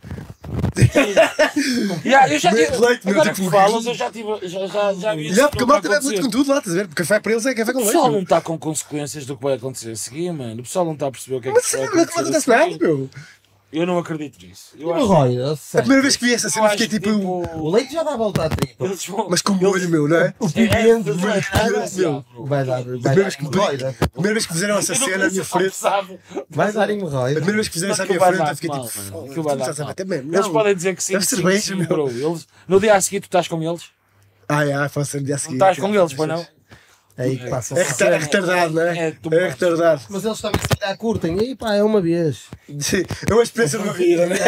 Yeah, eu já Meio de leite, meu, agora tipo, que falas, eu já tive. Já vi isso Já, porque a nunca malta bebe acontecer. muito com tudo lá, estás a ver? Porque café para eles é café com O leite. pessoal não meu. está com consequências do que vai acontecer a seguir, mano. O pessoal não está a perceber o que é que Mas vai sim, não acontecer. acontece a nada, seguir. meu. Eu não acredito nisso. Eu E acho o Roy, a A sério. primeira vez que vi essa eu cena acho fiquei que, tipo. O leite já dá a volta à tripa. eles vão- Mas com molho, meu, não é? O pimento meu. vai dar Primeira hemorroida. vez que fizeram essa cena à minha frente. Vai dar A hemorroida. primeira vez que fizeram essa à Aquilo minha vai frente, dar eu fiquei mal, tipo. mano. "Foda-se, Aquilo vai tu dar estás a mal." bater mesmo. Eles Não. podem dizer que sim, Deve sim, cerveja, sim, meu. bro. No dia a seguir tu estás com eles? Faço no dia a Não seguir. estás com eles, pois não? É aí que passa. É retardado, não é? É, tu- É retardado. Mas eles também se calhar curtem. E aí pá, é uma vez. Sim, é uma experiência de uma vida, não é?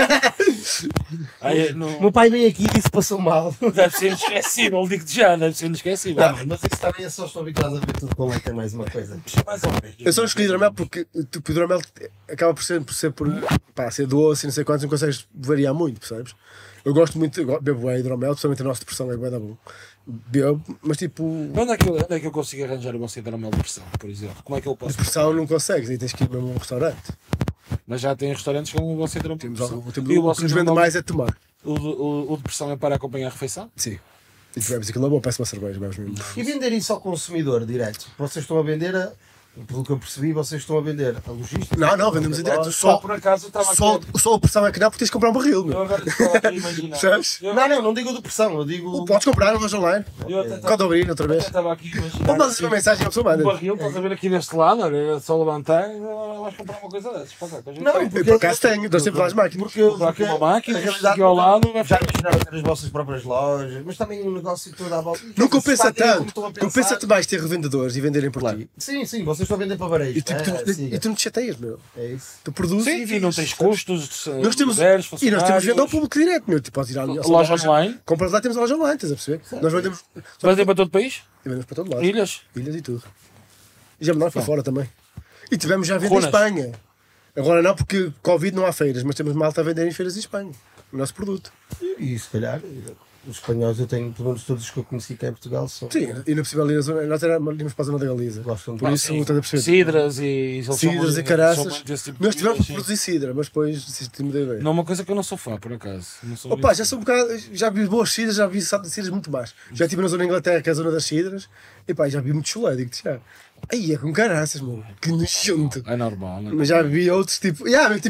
Aí, O não, meu pai veio aqui e disse que passou mal. deve ser inesquecível, digo-te já, deve ser inesquecível. Não, mas isso também é só estou habituado a ver tudo com leite, é mais uma coisa. Mais ou menos. Eu só escolhi hidromel porque tipo, o hidromel acaba por ser doce e não sei quantos, não consegues variar muito, percebes? Eu gosto muito, bebo hidromel, principalmente a nossa depressão é bué da bom. Bebo, mas tipo, Onde é que eu consigo arranjar o vosso hidromel de pressão, por exemplo? Como é que eu posso? depressão não consegues, aí tens que ir mesmo a um restaurante. Mas já tem restaurantes com o vosso hidromel de Temos, pressão. o E que o nos vosso vende hidromel- mais é tomar. o de pressão é para acompanhar a refeição? Sim. E bebes aquilo na boa, parece uma cerveja, bebes mesmo. E vender isso ao consumidor direto? Vocês estão a vender Pelo que eu percebi, vocês estão a vender a logística. Não, vendemos em direto. Só por acaso eu estava aqui. Só a pressão é que não, porque tens de comprar um barril, Eu meu. agora estou aqui a imaginar. Sabes? Não digo de pressão, eu digo. Podes comprar, mas online. Eu até Quando abrir outra vez. estava aqui a imaginar. Ou mandas uma mensagem à pessoa, O manda. barril, estás a ver aqui deste lado, olha, é só levantar e vais comprar uma coisa dessas. Para cá, que a gente Não, tem. Eu por acaso tenho, nós temos lá as máquinas. Porque Comprar aqui uma máquina, a realidade aqui ao lado, vai já ficar. imaginaram ter as vossas próprias lojas, mas também um negócio todo à volta. Não compensa Se batem como tanto. estão a pensar- Compensa-te mais ter revendedores e venderem por ti. Sim, vocês estão a vender para varejo. E tu não te chateias, meu. É isso. Tu produzes Sim, e não tens custos, Nós temos, mulheres, e nós temos venda ao funcionários, público direto, meu. Tipo, podes ir à minha loja online. Compras lá, temos a loja online, estás a perceber? Nós vendemos, Vendem para todo o país? vendemos para todo lado. Ilhas? Ilhas e tudo. E já mandámos para fora também. E tivemos já a vender em Ronas. Espanha. Agora não, porque Covid não há feiras, mas temos malta a vender em feiras em Espanha. O nosso produto. E se calhar, os espanhóis eu tenho, pelo menos todos os que eu conheci cá em Portugal, são. Sim, e na possível ali na zona, nós íamos para a zona da Galiza. Gostam de Por isso, estás a perceber? Cidras e... eles são Cidras muito- e caraças. são muito esse tipo de Nós tivemos coisa, que sim. produzir cidra, mas depois desistimos da ideia. Não é uma coisa que eu não sou fã, por acaso. Não sou Opa, muito já sou um bocado, já vi boas cidras, já vi cidras muito más. Já estive na zona da Inglaterra, que é a zona das cidras, e pá, já vi muito chulé, digo-te já. Aí é com caraças, mano, que nojento. É normal, não é? Mas já vi outros, tipo,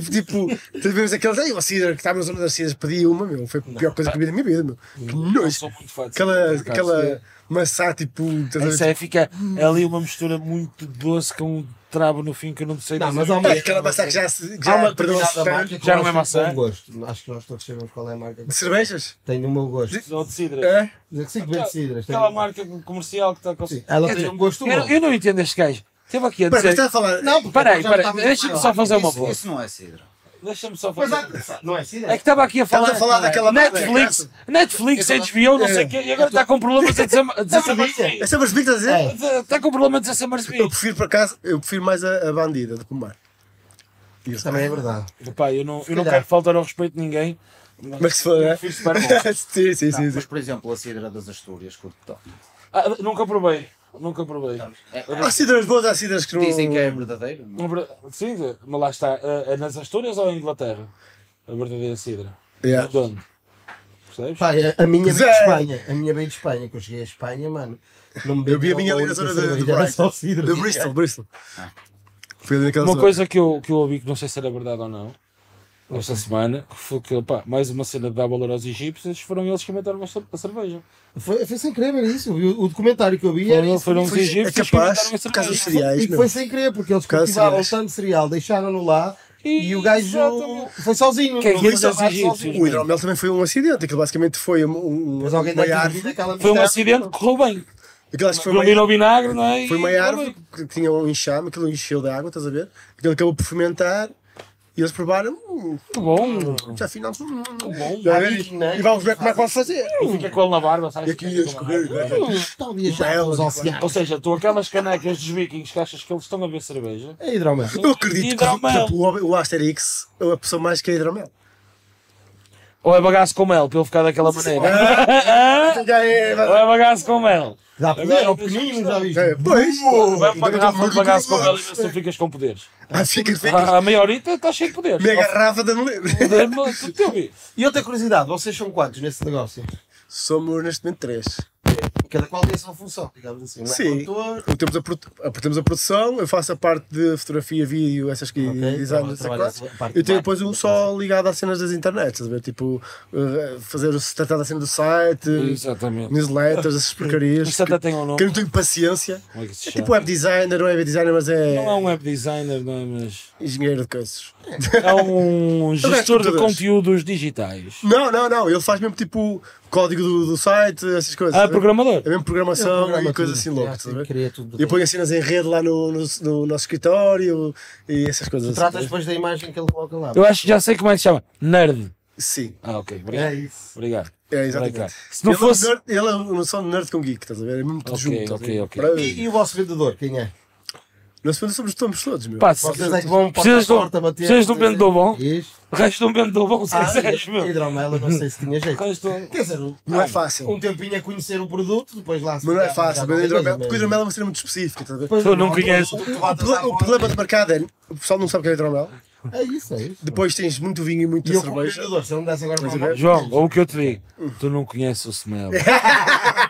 tivemos aqueles, aí uma cidra que estava na zona das cidras, pedi uma, meu, foi a pior coisa que eu vi na minha vida, meu. Que Não nojo. sou muito fã de Aquela, cidras, por acaso. aquela maçã, tipo, estás a ver? Essa é, fica ali uma mistura muito doce com um trabo no fim que eu não sei Não, dizer. mas há uma, Aquela maçã que já há uma perdeu a determinada marca que Já eu não é acho maçã? que tem bom gosto. Acho que nós todos sabemos qual é a marca. de cervejas? Tem o meu gosto. Não, de cidras. É? Sim, que vende cidras. tem- Aquela marca comercial que está com... Sim, ela Quer tem dizer, um gosto bom. eu não entendo este gajo. Esteve aqui a Pera, mas dizer... estás a falar. Não, porque Peraí, já peraí, estava- deixa-me só fazer uma Isso, boa. isso não é cidra. Deixa-me só Mas fazer... não é cidra? É que estava aqui a falar... Estás a falar daquela Netflix, Netflix, HBO, não sei o quê, e agora está com problemas a dizer Marseille. Essa Marseille estás a dizer? Está com problemas a dizer Marseille. Eu prefiro, por acaso, eu prefiro mais a bandida do que o mar. Isso também é verdade. Pá, eu não calhar. quero faltar ao respeito de ninguém. Mas se for, é? Prefiro super bom. Sim, sim, sim. Mas, por exemplo, a cidra das Astúrias, curto top. Nunca provei. Nunca provei. Há cidras boas, há cidras que não. Dizem que é verdadeiro. Sim, mas lá está. É nas Astúrias ou em Inglaterra? A verdadeira cidra. Yeah. De onde? Percebes? Pá, a minha veio de Zé. Espanha. A minha veio de Espanha. Que eu cheguei a Espanha, mano. Não me Eu vi a bebiam minha ali uma na zona única de cerveja, era só Brighton. cidra. De Bristol. Foi ali naquela Uma zona. coisa que eu ouvi que não sei se era verdade ou não, esta semana, que foi que, pá, mais uma cena de dar valor aos egípcios, foram eles que inventaram a cerveja. Foi sem querer, era isso. O documentário que eu vi era isso. Foram os foi- é egípcios que capaz, inventaram a por causa dos cerveja. cereais, E que meu. foi sem querer, porque eles Caso cultivavam cereais. tanto cereal, deixaram-no lá e o gajo Exatamente. foi sozinho. Quem não fez foi os sozinho. egípcios? O hidromel também foi um acidente. Aquilo basicamente foi Mas alguém uma deve ter árvore. visto aquela Foi um mistério. acidente que correu bem. Aquilo acho que foi Combina uma, o vinagre, não é? foi uma E árvore que tinha um enxame, aquilo encheu de água, estás a ver? Aquilo acabou por fermentar e eles provaram. Muito bom. Já afinal. Bom. Já ver? E vamos ver como é que vamos fazer. Fica com ele na barba, E sabes? aqui ia escorrer. Estão viajar Belo, pelos oceanos. Ou seja, tu aquelas canecas dos vikings que achas que eles estão a ver cerveja. É hidromel. Eu acredito que Hidromel. tipo, o Asterix é a pessoa mais que é hidromel. Ou é bagaço com mel, para ele ficar daquela maneira. Ou é bagaço com mel. Já poder, ao pequenino, já viste? Pois. Vai para uma garrafa de bagaço com mel e vê se tu ficas com poderes. Fica. A maiorita está cheio de poderes. Minha garrafa de não lembro. Tu te ouvi. E outra curiosidade, vocês são quantos nesse negócio? Somos neste momento 3. Cada qual tem a sua função, digamos assim. Um é Sim. produtor, Temos a produção, eu faço a parte de fotografia, vídeo, essas que design, essas trabalha coisas. a parte Eu tenho de depois um só ligado às cenas das internets, estás a ver? Tipo, tratar da cena do site, Exatamente. newsletters, essas porcarias. Isso até tem um Que eu nome. não tenho paciência. Como é que se É chama? tipo web designer, não é web designer, mas Não é é um web designer, não é, mas engenheiro de coisas. é um gestor de computadores. conteúdos digitais. Não, ele faz mesmo tipo código do site, essas coisas. Ah, estás a ver? programador. É mesmo programação programa e coisas tudo. assim loucas. estás a ver? Cria tudo. E eu ponho as cenas em rede lá no nosso escritório e essas coisas Tu assim. tratas depois da imagem que ele coloca lá. Eu acho que já sei como é que se chama. Nerd. Sim, Ah, ok. Obrigado. É isso. Obrigado. é exatamente. Obrigado. Se não Ele fosse. ele é um só nerd com geek, estás a ver? É mesmo tudo Ok, junto. ok, ok. Para- E o vosso vendedor, quem é? Nós somos todos, meu. Pá, se Vocês é que vão precisas de um- porta a bater. precisas de um vendedor bom? Isso. o resto de um vendedor bom, se quiseres, meu. Hidromel, eu não sei se tinha O jeito. resto- Quer dizer, Não é fácil. um tempinho a conhecer o produto, depois lá se Mas não é calhar fácil, já mas não hidromel, vendes, porque o hidromel é uma cena muito específica, estás a ver? Depois Eu não conheço. O problema do mercado é o pessoal não sabe o que é hidromel. É isso, é isso. Depois tens muito vinho e muita E eu como cerveja. vendedor, se eu não desse agora para Mas a mão, João, ou o que eu te digo, tu não conheces o Smell.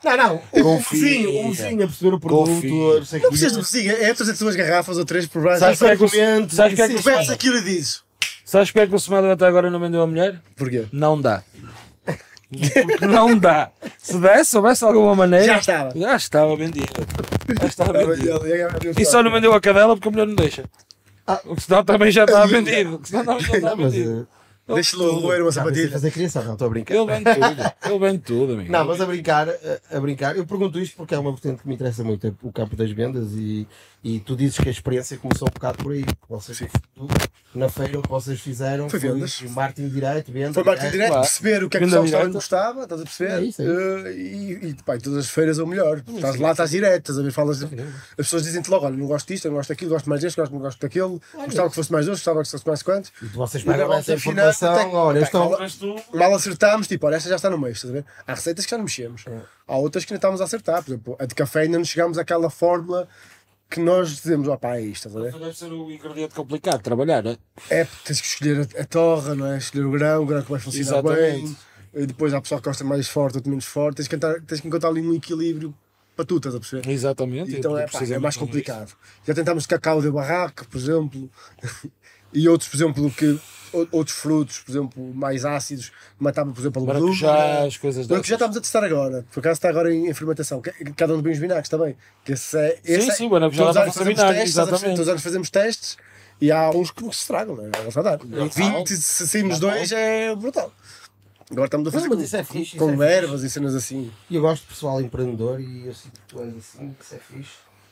Não, Confia. um vizinho a perceber o produto, Confia. não sei o Não quê. precisas de vizinho, é trazer duas garrafas ou três por braço. Sabes porque é que o argumentos, sabes porque é que Tu o bebes Smell- aquilo e dizes. sabes porque é que o Smell até agora não vendeu a mulher? Porquê? Não dá. Porque não dá. Se desse, houvesse alguma maneira. Já estava. Já estava vendido. Já estava vendido. E E só não vendeu a cadela porque a mulher não deixa. Ah. O que senão também já estava vendido. O que senão também já estava Mas, vendido. Deixa-lo roer uma já pensei em sapatilha. fazer criação, não estou a brincar. Ele vende tudo. Ele vende tudo, amigo. Não, mas a brincar, eu pergunto isto porque é uma vertente que me interessa muito, é o campo das vendas e tu dizes que a experiência começou um bocado por aí. Vocês, na feira o que vocês fizeram Foi vendas. marketing direito, vendas. Foi marketing direto, claro. perceber o que é que o Venda pessoal direta. gostava, estás a perceber? É isso, é E pá, em todas as feiras é o melhor. Estás lá, estás direto, estás a ver, falas. As pessoas dizem-te logo: olha, não gosto disto, não gosto daquilo, gosto mais deste, não gosto daquilo, gostava que fosse mais doce, gostava que fosse mais quantos. E vocês E pegam agora, essa afinal, informação, tem- olha, pá, estão... Mas tu- Mal acertámos, tipo, olha, esta já está no meio, estás a ver? Há receitas que já não mexemos. Há outras que ainda estamos a acertar. Por exemplo, a de café ainda não chegámos àquela fórmula que nós dizemos: ó pá, é isto, estás a ver? Deve ser o ingrediente complicado de trabalhar, não é? É, tens que escolher a torra, não é? Escolher o grão que vai funcionar bem. Exatamente. E depois há pessoal que gosta mais forte, outro menos forte. Tens que encontrar ali um equilíbrio para tu, estás a perceber? Exatamente. Então é, pá, é precisamente mais disso. complicado. Já tentámos de cacau de barraco, por exemplo, e outros, por exemplo, outros frutos, por exemplo, mais ácidos, que matavam, por exemplo, a Maracujá, levedura. as coisas Maracujá dessas. estamos a testar agora, por acaso está agora em fermentação. Cada um de bem os vinagres também. Que Sim, o maracujá todos dá os para anos fazer fazemos vinagre, testes, estás a perceber? exatamente. Todos os anos fazemos testes e há uns que se estragam, não é? Agora está a dar. 20, se saímos dois é brutal. Agora estamos a fazer Não, mas isso é fixe, com isso é ervas e cenas assim. E eu gosto de pessoal empreendedor e eu sinto que tu és assim, que isso é fixe.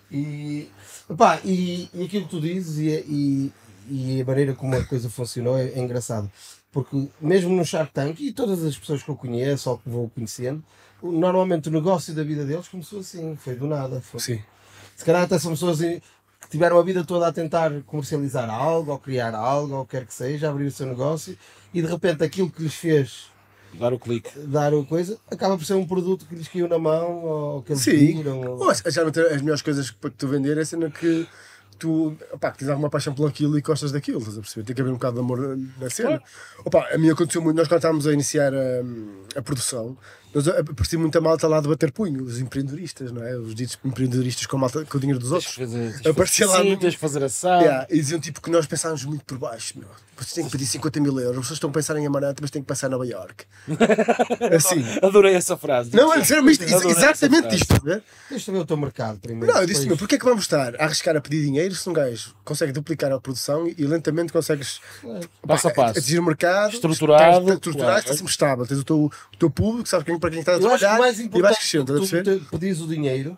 E aquilo que tu dizes e a maneira como a coisa funcionou é engraçado. Porque mesmo no Shark Tank e todas as pessoas que eu conheço ou que vou conhecendo, normalmente o negócio da vida deles começou assim, foi do nada. Sim. Se calhar até são pessoas que tiveram a vida toda a tentar comercializar algo ou criar algo ou quer que seja, abrir o seu negócio e de repente aquilo que lhes fez Dar o clique. dar a coisa acaba por ser um produto que lhes caiu na mão ou que eles Sim. viram. Ou, geralmente as melhores coisas para tu vender é a cena que tu opá, que tens alguma paixão por aquilo e gostas daquilo, estás a perceber? Tem que haver um bocado de amor na cena. Opa, a mim aconteceu muito, nós quando estávamos a iniciar a produção, nós aparecia muita malta lá de bater punho, os empreendedoristas, não é? Os ditos empreendedoristas com, malta, com o dinheiro dos outros. Aparecia lá no- Tens de fazer assado. Yeah, e diziam tipo que nós pensávamos muito por baixo, meu. Vocês têm que pedir 50 mil euros, vocês estão a pensar em Amarante, mas têm que passar em Nova York. Assim. Adorei essa frase. Não, é sério, mas Adorei exatamente essa isto, não é? Deixa eu ver o teu mercado primeiro. Não, eu disse, depois- meu, porque é que vamos estar a arriscar a pedir dinheiro se um gajo consegue duplicar a produção e lentamente consegues Passo a passo. atingir o mercado, Estruturado, estruturado, claro. estás sempre estável, tens o teu público, sabes para quem está a Eu acho que o trabalhar mais e vais importante crescendo, estás a tu perceber? pedires o dinheiro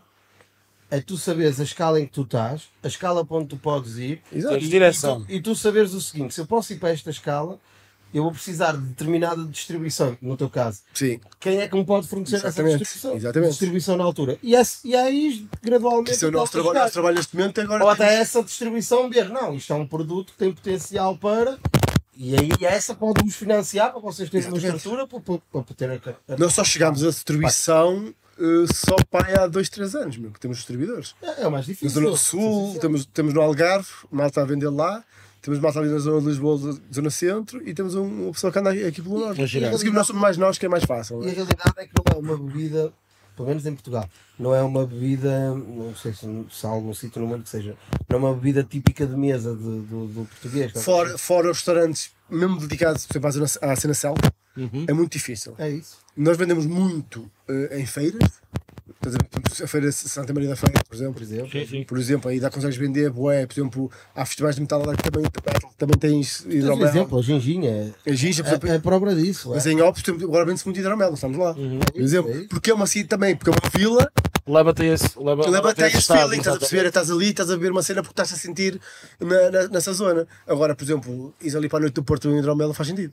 é tu saberes a escala em que tu estás, a escala para onde tu podes ir Exato. Tens direção. e tu saberes o seguinte: se eu posso ir para esta escala, eu vou precisar de determinada distribuição, no teu caso. Sim, Quem é que me pode fornecer essa Exatamente, distribuição? exatamente. Distribuição na altura. E aí, gradualmente, esse é o nosso tu podes trabalho, chegar. nosso trabalho neste momento é agora. Ou até essa distribuição ver, não, isto é um produto que tem potencial para. E aí essa pode-vos financiar para vocês terem uma Exatamente. estrutura para ter a. Nós só chegámos à distribuição só para há 2, 3 anos, meu, que temos distribuidores. É o mais Na difícil. Zona Sul, temos no Algarve, malta a vender lá, temos malta ali na Zona de Lisboa, Zona Centro, e temos uma pessoa que anda aqui pelo Norte. A girar. Mas aqui nós somos mais nós, que é mais fácil. não E a é? realidade é que não é uma bebida, pelo menos em Portugal, não é uma bebida, não sei se há algum sítio no mundo que seja, não é uma bebida típica de mesa do português. não é? Fora os restaurantes, mesmo dedicados, por exemplo, à cena céu, é muito difícil. É isso. Nós vendemos muito em feiras, por exemplo, a Feira de Santa Maria da Feira, por exemplo. Sim, sim. Por exemplo, aí dá consegues vender bué, por exemplo, há festivais de metal lá que também tens Por hidromel. exemplo, a ginginha A Ginja, por exemplo, é prova disso. mas É. em Opus, agora vende-se muito hidromel, nós estamos lá. Por exemplo, é isso. porque é uma cidade também, porque é uma vila, Leva-te a esse. leva-te a esse estado, feeling, estás a perceber, exatamente. estás ali, estás a beber uma cena porque estás a sentir nessa zona. Agora, por exemplo, ir ali para a noite do Porto um hidromel não faz sentido.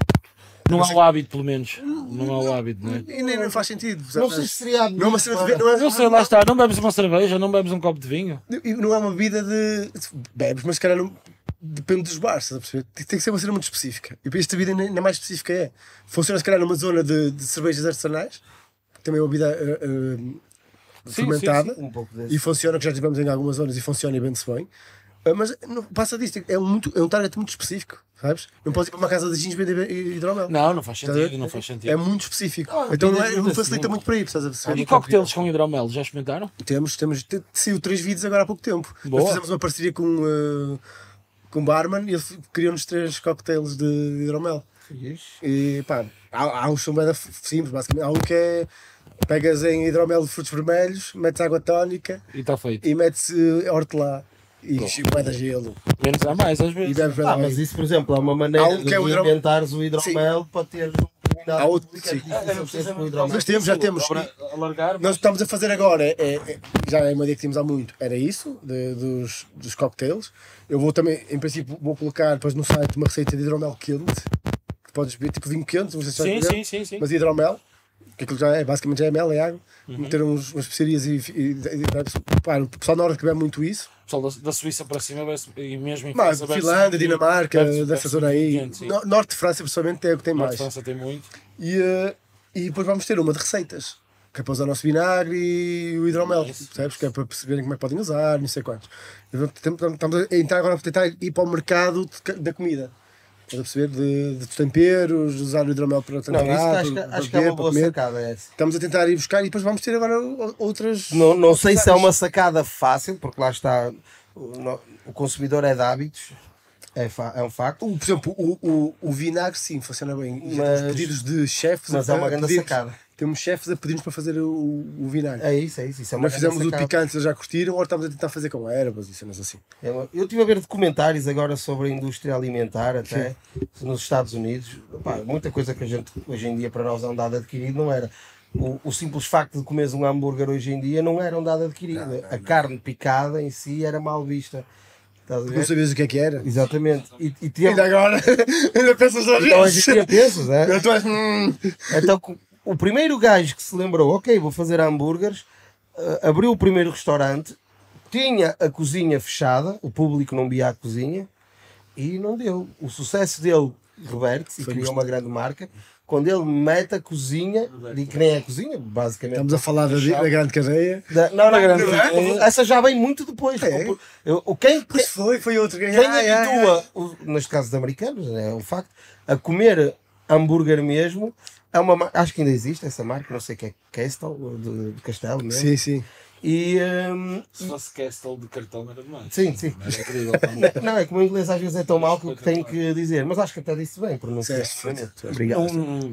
Não há o hábito, pelo menos. Não há o hábito, não é? E nem faz sentido. Não sei se seria. Não é uma cena de não é, Eu sei, lá está. Não bebes uma cerveja, não bebes um copo de vinho. e não é uma bebida de. Bebes, mas se calhar não. Depende dos bares, estás a perceber? Tem que ser uma cena muito específica. E para esta bebida ainda mais específica é. Funciona se calhar numa zona de cervejas artesanais, que também é uma bebida fermentada. Um pouco desse. E funciona, que já tivemos em algumas zonas e funciona e vende-se bem. Mas não passa disto, é um target muito específico, sabes? Não podes ir para uma casa de jeans vender hidromel. Não faz Estás a ver? sentido, não faz sentido. É muito específico. Então não facilita muito para ir, estás a perceber? E coquetéis com hidromel, já experimentaram? Saiu 3 vídeos agora há pouco tempo. Boa. Nós fizemos uma parceria com um barman e ele criou-nos 3 cocktails de hidromel. E pá, há uns que são bem simples, basicamente. Há um que é: pegas em hidromel de frutos vermelhos, metes água tónica E está feito. e metes hortelã e vai dar gelo. Menos a mais, às E vezes. bebes bem. Mas isso, por exemplo, é uma maneira Há um que é o de hidromel. inventares o hidromel para teres um determinado Há outro, público sim. difícil com o hidromel. Nós já temos. Alargar, Nós estamos a fazer agora, já é uma ideia que tínhamos há muito, era isso, dos cocktails. Eu vou também, em princípio, vou colocar depois no site uma receita de hidromel quente, que podes beber, tipo vinho quente, não sei se já beberam, sim. mas hidromel, que aquilo já é, basicamente já é mel, é água, meter umas especiarias pá, o pessoal na hora que bebe muito isso, O pessoal da Suíça para cima, e mesmo em mas França, bebe-se Finlândia, muito, Dinamarca, bebe-se dessa zona aí, quente, sim. Norte de França, principalmente, é o que tem Norte de mais. França tem muito. E depois vamos ter uma de receitas, que é para usar o nosso vinagre e o hidromel, Isso. percebes? Que é para perceberem como é que podem usar, não sei quantos. Estamos a entrar agora para tentar ir para o mercado da comida. Estás a perceber? De temperos, de usar o hidromel para Não, temperar, isso para acho que é beber, uma para boa comer. sacada essa. Estamos a tentar ir buscar e depois vamos ter agora outras... Não sei se é uma sacada fácil, porque lá está, o consumidor é de hábitos, é um facto, Por exemplo, o vinagre sim, funciona bem. E já Mas- temos pedidos de chefes mas é uma grande pedir-nos- sacada. Temos chefes a pedir-nos para fazer o vinagre. É isso é uma Nós grande fizemos o sacada. picante, eles já curtiram, agora estamos a tentar fazer com ervas e cenas assim. Eu estive a ver documentários agora sobre a indústria alimentar, até nos Estados Unidos. Pá, muita coisa que a gente hoje em dia para nós é um dado adquirido não era. O simples facto de comeres um hambúrguer hoje em dia não era um dado adquirido. A carne picada em si era mal vista. Estás a Não ver? sabias o que era? Exatamente. E tinha... Ainda agora, ainda pensas duas Então hoje vezes. em dia pensas, é? Tu és, Então, o primeiro gajo que se lembrou, ok, vou fazer hambúrgueres, abriu o primeiro restaurante, tinha a cozinha fechada, o público não via a cozinha e não deu. O sucesso dele reverte e criou uma grande marca. Quando ele mete a cozinha, digo que nem é a cozinha, basicamente. Estamos a falar da grande cadeia. Não, grande essa já vem muito depois. É. Quem Foi outro que habitua, neste caso dos americanos, é um facto, a comer hambúrguer mesmo, é uma acho que ainda existe essa marca, não sei o que é Castle, de Castelo mesmo. Sim, sim. E Se fosse Castle de cartão era demais. sim, sim. Era incrível. Não, é que o meu inglês às vezes é tão mau que eu tenho que dizer, mas acho que até disse bem, pronunciar. Obrigado.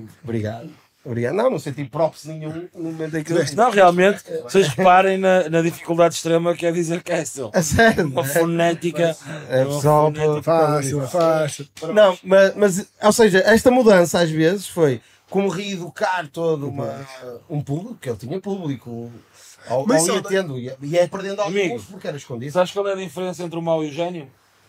Obrigado. Não senti props nenhum no momento em que eu disse. Não, realmente, vocês reparem na dificuldade extrema que é dizer Castle. A sério. Uma fonética. É só Fácil, fácil. Não, mas, ou seja, esta mudança às vezes foi como reeducar todo um público, que ele tinha público, ao Mas ia só- tendo, ia perdendo Amigo. alguns porque era escondido. Sabes qual é a diferença entre o mau e o gênio?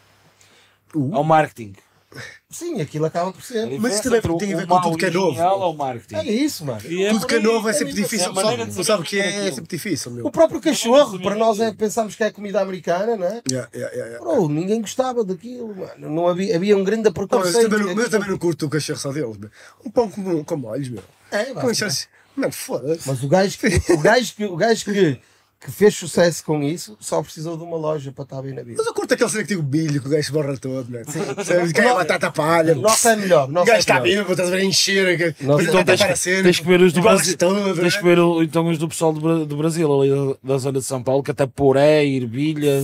Uh. É o marketing. Sim, aquilo acaba por ser. Mas isso também tem a ver com tudo que é novo. É o marketing. É isso, mano. E é Tudo por que é aí. novo é sempre É difícil. a maneira de Não sabe o que saber é aquilo. sempre difícil, meu. O próprio cachorro, para nós pensamos que é comida americana, não é? Yeah. Bro, ninguém gostava daquilo, mano. Não havia um grande Não, preconceito. mas eu também não curto o cachorro só deles, meu. Um pão com molhos, meu. É, Com isso, mano, foda-se. mas o gajo que fez sucesso com isso só precisou de uma loja para estar bem na vida. Mas eu curto aquele cena que tem o bilho, que o gajo se borra todo, né? Sabes que é a batata palha. Nossa é melhor. O Nossa gajo é está melhor. vivo, estás a ver encher. Nossa, Então tens que ver os do Brasil. Tens que ver então os do pessoal do Brasil, ali da zona de São Paulo, que até puré, ervilhas.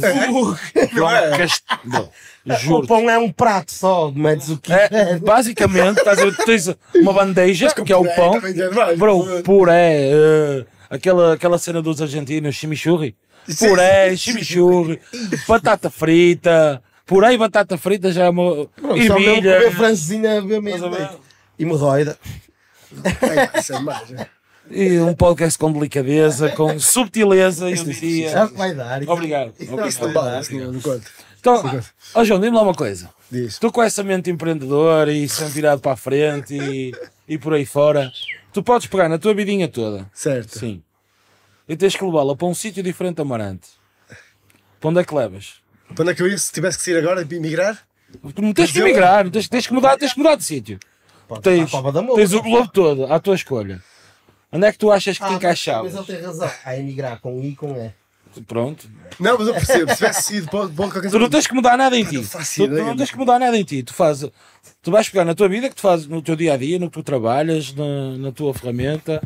O Juro. pão é um prato só, metes o que É, basicamente, estás a ver, tens uma bandeja, que é o pão. Bro, puré, aquela cena dos argentinos, chimichurri. Puré, chimichurri, batata frita. Puré e batata frita já é uma Só mesmo ervilha. comer francesinha, obviamente. Estás a ver? Hemorroida. E um podcast com delicadeza, com subtileza, eu Já diria. vai dar. Obrigado. Isso não vale, isso não conta. Então, ó João, diz-me lá uma coisa. Diz. Tu com essa mente empreendedora e sempre virado para a frente e por aí fora, tu podes pegar na tua vidinha toda, Certo. sim, e tens que levá-la para um sítio diferente da Amarante. Para onde é que levas? Para onde é que eu ia se tivesse que sair agora e emigrar? Tu não tens que emigrar, não tens que mudar de sítio. Tens, à Cova da Moura. tens o globo todo à tua escolha. Onde é que tu achas que te encaixava? Mas ele tem razão. A emigrar com I e com E. Pronto. Não, mas eu percebo, se tivesse sido para qualquer Tu não tens que mudar nada em ti. não faço Tu ideia, não tens que mudar nada em ti. Tu vais pegar na tua vida, que tu fazes no teu dia a dia, no que tu trabalhas, na tua ferramenta,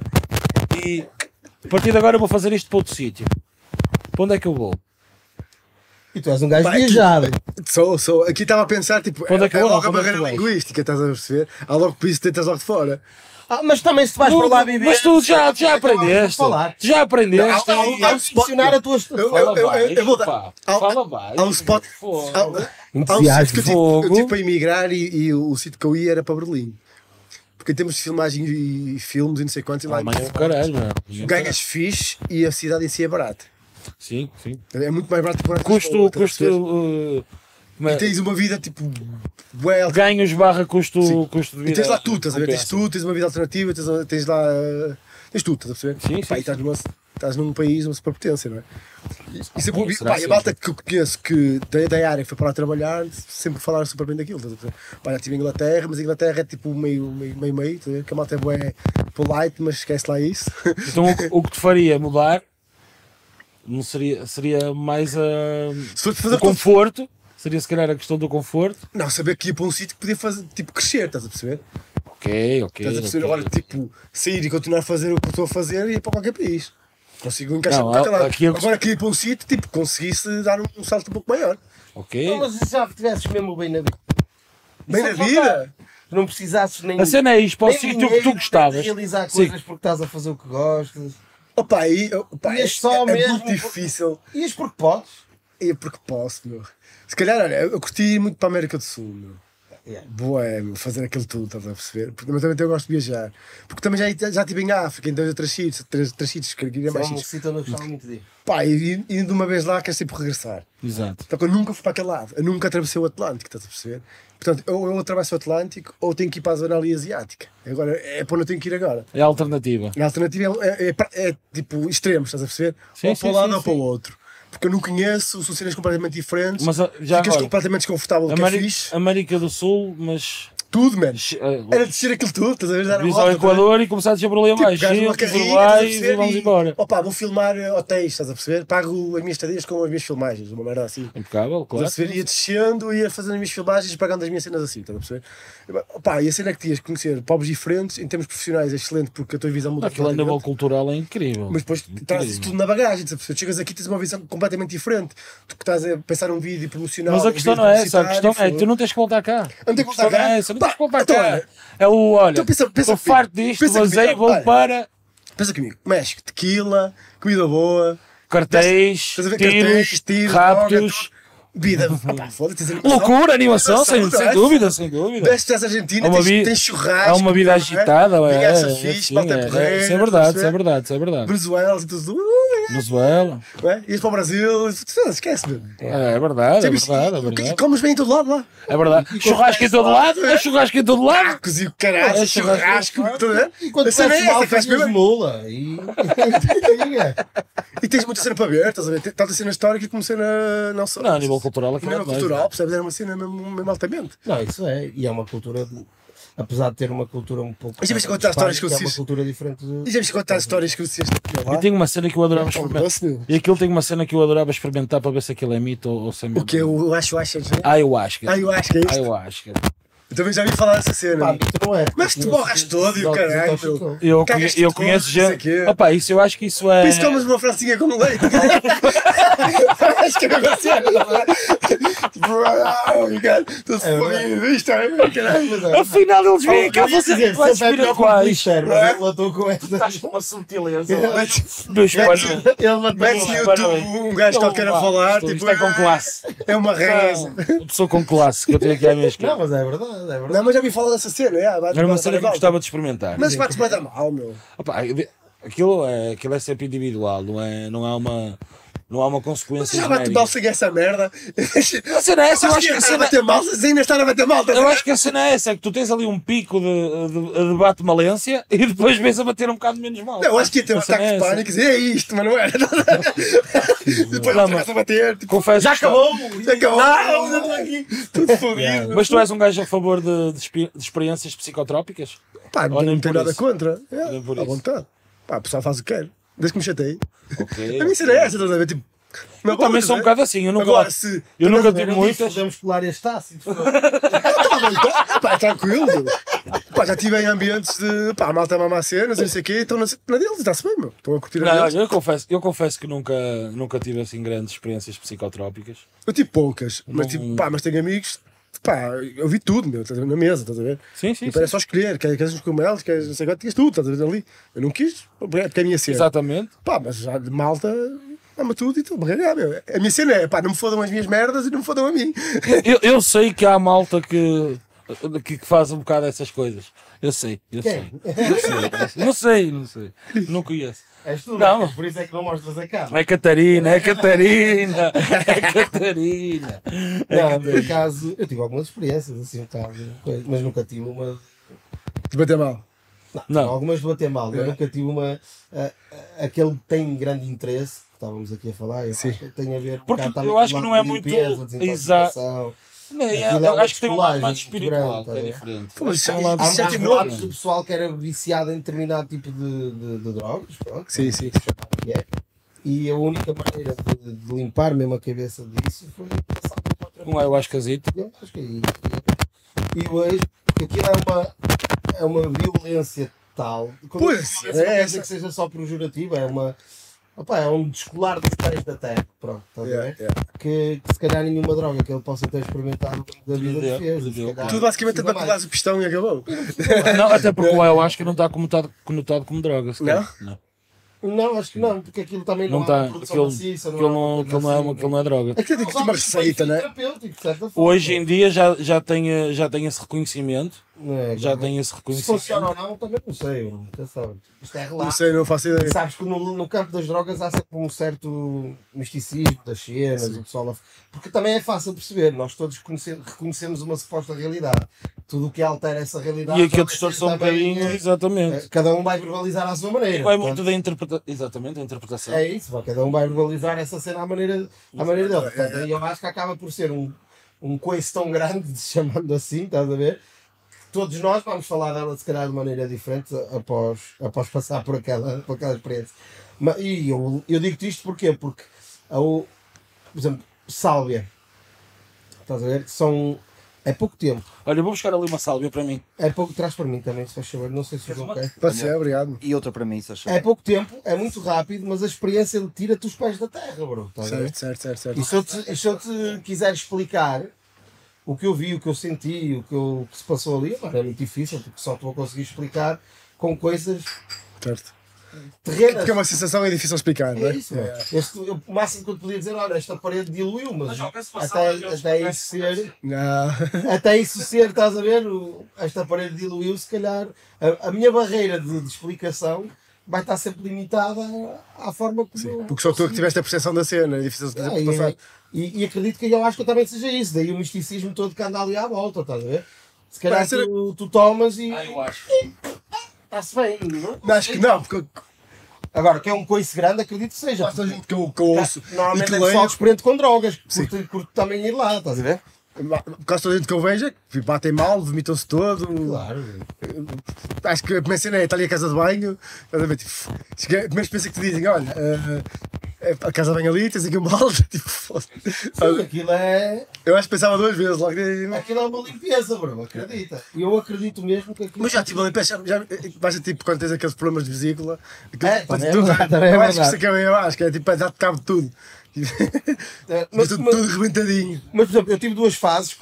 e a partir de agora eu vou fazer isto para outro sítio. Para onde é que eu vou? E tu és um gajo Pá, viajado. Sou. Aqui estava a pensar, tipo, Quando é que eu vou? logo a Quando é que barreira tu vais? linguística, estás a perceber? Há logo por isso tentas logo de fora. Mas também se tu vais para lá viver. Mas tu já aprendeste. falar. Já aprendeste. Há um spot- Posicionar a tua Fala eu vou dar- pá. há- Fala baixo. Há um spot. Fogo. Há um Entusiasmo. sítio que eu tive para emigrar e o sítio que eu ia era para Berlim. Porque em termos de filmagem e filmes e não sei quantos, lá Mas é do caralho, meu. ganhas fixe e a cidade em si é barata. Sim, sim. É muito mais barato que morar em Custo. Lisboa, estás a perceber? Como é? E tens uma vida tipo. bué alta. Ganhos barra custo de vida. E tens lá tudo, estás a ver? Tens compensa. tudo, tens uma vida alternativa, tens lá. Tens tudo, estás a perceber? Sim, Pá, sim, e estás num país, uma superpotência, não é? E sempre ouvi, será pá, e a sempre. malta que eu conheço que da área que foi para lá trabalhar, sempre falaram super bem daquilo, estás a perceber? Pá, já estive em Inglaterra, mas a Inglaterra é tipo meio, estás a ver? Que a malta é bué polite, mas esquece lá isso. Então o que te faria mudar não seria mais Se for fazer o conforto. Seria se calhar a questão do conforto. Não, saber que ia para um sítio que podia fazer, tipo, crescer, estás a perceber? Ok. Estás a perceber? ok. Agora, tipo, sair e continuar a fazer o que eu estou a fazer e ir para qualquer país. Consigo encaixar Não, para qualquer lado. aqui eu- Agora, queria ir para um sítio, tipo, conseguisse dar um salto um pouco maior. Ok. Não, mas se já tivesses mesmo bem na vida. Bem Isso na é vida? Tu não precisasses nem. A cena é isto para o nem sítio que tu dinheiro, gostavas. nem realizar Sim. coisas porque estás a fazer o que gostas. Opa, aí, opa, Ias só é mesmo muito difícil. Ias porque podes. É porque posso, meu. Se calhar, olha, eu curti ir muito para a América do Sul, meu. Yeah. Boa, meu, fazer aquilo tudo, estás a perceber? Porque também eu gosto de viajar. Porque também já estive em África, em dois ou três sítios, que queria É mais um sítios. sítio onde eu gostava muito de ir. Pá, e indo de uma vez lá, quero sempre regressar. Exato. Então, eu nunca fui para aquele lado, eu nunca atravessei o Atlântico, estás a perceber? Portanto, ou eu atravesso o Atlântico ou tenho que ir para a zona ali asiática. Agora, é para onde eu tenho que ir agora. É a alternativa. A alternativa é tipo extremos, estás a perceber? Sim, ou sim, para um lado sim, ou para o sim. outro. Porque eu não conheço, são cenas completamente diferentes. Mas já ficas agora, completamente desconfortável, que é fixe. América do Sul, mas Tudo, mano. Era descer aquilo tudo, estás a ver? Dar a vis volta, ao Equador e começar a descer por ali Tipo, abaixo. gajo numa Chile, carrinha, Uruguai estás a e perceber? vamos embora. Opa, vou filmar hotéis, estás a perceber? Pago as minhas estadias com as minhas filmagens, uma merda assim. Impecável, Estás claro. a perceber? Ia descendo, ia fazendo as minhas filmagens, pagando as minhas cenas assim, estás a perceber? Opa, e a cena é que tinhas que conhecer povos diferentes, em termos profissionais é excelente, porque a tua visão muda. Aquilo a nível completamente. cultural é incrível. Mas depois trazes tudo na bagagem, estás a perceber? Chegas aqui e tens uma visão completamente diferente. Tu que estás a pensar um vídeo promocional. Mas a um questão vídeo não é essa, a questão é publicitário, tu não tens que voltar cá. Não tenho que A questão voltar cá? não é essa, não Pá, tens que voltar então cá. olha. É o, olha, Então pensa estou comigo. farto disto, Pensa vazei, comigo. vou Olha. para Pensa comigo, México, tequila, comida boa, cartéis, estás a ver cartéis, tiros, raptos, droga, vida, opá, foda-se, tens animação. loucura, animação, sem Animação, dúvida, sem dúvida. Vestes Argentina, É uma tens, vida- tens churrasco. É uma vida não agitada, é, Vingança fixe, sim, malta é, porreira, isso é verdade, estás a isso é ver? verdade, isso é verdade. Venezuela, tudo, Venezuela, não é? Ias para o Brasil, esquece, meu. é verdade, é Sabes, verdade, é e verdade. comes bem em todo lado lá. É verdade. Churrasco em todo lado, é churrasco em todo lado. Tacos e o caralho, É churrasco, estás a ver? E quando A cena é pedes mal, essa, que vais fazes beber. mula. E. E tens muita cena para ver, estás a ver? Tanta cena histórica como cena não só. Não, a nível cultural A aquilo nível é demais. cultural, percebes? Era uma cena mesmo altamente. Não, isso é. E é uma cultura. Apesar de ter uma cultura um pouco. Mas já viste contar histórias que eu é uma fiz? cultura diferente de. E já viste contar histórias que vocês E tem uma cena que eu adorava experimentar. Doce, meu. E aquilo tem uma cena que eu adorava experimentar para ver se aquilo é mito ou se é O mito. que eu acho, Ayahuasca. eu acho que é isto. Ayahuasca. Eu também já ouvi falar dessa Pá, cena. mito não é. Mas tu borras todo e o caralho, meu. Eu, Cagas eu de conheço cor, não sei gente. quê. Opa, isso eu acho que isso é. Por isso comes uma francinha com leite. Acho que é mesmo assim. Estou fodido, isto é meu caralho. Afinal, eles vêm cá Dizer, fazer sempre é espirituais. melhor que o Mister, mas ele matou com esta. Estás com uma subtileza. Metes Meus panos. Ele matou metes no YouTube um gajo qualquer a falar, tipo, Isto é com classe. é uma reza. Uma pessoa com classe que eu tenho aqui à minha Não, esquerda. mas é verdade, é verdade. Não, mas já ouvi falar dessa cena, Era uma cena que eu gostava de experimentar. Mas vai-te dar mal, meu. Opa, aquilo é sempre individual, não há uma consequência Já bate genérica. mal sem essa merda. A cena é essa, eu acho que a a cena. bater mal, se ainda está a bater mal. Eu acho que a cena é essa, é que tu tens ali um pico de bate-malência e depois vês a bater um bocado menos mal. Não, eu acho que ia ter um A cena ataque é de essa. pânico e dizer, é isto, mas não era. Depois Não, ele começa a bater. Tipo, Confesso já que acabou! Já acabou! Não, ainda estou aqui. Tudo fodido. Mas tu és um gajo a favor de experiências psicotrópicas? Pá, Ou nem não tenho por nada isso. contra. Nem por À isso. vontade. Pá, o pessoal faz o que quer. Desde que me chatei. Ok. A minha cena é essa, estás a ver? Tipo, Mas Eu também sou um bocado assim, eu nunca, Agora, se. eu nunca Eu tive disse, muitas. podemos colar este ácido. Pá, tranquilo. Pá, já estive em ambientes de. Pá, a malta mama cenas, não sei o quê, estão na deles, está-se bem, meu. Estão a curtir a Não, deles. olha, eu confesso que nunca tive assim grandes experiências psicotrópicas. Eu tive poucas, mas, Não- tipo, pá, mas tenho amigos. Pá, eu vi tudo, meu, estás a ver, na mesa, estás a ver? Sim, sim, Tipo, sim. era só escolher, queres uns cogumelos, queres não sei quanto, tinhas tudo, estás a ver ali. Eu não quis, porque é a minha cena. Exatamente. Pá, mas já de malta, ama tudo e tudo, barregar, meu. A minha cena é, pá, não me fodam as minhas merdas e não me fodam a mim. Eu sei que há malta que faz um bocado essas coisas. Eu sei. Não sei. Não conheço. És tu, Não. não? Por isso é que não mostras a cara. É Catarina. É Catarina. Não, por acaso, eu tive algumas experiências assim, um bocado, mas nunca tive uma. De bater mal. Não. Algumas de bater mal, mas É. nunca tive uma. Aquele que tem grande interesse, que estávamos aqui a falar, eu Sim. acho que tem a ver com Porque um bocado eu também acho com que o não é lado de muito. limpeza, desintoxicação. Aquilo é Eu uma acho que tem um lado mais descolagem muito espiritual, grande, que é tá diferente. Pô, mas Tem um lado Há isso é mais tipo relatos novo. do pessoal que era viciado em determinado tipo de drogas, pronto, Sim, sim. que é. E a única maneira de limpar mesmo a cabeça disso foi passar por outra Um ayahuascazito. Eu acho que é isso. E hoje, porque aquilo é uma violência tal. Quando Pois, eu digo violência, é não quer essa. dizer que seja só pejorativa, é um descolar dos pés da terra. Pronto, estás a Yeah, ver? yeah. Que se calhar nenhuma droga que ele possa ter experimentado da vida Deu, fez. deu. se calhar Tudo basicamente é precisa para pular mais. o pistão e acabou. Não, até porque o ayahuasca não está conotado como droga. sequer. Não. Não, acho que não, porque aquilo também não, Não há uma está. produção maciça, Aquilo há uma não, coisa assim. aquilo não é droga. Aquilo tem que ter uma receita, né? Terapêutico, de certa forma. Hoje em dia já tem esse reconhecimento. Não é, Já agora, tem esse se reconhecimento. funciona ou não, também não sei. Atenção. Isto é Não relato. sei, não faço ideia. Sabes que no campo das drogas há sempre um certo misticismo das cenas, o pessoal porque também é fácil perceber, nós todos reconhecemos uma suposta realidade. Tudo o que altera essa realidade. E aquilo já vai ser distorce um também, bocadinho, exatamente. cada um vai verbalizar à sua maneira. Vai portanto, muito da interpretação. Exatamente, a interpretação. é isso, cada um vai verbalizar essa cena à maneira dele. Portanto, eu acho que acaba por ser um coice tão grande, chamando assim, estás a ver? Todos nós vamos falar dela se calhar de maneira diferente após passar por aquela experiência. E eu digo-te isto porquê? Porque, por exemplo, sálvia, estás a ver? É pouco tempo. Olha, vou buscar ali uma sálvia para mim. É pouco, traz para mim também, se faz favor. Não sei se o ok. Pode ser, obrigado. E outra para mim, se achar. É pouco tempo, é muito rápido, mas a experiência tira-te os pés da terra, bro. Estás a ver? Certo. E se eu te quiser explicar o que eu vi, o que eu senti, o que se passou ali, mano, é muito difícil, porque só te vou conseguir explicar com coisas Certo. terrenas. Porque é uma sensação é difícil de explicar, não É é? isso, mano. O máximo que eu te podia dizer, olha, esta parede diluiu, mas joga se passar, até isso ser, estás a ver, esta parede diluiu, se calhar, a minha barreira de explicação vai estar sempre limitada à forma como eu Porque só tu que tiveste a percepção da cena, é difícil de passar. e acredito que eu acho que eu também seja isso, daí o misticismo todo que anda ali à volta, estás a ver? Se calhar Parece- tu tomas e Eu acho. está-se bem, não? Não, acho que não, porque Agora, que é um coice grande, acredito que seja. basta a gente que eu ouço e Normalmente que é pessoal leio, experiente com drogas, curto também ir lá, estás a ver? quase toda a gente que eu vejo é que batem mal, vomitam-se todo. Claro. Acho que a minha cena é estar ali a casa de banho, estás a ver? Tipo, mas pensa que te dizem: olha, a casa de banho ali, tens aqui um balde. Tipo, foda-se. Sim, aquilo é Pensava duas vezes logo. uma limpeza, bro, acredita. E eu acredito mesmo que aquilo. Mas já tive a limpeza, basta tipo quando tens aqueles problemas de vesícula. Também é verdade, também é eu acho que verdade. isso acaba, eu acho que é tipo, dá-te cabo de tudo. Mas, Tudo rebentadinho. mas, por exemplo, eu tive duas fases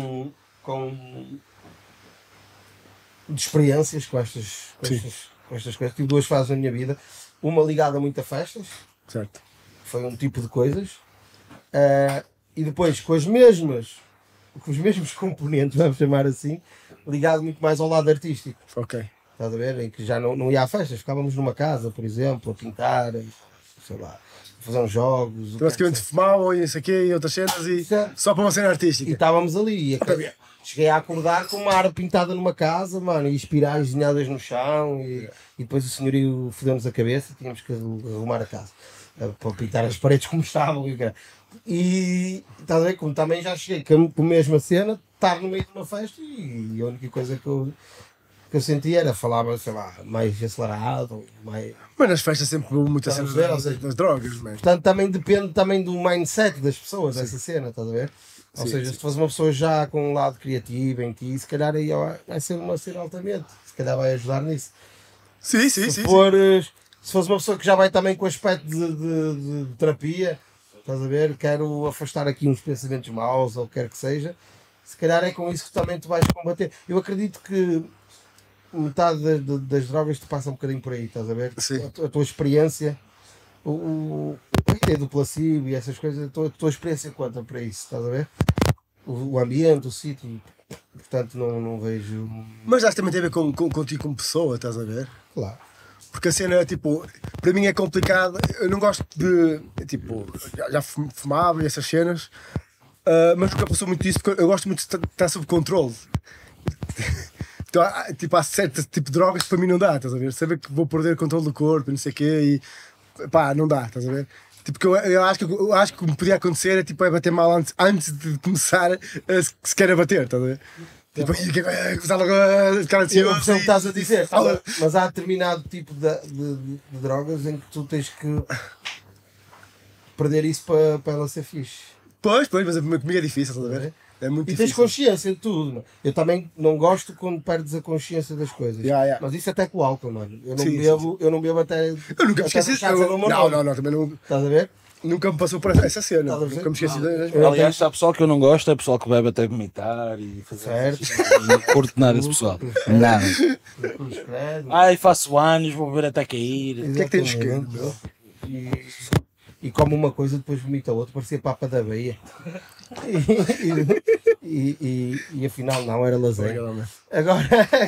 de experiências com estas coisas. Tive duas fases na minha vida. Uma ligada muito a festas, Certo. foi um tipo de coisas. E depois com os mesmos componentes, vamos chamar assim, ligado muito mais ao lado artístico. Ok. Estás a ver? Em que já não ia a festas, ficávamos numa casa, por exemplo, a pintar, sei lá, a fazer uns jogos. o que é que Basicamente seja. fumavam e isso aqui e outras cenas e Certo. só para uma cena E artística. estávamos ali. Cheguei a acordar com uma árvore pintada numa casa, mano, e espirais desenhadas no chão, e depois o senhorio fodeu-nos a cabeça e tínhamos que arrumar a casa para pintar as paredes como estavam. E estás a ver? Como também já cheguei com a mesma cena, estar no meio de uma festa e a única coisa que eu que eu sentia era, falava, sei lá, mais acelerado, mais... Mas nas festas sempre houve muita cena Estás a ver? Ou seja, das drogas, man. Portanto, também depende também do mindset das pessoas, essa cena, estás a ver? Ou Sim, seja, sim. se fores uma pessoa já com um lado criativo em ti, se calhar aí ó, vai ser uma cena altamente, se calhar vai ajudar nisso. Sim, Se fores uma pessoa que já vai também com aspecto de terapia, estás a ver? Quero afastar aqui uns pensamentos maus ou quer que seja, se calhar é com isso que também tu vais combater. Eu acredito que metade das drogas te passa um bocadinho por aí, estás a ver? Sim. A tua experiência, a ideia do placebo e essas coisas, a tua experiência conta para isso, estás a ver? O ambiente, o sítio, portanto não vejo. Mas acho que também tem a ver contigo como pessoa, estás a ver? Claro. Porque a cena, tipo, para mim é complicado. Eu não gosto de. Tipo, já fumava e essas cenas, mas nunca passou muito disso porque eu gosto muito de estar sob controle. Então, tipo, há certo tipo de drogas que para mim não dá, estás a ver? Saber que vou perder o controle do corpo e não sei o quê e pá, não dá, estás a ver? Tipo, que eu acho que o que me podia acontecer é, tipo, é bater mal antes de começar sequer a bater, estás a ver? Tipo, começar logo a ficar Eu ansioso. percebo o que estás a dizer, Fala. mas há determinado tipo de drogas em que tu tens que perder isso para ela ser fixe. Pois, mas comigo é difícil, estás a ver? É muito E tens difícil. consciência de tudo. Não? Eu também não gosto quando perdes a consciência das coisas. Yeah. Mas isso até com o álcool, mano. Eu não Sim, bebo, eu não bebo até. Eu nunca me até esqueci. deixar de ser o meu nome. Não, também não. Estás a ver? Nunca me passou por essa cena. Estás a ver? Nunca me esqueci das. Aliás, se há pessoal que eu não gosto, é pessoal que bebe até vomitar e fazer. Certo. Não curto nada desse pessoal. Nada. Cruz credo. Ai, faço anos, vou beber até cair. O que é que tens que. Exatamente. E como uma coisa, depois vomita outra, parecia papa da Bahia. E afinal não, era lasanha. Agora,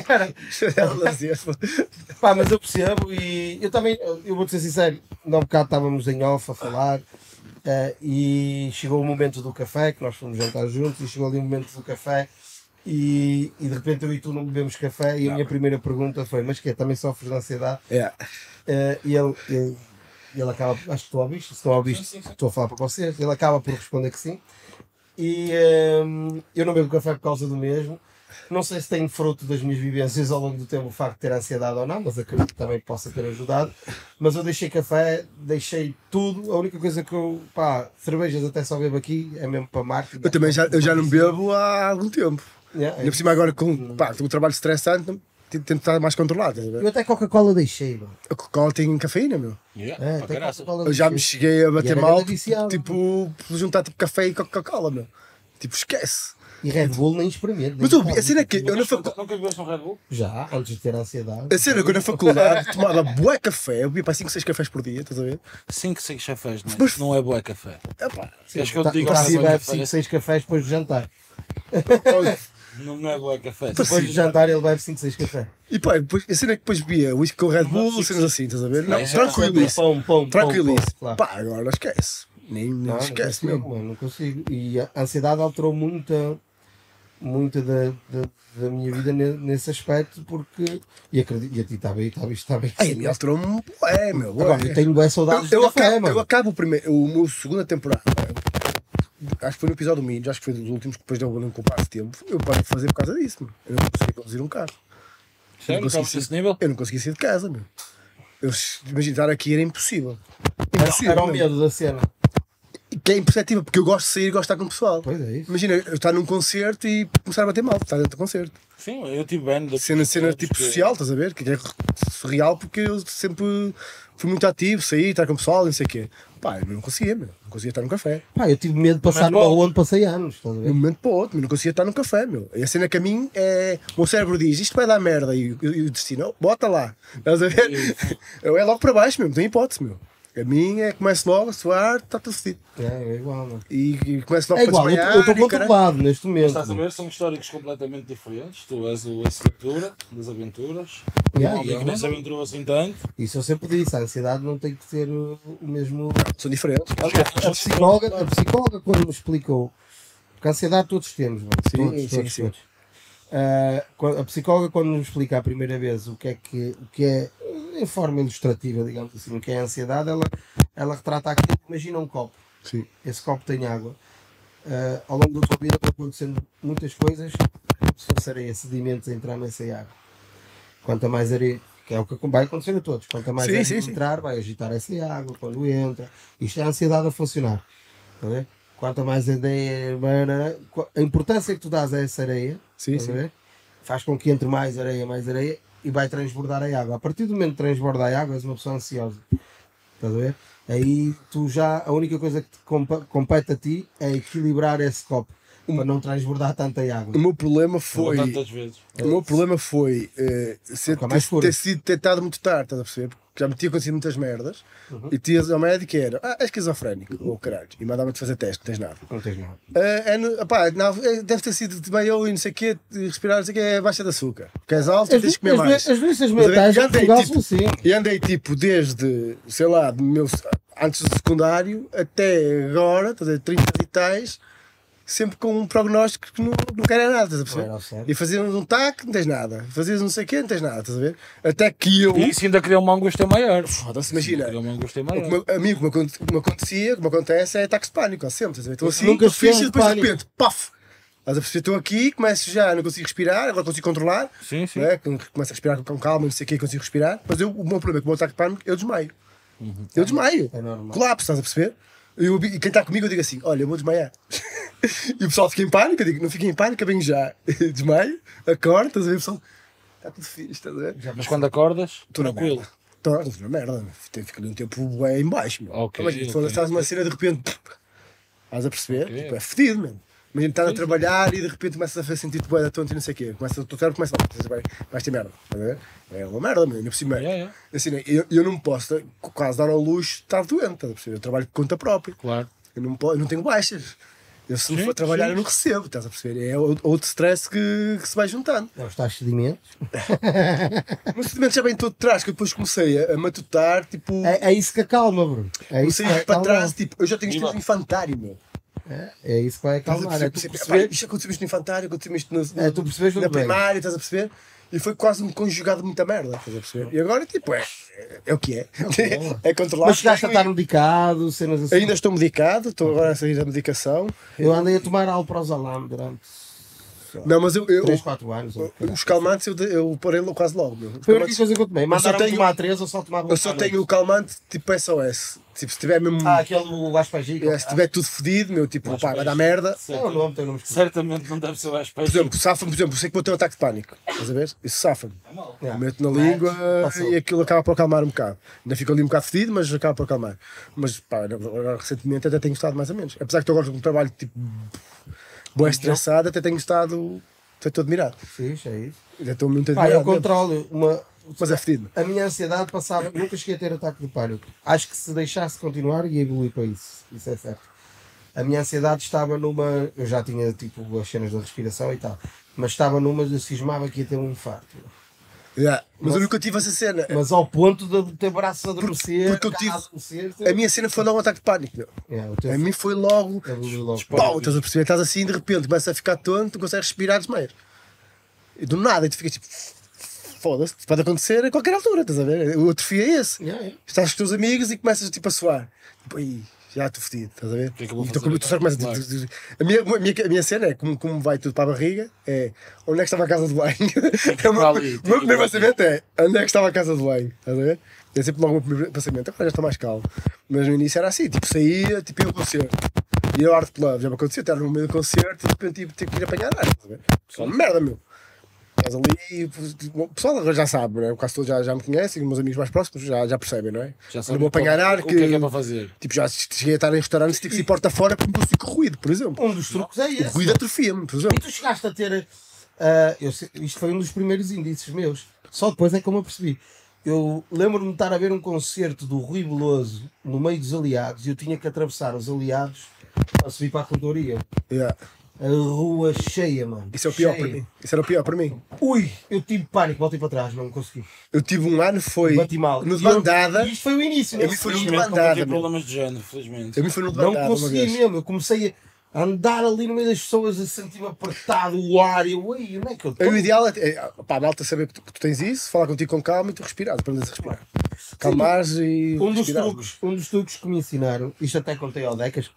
pá, mas eu percebo e eu também, eu vou-te ser sincero, há um bocado estávamos em off a falar e chegou o momento do café, que nós fomos jantar juntos e chegou ali o momento do café e de repente eu e tu não bebemos café e a minha primeira pergunta foi, mas que é, também sofres de ansiedade? E ele acaba, acho que tu ouviste, se não ouviste, estou a falar para vocês, ele acaba por responder que sim. E eu não bebo café por causa do mesmo. Não sei se tem fruto das minhas vivências ao longo do tempo o facto de ter ansiedade ou não, mas acredito que também possa ter ajudado. Mas eu deixei café, deixei tudo. A única coisa que eu, pá, cervejas até só bebo aqui, é mesmo para marketing. Eu também já não bebo há algum tempo. Yeah, Ainda por cima agora com o trabalho estressante, tento estar mais controlado. Estás a ver? eu até Coca-Cola deixei, mano. A Coca-Cola tem cafeína, meu. Até Coca-Cola Eu já me deixei. cheguei a bater era mal, grande viciado. tipo, por juntar tipo café e Coca-Cola, meu. Tipo, esquece. E Red Bull nem experimento. Mas nem a cena é que eu na faculdade. Nunca bebeste um Red Bull? Já, antes de ter ansiedade. A cena é que eu na faculdade tomava bué café, eu bebia para 5, 6 cafés por dia, estás a ver? 5, 6 chafés, não é boa café. Epá, Queres que eu Tá, te diga tá, uma se coisa? bebe 5, 6 cafés depois do jantar. Não é boa café. Depois do jantar ele bebe 5, 6 cafés. e pá, depois, a cena é que depois bebia whisky com Red Bull, cenas assim, estás a ver? Não, Não, tranquilíssimo. Pão, Tranquilíssimo. claro. Pá, agora esquece. Nem Não esquece consigo, mesmo. mano, não consigo. E a ansiedade alterou muita da minha vida nesse aspecto, porque. E acredito, e a ti está bem, está bem. Ai, me alterou-me, meu. Agora, eu tenho boas saudades eu do café, acabo, mano. eu acabo o meu segunda temporada. Acho que foi no episódio do Minhos, acho que foi dos últimos, que depois de eu não culpar de tempo. Eu parei de fazer por causa disso, meu. Eu não conseguia conduzir um carro. Sério? Estamos nesse nível? Eu não conseguia sair de casa, meu. Imagina, estar aqui era impossível. Era o meu. medo da cena. Que é imperceptível, porque eu gosto de sair e gosto de estar com o pessoal. Pois é isso. Imagina, eu estar num concerto e começar a bater mal, estar dentro do concerto. Sim, eu tive bem. Cena tipo social, estás a ver? Que é surreal, porque eu sempre fui muito ativo, sair, estar com o pessoal, não sei o quê. Pá, eu não conseguia, meu. Não conseguia estar num café. Pá, eu tive medo de passar Mas numa bom. rua onde passei anos, estás a De ver? um momento para o outro, mas não conseguia estar num café, meu. E a cena que a mim é. O meu cérebro diz isto vai dar merda e o destino, oh, bota lá. Estás a ver? Eu é logo para baixo, meu. Não tem hipótese, meu. A minha é começo logo a suar, está tudo fedido. É igual, mano. E começo logo É para igual, desmaiar. eu estou e caralho. controlado neste momento. Estás a ver? São históricos completamente diferentes. Tu és o aventura das aventuras. Yeah, Um homem que não se aventurou assim tanto. Isso eu sempre disse, a ansiedade não tem que ter o mesmo. São diferentes. A psicóloga quando me explicou, porque a ansiedade todos temos, mano. Sim, Todos. sim. A psicóloga quando nos explica a primeira vez o que é em forma ilustrativa, digamos assim, o que é a ansiedade, ela retrata aquilo. Imagina um copo, Sim. esse copo tem água. Ao longo da tua vida vão acontecendo muitas coisas, como se fosse areia, sedimentos a entrar nessa água. Quanto mais areia, que é o que vai acontecer a todos, quanto mais Sim, areia sim, sim. entrar, vai agitar essa água quando entra. Isto é a ansiedade a funcionar. Está a ver? Quanto mais areia, a importância que tu dás a essa areia, Sim, estás a sim. ver? Faz com que entre mais areia e vai transbordar a água. A partir do momento que transborda a água, és uma pessoa ansiosa. Estás a ver? Aí tu já, a única coisa que te compete a ti é equilibrar esse copo para não transbordar tanta água. O meu problema Ou foi. tantas vezes. O meu problema foi Nunca mais fura. ter sido detectado muito tarde, estás a perceber? Porque já me tinha acontecido muitas merdas e tinhas ao médico e era, é esquizofrénico, ou caralho, e mandava-te fazer teste, não tens nada. Não tens nada. Deve ter sido de meio e não sei o quê, de respirar, não sei o quê, é baixa de açúcar. Porque és alto, tens de comer mais. As doenças Estás a ver? mentais E em andei, Portugal tipo, são assim. E andei tipo desde, sei lá, antes do secundário até agora, estás a ver, 30 e tais, sempre com um prognóstico que não quer nada, estás a perceber? Não era ao certo. E fazias um TAC, não tens nada. Fazias não sei o quê, não tens nada, estás a ver? Até que eu. E isso ainda criou uma angústia maior. Foda-se, imagina. Criou uma angústia O maior. que me acontecia, o que me acontece é ataques de pânico, ó, sempre, estás a ver? Estou assim, Nunca estou fixe e tive depois de pânico. repente, paf! Estás a perceber? Estou aqui, começo já, não consigo respirar, agora consigo controlar, Sim, sim. né? Começo a respirar com calma, não sei o quê, consigo respirar, mas o meu problema é que o meu ataque de pânico, eu desmaio. Eu desmaio. É normal. Colapso, estás a perceber? E quem está comigo eu digo assim, olha, eu vou desmaiar. E o pessoal fica em pânico, eu digo, não fiquem em pânico, eu venho já. Desmaio, acordo, estás a ver, o pessoal, está tudo fixe, estás a ver? Mas quando acordas, Estou na tranquilo. merda. Estou na merda, fica ali um tempo bem em baixo, meu. Ok, Imagina, ok. estás numa cena de repente, estás a perceber? Ok. Tipo, é fedido, mano. Imagina, estás a trabalhar e de repente começas a sentir-te bué da tonta e não sei o quê. Começa o teu cérebro começa a vais ter merda. Estás a ver? É uma merda, mano. Ainda por cima. Yeah, yeah. Assim, eu não me posso quase dar ao luxo de estar doente, estás a perceber? Eu trabalho por conta própria. Claro. Eu não tenho baixas. Eu se não Sim, for trabalhar sim. eu não recebo, estás a perceber? É outro stress que se vai juntando. Não, os tais sedimentos. Mas simplesmente já vem todo de trás, que eu depois comecei a matutar, tipo. É isso que acalma, Bruno. É isso Comecei que a vai ir para acalmar. trás, tipo, eu já tenho isto no infantário, meu. É isso que vai Estás a acalmar. É perceber? tu Pá, perceber. isto aconteceu isto no infantário, aconteceu isto É, tu percebes na muito bem. primária, estás a perceber? E foi quase um conjugado de muita merda, estás a perceber? E agora, tipo, é o que é. É controlar. Mas chegaste a estar medicado, cenas assim. Ainda estou medicado, estou agora a sair da medicação. Eu andei a tomar alprazolam durante Não, mas 3, 4 anos. os calmantes eu parei quase logo, meu. Os Foi a única calmantes- coisa que eu tomei. Mandaram tenho- tomar 3 ou só tomava eu só tenho o calmante tipo SOS. Tipo, se tiver mesmo. aquele Aspagico. Se tiver tudo fedido, meu, tipo, pá, vai dar merda. É o nome, tem o nome escrito. Certamente não deve ser o Por aspecto. exemplo, safa-me, por exemplo, sei que vou ter um ataque de pânico. Estás a ver? Isso safa-me. Yeah. Meto na língua Passou. e aquilo acaba por acalmar um bocado. Ainda fico ali um bocado fedido, mas acaba por acalmar. Mas pá, agora, recentemente até tenho estado mais ou menos. Apesar que estou agora com um trabalho tipo boa estressado, até tenho estado. Até estou admirado. Fixe, é isso. Já estou muito Pá, admirado. eu mesmo. controlo Mas é fedido. a minha ansiedade passava, nunca cheguei a ter ataque de pânico. Acho que se deixasse continuar ia evoluir para isso. Isso é certo. A minha ansiedade estava numa. Eu já tinha tipo as cenas da respiração e tal. Mas estava numa, eu cismava que ia ter um infarto. Yeah. Mas eu nunca tive essa cena. Mas ao ponto de ter braços a adormecer, porque eu cara tive- a adormecer, A minha cena foi logo um ataque de pânico. Meu. o teu A mim foi logo. evoluiu logo. Pau, estás a perceber? Estás assim de repente, começa a ficar tonto, não consegues respirar, desmaias. E do nada, e tu ficas tipo. Foda-se, pode acontecer a qualquer altura, estás a ver? O atrofio é esse. Yeah. Estás com os teus amigos e começas tipo a suar. Tipo, aí, já estou fedido, estás a ver? que é que eu vou E tu, fazer tu só começas agora? a minha cena é como vai tudo para a barriga, é onde é que estava a casa de banho? que ir O meu para ali, tem que ir primeiro para pensamento é onde é que estava a casa de banho? Estás a ver? É sempre logo o meu primeiro pensamento, agora já estou mais calmo. Mas no início era assim, tipo, saía, tipo, ia ao concerto. Ia ao Art Club, já me aconteceu, estar no meio do concerto e de repente tipo, ter que ir apanhar ar, estás a ver? É uma merda, meu. Estás ali, o pessoal agora já sabe, não é? O caso todo já me conhece, e os meus amigos mais próximos já percebem, não é? Já Não sabe vou apanhar ar, o que é para fazer. Tipo, já cheguei a estar em restaurantes tipo, que se porta fora porque não fico ruído, por exemplo. Um dos truques é O esse. ruído atrofia-me, por E exemplo. tu chegaste a ter. Isto foi um dos primeiros indícios meus. Só depois é que eu me apercebi. Eu lembro-me de estar a ver um concerto do Rui Veloso no meio dos aliados e eu tinha que atravessar os aliados para subir para a rodoria. Yeah. A rua cheia, mano. Isso é o pior Cheia. para mim. Isso era o pior para mim. Ui, eu tive pânico, voltei para trás, não consegui. Eu tive um ano, foi Bati mal. no E de eu- bandada. E isto foi o início. Eu não me fui sei. no Felizmente bandada, nunca tive meu. problemas de género, felizmente. Eu me fui no de Não bandada uma consegui vez. mesmo. Eu comecei a andar ali no meio das pessoas, a sentir-me apertado, o ar, e eu, ui, onde é que eu estou? O ideal é, pá, a malta saber que tu tens isso, falar contigo com calma e tu respirares, aprendes a respirar. Calmares e Um dos respirares. truques que me ensinaram, isto até contei ao Decas, que depois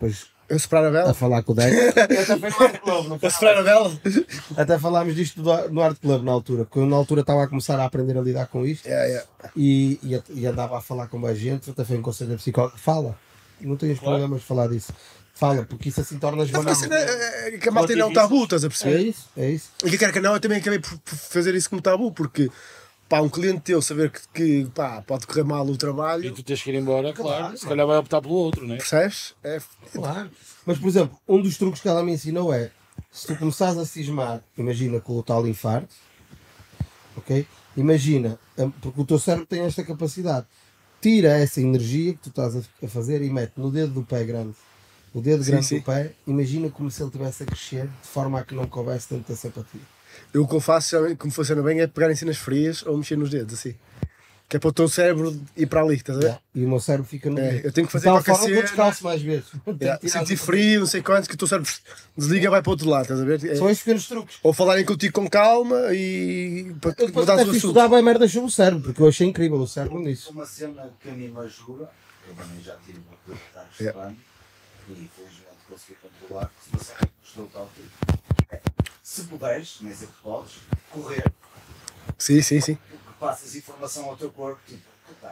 Eu soprar a a vela? falar com o Deck. Até foi no Art Club, não foi? A soprar a vela? Até falámos disto no Art Club na altura, porque eu na altura estava a começar a aprender a lidar com isto e andava a falar com mais gente, até foi um conselho da psicóloga. Fala, não tens problemas de falar disso. Fala, porque isso assim tornas banal. Que a malta ainda é um tabu, estás a É perceber? isso, é isso. E que quer que não, eu também acabei por fazer isso como tabu, porque pá, um cliente teu saber que pá, pode correr mal o E trabalho, tu tens que ir embora, claro. Se calhar vai optar pelo outro, não é? percebes? Claro. Mas, por exemplo, um dos truques que ela me ensinou é, se tu começares a cismar, imagina com o tal infarto, ok? Imagina, porque o teu cérebro tem esta capacidade, tira essa energia que tu estás a fazer e mete no dedo do pé grande. O dedo grande sim. do pé, imagina como se ele estivesse a crescer, de forma a que não coubesse tanta simpatia. Eu o que eu faço, geralmente, como funciona bem, é pegar em cenas frias ou mexer nos dedos, assim. Que é para o teu cérebro ir para ali, estás a ver? E o meu cérebro fica no dedo. Eu tenho que fazer de tal qualquer forma que eu cena. descalço mais vezes. Tenho que tirar Sentir as- frio, não sei quantos, que o teu cérebro desliga e vai para o outro lado, estás a ver? São estes pequenos truques. Ou falarem contigo com calma e para Eu depois mudar até o fui assunto. estudar bem merda sobre o cérebro, porque eu achei incrível o cérebro nisso. Uma cena que a mim me ajuda, eu também já tive uma coisa de estar estudando e felizmente consegui controlar, que se você estou tal tipo. Se puderes, nem sei que podes, correr, Sim. porque passas informação ao teu corpo, tipo, tá,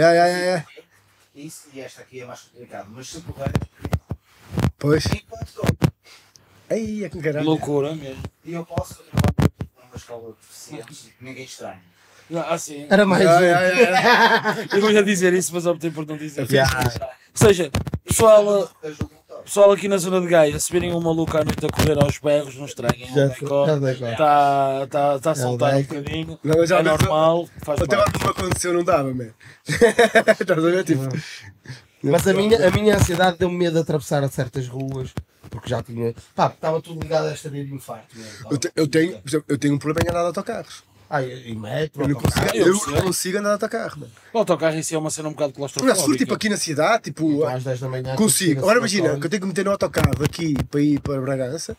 isso e esta aqui é mais complicado, mas se puderes, Pois. enquanto corre. Aí é com caralho. Loucura mesmo. E eu posso trabalhar numa escola de deficientes, tipo, ninguém estranha. Sim. Era mais Eu ia dizer isso, mas optei por não dizer. Yeah. Ou seja, pessoal, Ajuda um toque. pessoal aqui na zona de Gaia, se virem um maluco à noite a correr aos berros, não estranhem. Já sei qual. Está a saltar um Deco. bocadinho. Não, mas já É vi- normal, faz Até parte. agora não aconteceu, não dava, man. Estás a ver? Tipo, Mas a minha ansiedade deu-me medo de atravessar a certas ruas, porque já tinha. Pá, estava tudo ligado a esta ideia de infarto. Mesmo. por exemplo, eu tenho um problema em andar de autocarros. E metro, Eu não consigo, autocarro. eu eu sei. não consigo andar de autocarro, mano. O autocarro em si é uma cena um bocado Aliás, claustrofóbica. se for tipo aqui na cidade, tipo, Então, às 10 da manhã. consigo. Agora imagina Agora que eu tenho que meter no autocarro daqui para ir para Bragança.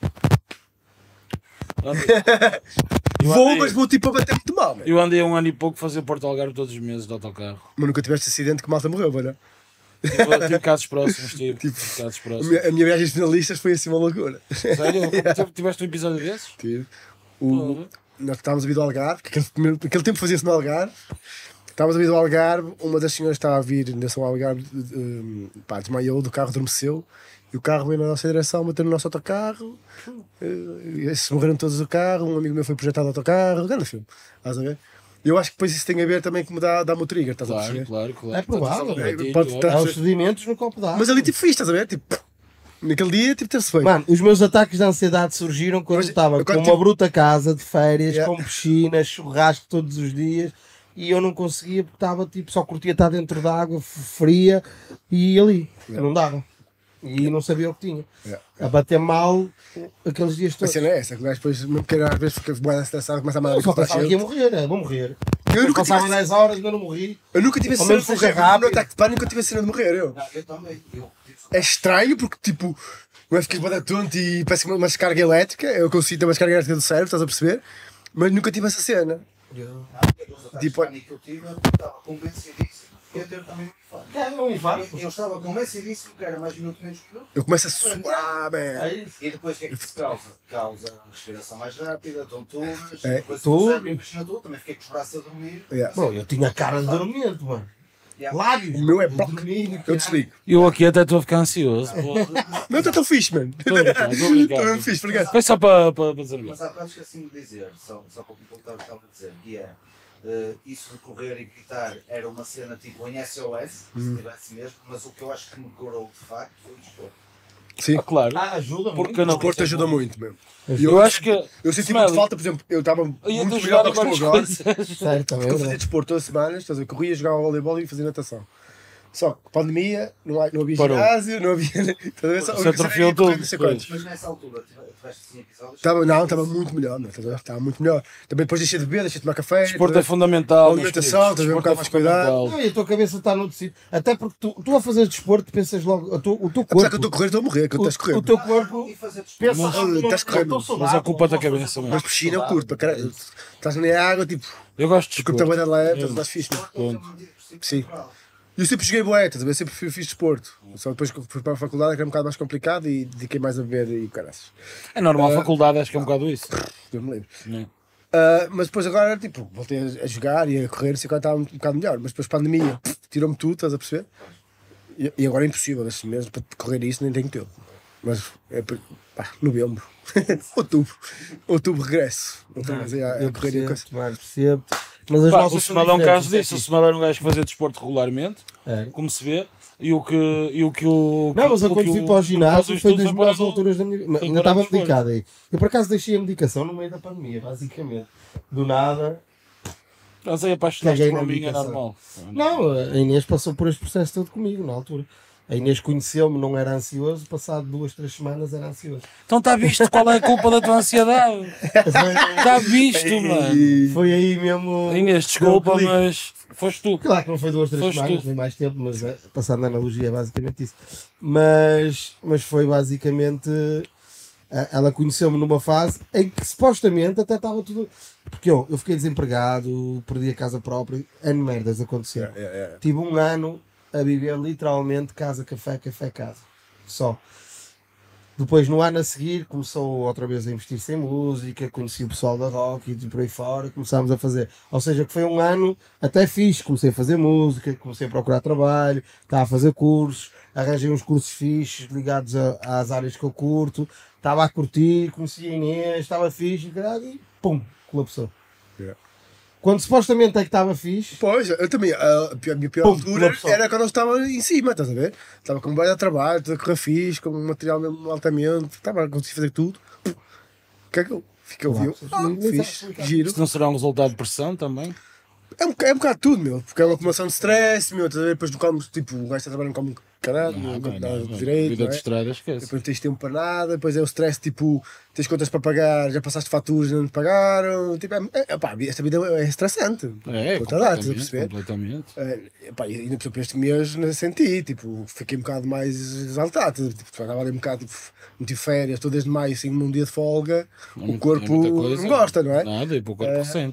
Vou, mas vou tipo a bater muito mal, man. Eu andei 1 ano e pouco fazer Porto Algarve todos os meses de autocarro. Mas nunca tiveste acidente que malta morreu, mano. Tive casos próximos, tive casos A próximos. minha viagem de finalistas foi assim uma loucura. Sério? Tiveste um episódio desses? Tive. Porra. Nós estávamos a vir do Algarve, que aquele tempo fazia-se no Algarve. Estávamos a vir do Algarve, uma das senhoras estava a vir nesse Algarve, pá, desmaiou do carro, adormeceu. E o carro veio na nossa direção, bateu no nosso autocarro. Se morreram todos do carro, um amigo meu foi projetado ao autocarro. Grande filme, estás a ver? Eu acho que depois isso tem a ver também com dá-me o trigger, estás a Claro, perceber? claro, claro. É provável. Pode estar- Há os sedimentos no copo d'água. Mas ali tipo fixe, estás a ver? Tipo, naquele dia tipo teve-se bem. Mano, os meus ataques de ansiedade surgiram quando Mas, eu estava eu com quando uma tive- bruta casa de férias, Yeah. com piscina, churrasco todos os dias e eu não conseguia porque estava tipo, só curtia estar dentro da água fria e ali, não dava. E não sabia o que tinha. Yeah. A bater mal aqueles dias A todos. cena é essa, que o gajo depois, mesmo que às vezes fica bem estressado, começa a mandar Eu só aquilo para pensava que ia cheio. morrer, vou morrer. Eu nunca Passava tive- 10 horas, ainda não morri. Eu nunca tive a Ao cena menos de seja morrer. rápido. No ataque de pânico, nunca tive a cena de morrer. Eu. Eu também. Eu tive É estranho porque, tipo, não é ficar bada tonto e parece uma descarga elétrica. Eu consigo ter uma descarga elétrica do cérebro, estás a perceber? Mas nunca tive essa cena. Os Tipo- ataques de pânico que eu tive, eu estava convencidíssimo que ia ter também um infarto. Eu estava convencidíssimo que era mais minuto menos minuto. Eu começo a suar, man. E depois o que é que se causa? Causa respiração mais rápida, tonturas, É, depois tudo. o cérebro impressiona tudo, também fiquei com os braços a dormir. Yeah. Bom, eu tinha cara de dormento, mano. Yeah. Lábios. O meu é de ploc. dormir, Eu desligo. Eu aqui até estou a ficar ansioso. pô. Não está tão fixe, mano. Estou a brincar, estou a brincar. Estou mesmo fixe, obrigado. Foi só para dizer Mas há bocado esqueci-me de dizer, só para completar o que estava a dizer, que é isso de correr e gritar era uma cena tipo em SOS, se tivesse mesmo, mas o que eu acho que me curou de facto foi o desporto. Sim. Ah, claro. Ajuda Porque O não. desporto ajuda muito, mesmo. Eu acho que. Eu senti Smelly, muito falta, por exemplo, eu estava eu ia muito te melhor ajudar do em que estou várias agora. coisas. Certo, Porque eu fazia desporto todas as semanas, estás a ver, corria, jogava voleibol e fazia natação. Só que pandemia, não havia Parou. ginásio, não havia. Estás a ver? Só- Se atrofiou correr, tudo, não sei pois. quantos. Mas nessa altura tiveste assim episódios? Estava muito melhor, não, estás a ver? Estava muito melhor. Também depois deixei de beber, deixei de tomar café. Desporto é estás a ver? fundamental. meus Alimentação, queridos. estás a ver, um Desporto é bocado mais cuidado. fundamental. Não, e a tua cabeça está noutro sítio. Até porque tu a fazer desporto pensas logo. O teu Apesar que eu corpo. estou a correr, estou a morrer, que eu estás a correr. O teu corpo E fazer desporto. pensa Mas, logo. estás correndo. "Estou saudável, Mas é culpa da posso fazer cabeça mesmo. Mas piscina eu curto, para caralho. Estás na água, tipo, Eu gosto de o corpo está desporto. bem leve, estás fixe. mano. Desporto é uma medida por si Sim. corporal. Eu sempre joguei boé, estás a ver? Sempre fiz desporto. Só depois que fui para a faculdade que era um bocado mais complicado e dediquei mais a beber e caraças. É normal, a faculdade acho que é um bocado isso. Eu me lembro. Não é? Mas depois agora, tipo, voltei a jogar e a correr, sei que estava um bocado melhor. Mas depois pandemia, tirou-me tudo, estás a perceber? E agora é impossível, estes meses, para correr isso nem tenho tempo. Mas é novembro, outubro regresso. Outra vez a correr e a coisa. Percebo. Mas as Pá, o nossas Semal é são um caso diferentes, disso. O Semal era um gajo que fazia desporto regularmente, É. como se vê, e o que o. Não, mas eu quando fui para o ginásio foi das melhores alturas. alturas da minha vida. foi Ainda parar estava o desporto. medicado aí. Eu por acaso deixei a medicação no meio da pandemia, basicamente. Do nada. Estás aí apaixonaste Caguei por na mim, é medicação. normal. Não, a Inês passou por este processo todo comigo na altura. A Inês conheceu-me, não era ansioso, passado 2, 3 semanas era ansioso. Então está visto qual é a culpa da tua ansiedade? Está visto, mano. Foi aí mesmo. Inês, desculpa, Deu clique. mas foste tu. Claro que não foi 2, 3 Foste semanas, tu. foi mais tempo, mas passando na analogia é basicamente isso. Mas foi basicamente. Ela conheceu-me numa fase em que supostamente até estava tudo. Porque eu fiquei desempregado, perdi a casa própria, N merdas aconteceram. Tive um ano a viver literalmente casa, café, café, casa. Só. Depois, no ano a seguir, começou outra vez a investir-se em música, conheci o pessoal da rock e por aí fora, começámos a fazer. Ou seja, que foi um ano até fixe, comecei a fazer música, comecei a procurar trabalho, estava a fazer cursos, arranjei uns cursos fixes ligados às áreas que eu curto, estava a curtir, conheci a Inês, estava fixe, e pum, colapsou. Yeah. Quando supostamente é que estava fixe, Pois, eu também, a minha pior Pum, altura colapsou. era quando eu estava em cima, estás a ver? Estava com um baile de trabalho, tudo a correr fixe, com um material mesmo altamente, estava a conseguir fazer tudo. O que é que eu fiquei a ouvir? Fixe, giro. Isto não será um resultado de pressão também? É um bocado tudo, meu, porque é uma acumulação de stress, meu, estás a ver? Depois não comes, tipo, o gajo está trabalhando como caralho, não come nada de direito, Vida não de é? estrada, esquece. Depois não tens tempo para nada, depois é o stress, tipo, tens contas para pagar, já passaste faturas e não te pagaram, tipo, pá, esta vida é estressante. É, Puta dá, estás a completamente, perceber? completamente. Pá, e ainda por este mês não senti, tipo, fiquei um bocado mais exaltado, tipo, estava ali um bocado, tipo, não tive férias, estou desde maio, assim, num dia de folga, Não é o muita corpo coisa. não gosta, não é? Nada, e para o corpo recente.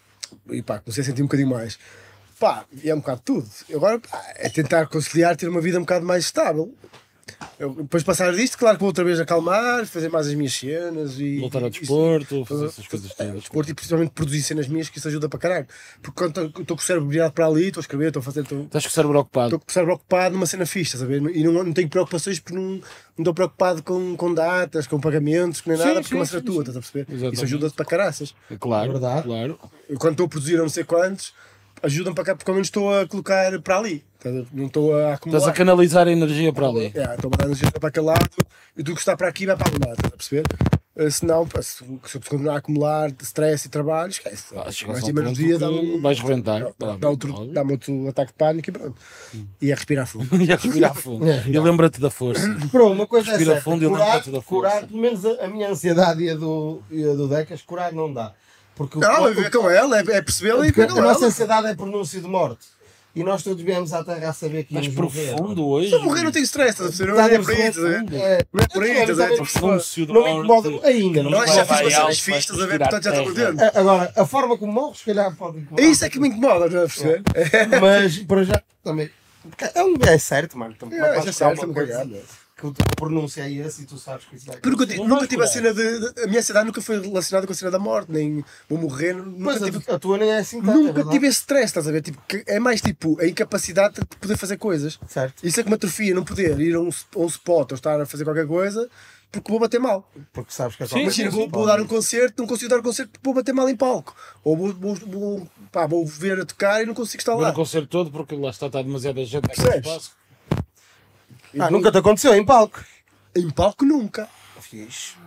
E pá, comecei a sentir um bocadinho mais. Pá, e é um bocado tudo. Agora, pá, é tentar conciliar, ter uma vida um bocado mais estável. Eu, depois de passar disto, claro que vou outra vez acalmar, fazer mais as minhas cenas e. Voltar ao e- desporto, fazer essas coisas todas. desporto e principalmente produzir cenas minhas, que isso ajuda para caralho. Porque quando estou com o cérebro virado para ali, estou a escrever, estou a fazer. Estou Estás com o cérebro ocupado. com o cérebro ocupado numa cena fixe, estás a ver? E não tenho preocupações porque não estou preocupado com datas, com pagamentos, com nem nada, porque é uma cena tua, estás a perceber? Exatamente. Isso ajuda-te para caraças. Claro, Verdade. claro. Eu, quando estou a produzir a não sei quantos, ajuda-me para cá, porque ao menos estou a colocar para ali. Estás a ver? Não estou a acumular. Estás a canalizar a energia para ali. Estou a dar energia para aquele lado e tudo que está para aqui vai para ali lado, estás a perceber? Senão, pá, se eu continuar a acumular stress e trabalho, esquece. Chegas Vais ao ter menos ponto dia, que vais reventar. dá-me outro ataque de pânico e pronto. E a respirar fundo. E a respirar fundo. É. E lembra-te da força. pronto, uma coisa Respira é certa, fundo e lembra-te da força. curar, pelo menos a minha ansiedade e a do Decas, curar não dá. Porque Não, é ver com ela, é percebê-la e porque ver com a nossa ela. ansiedade é pronúncio de morte. E nós todos viemos à Terra a saber que Mais íamos morrer. profundo hoje. Se eu morrer não tenho stress, estás a perceber? Não Está é no por aí, estás a ver? fundo. Não é por aí, estás a ver? Pronúncio de Não me incomoda morte. ainda. Não Não, me já incomoda. fiz vai umas alto, fixe, estás a vais ver? Portanto já estou respirar contente. Agora, a forma como morres, se calhar pode incomodar. É isso é que me incomoda, estás a perceber? Mas para já também. É certo, mano. Também É, vais já buscar certo, uma me coisa cagar. que o teu pronúncio é esse e tu sabes que isso vai Porque acontecer. nunca tive a cena a minha ansiedade nunca foi relacionada com a cena da morte, nem vou morrer, nunca Mas tive. a tua nem é assim tanto, é Nunca verdade? tive esse stress, estás a ver? Tipo, é mais tipo a incapacidade de poder fazer coisas. Certo. Isso é que me atrofia, não poder ir a um spot ou estar a fazer qualquer coisa porque vou bater mal. Porque sabes que a Sim, Imagina, vou dar um concerto, não consigo dar um concerto porque vou bater mal em palco. Ou vou ver a tocar e não consigo estar Ver lá. o concerto todo porque lá está demasiada gente naquele Percebes? espaço. nunca te aconteceu em palco. Em palco nunca. Fixe.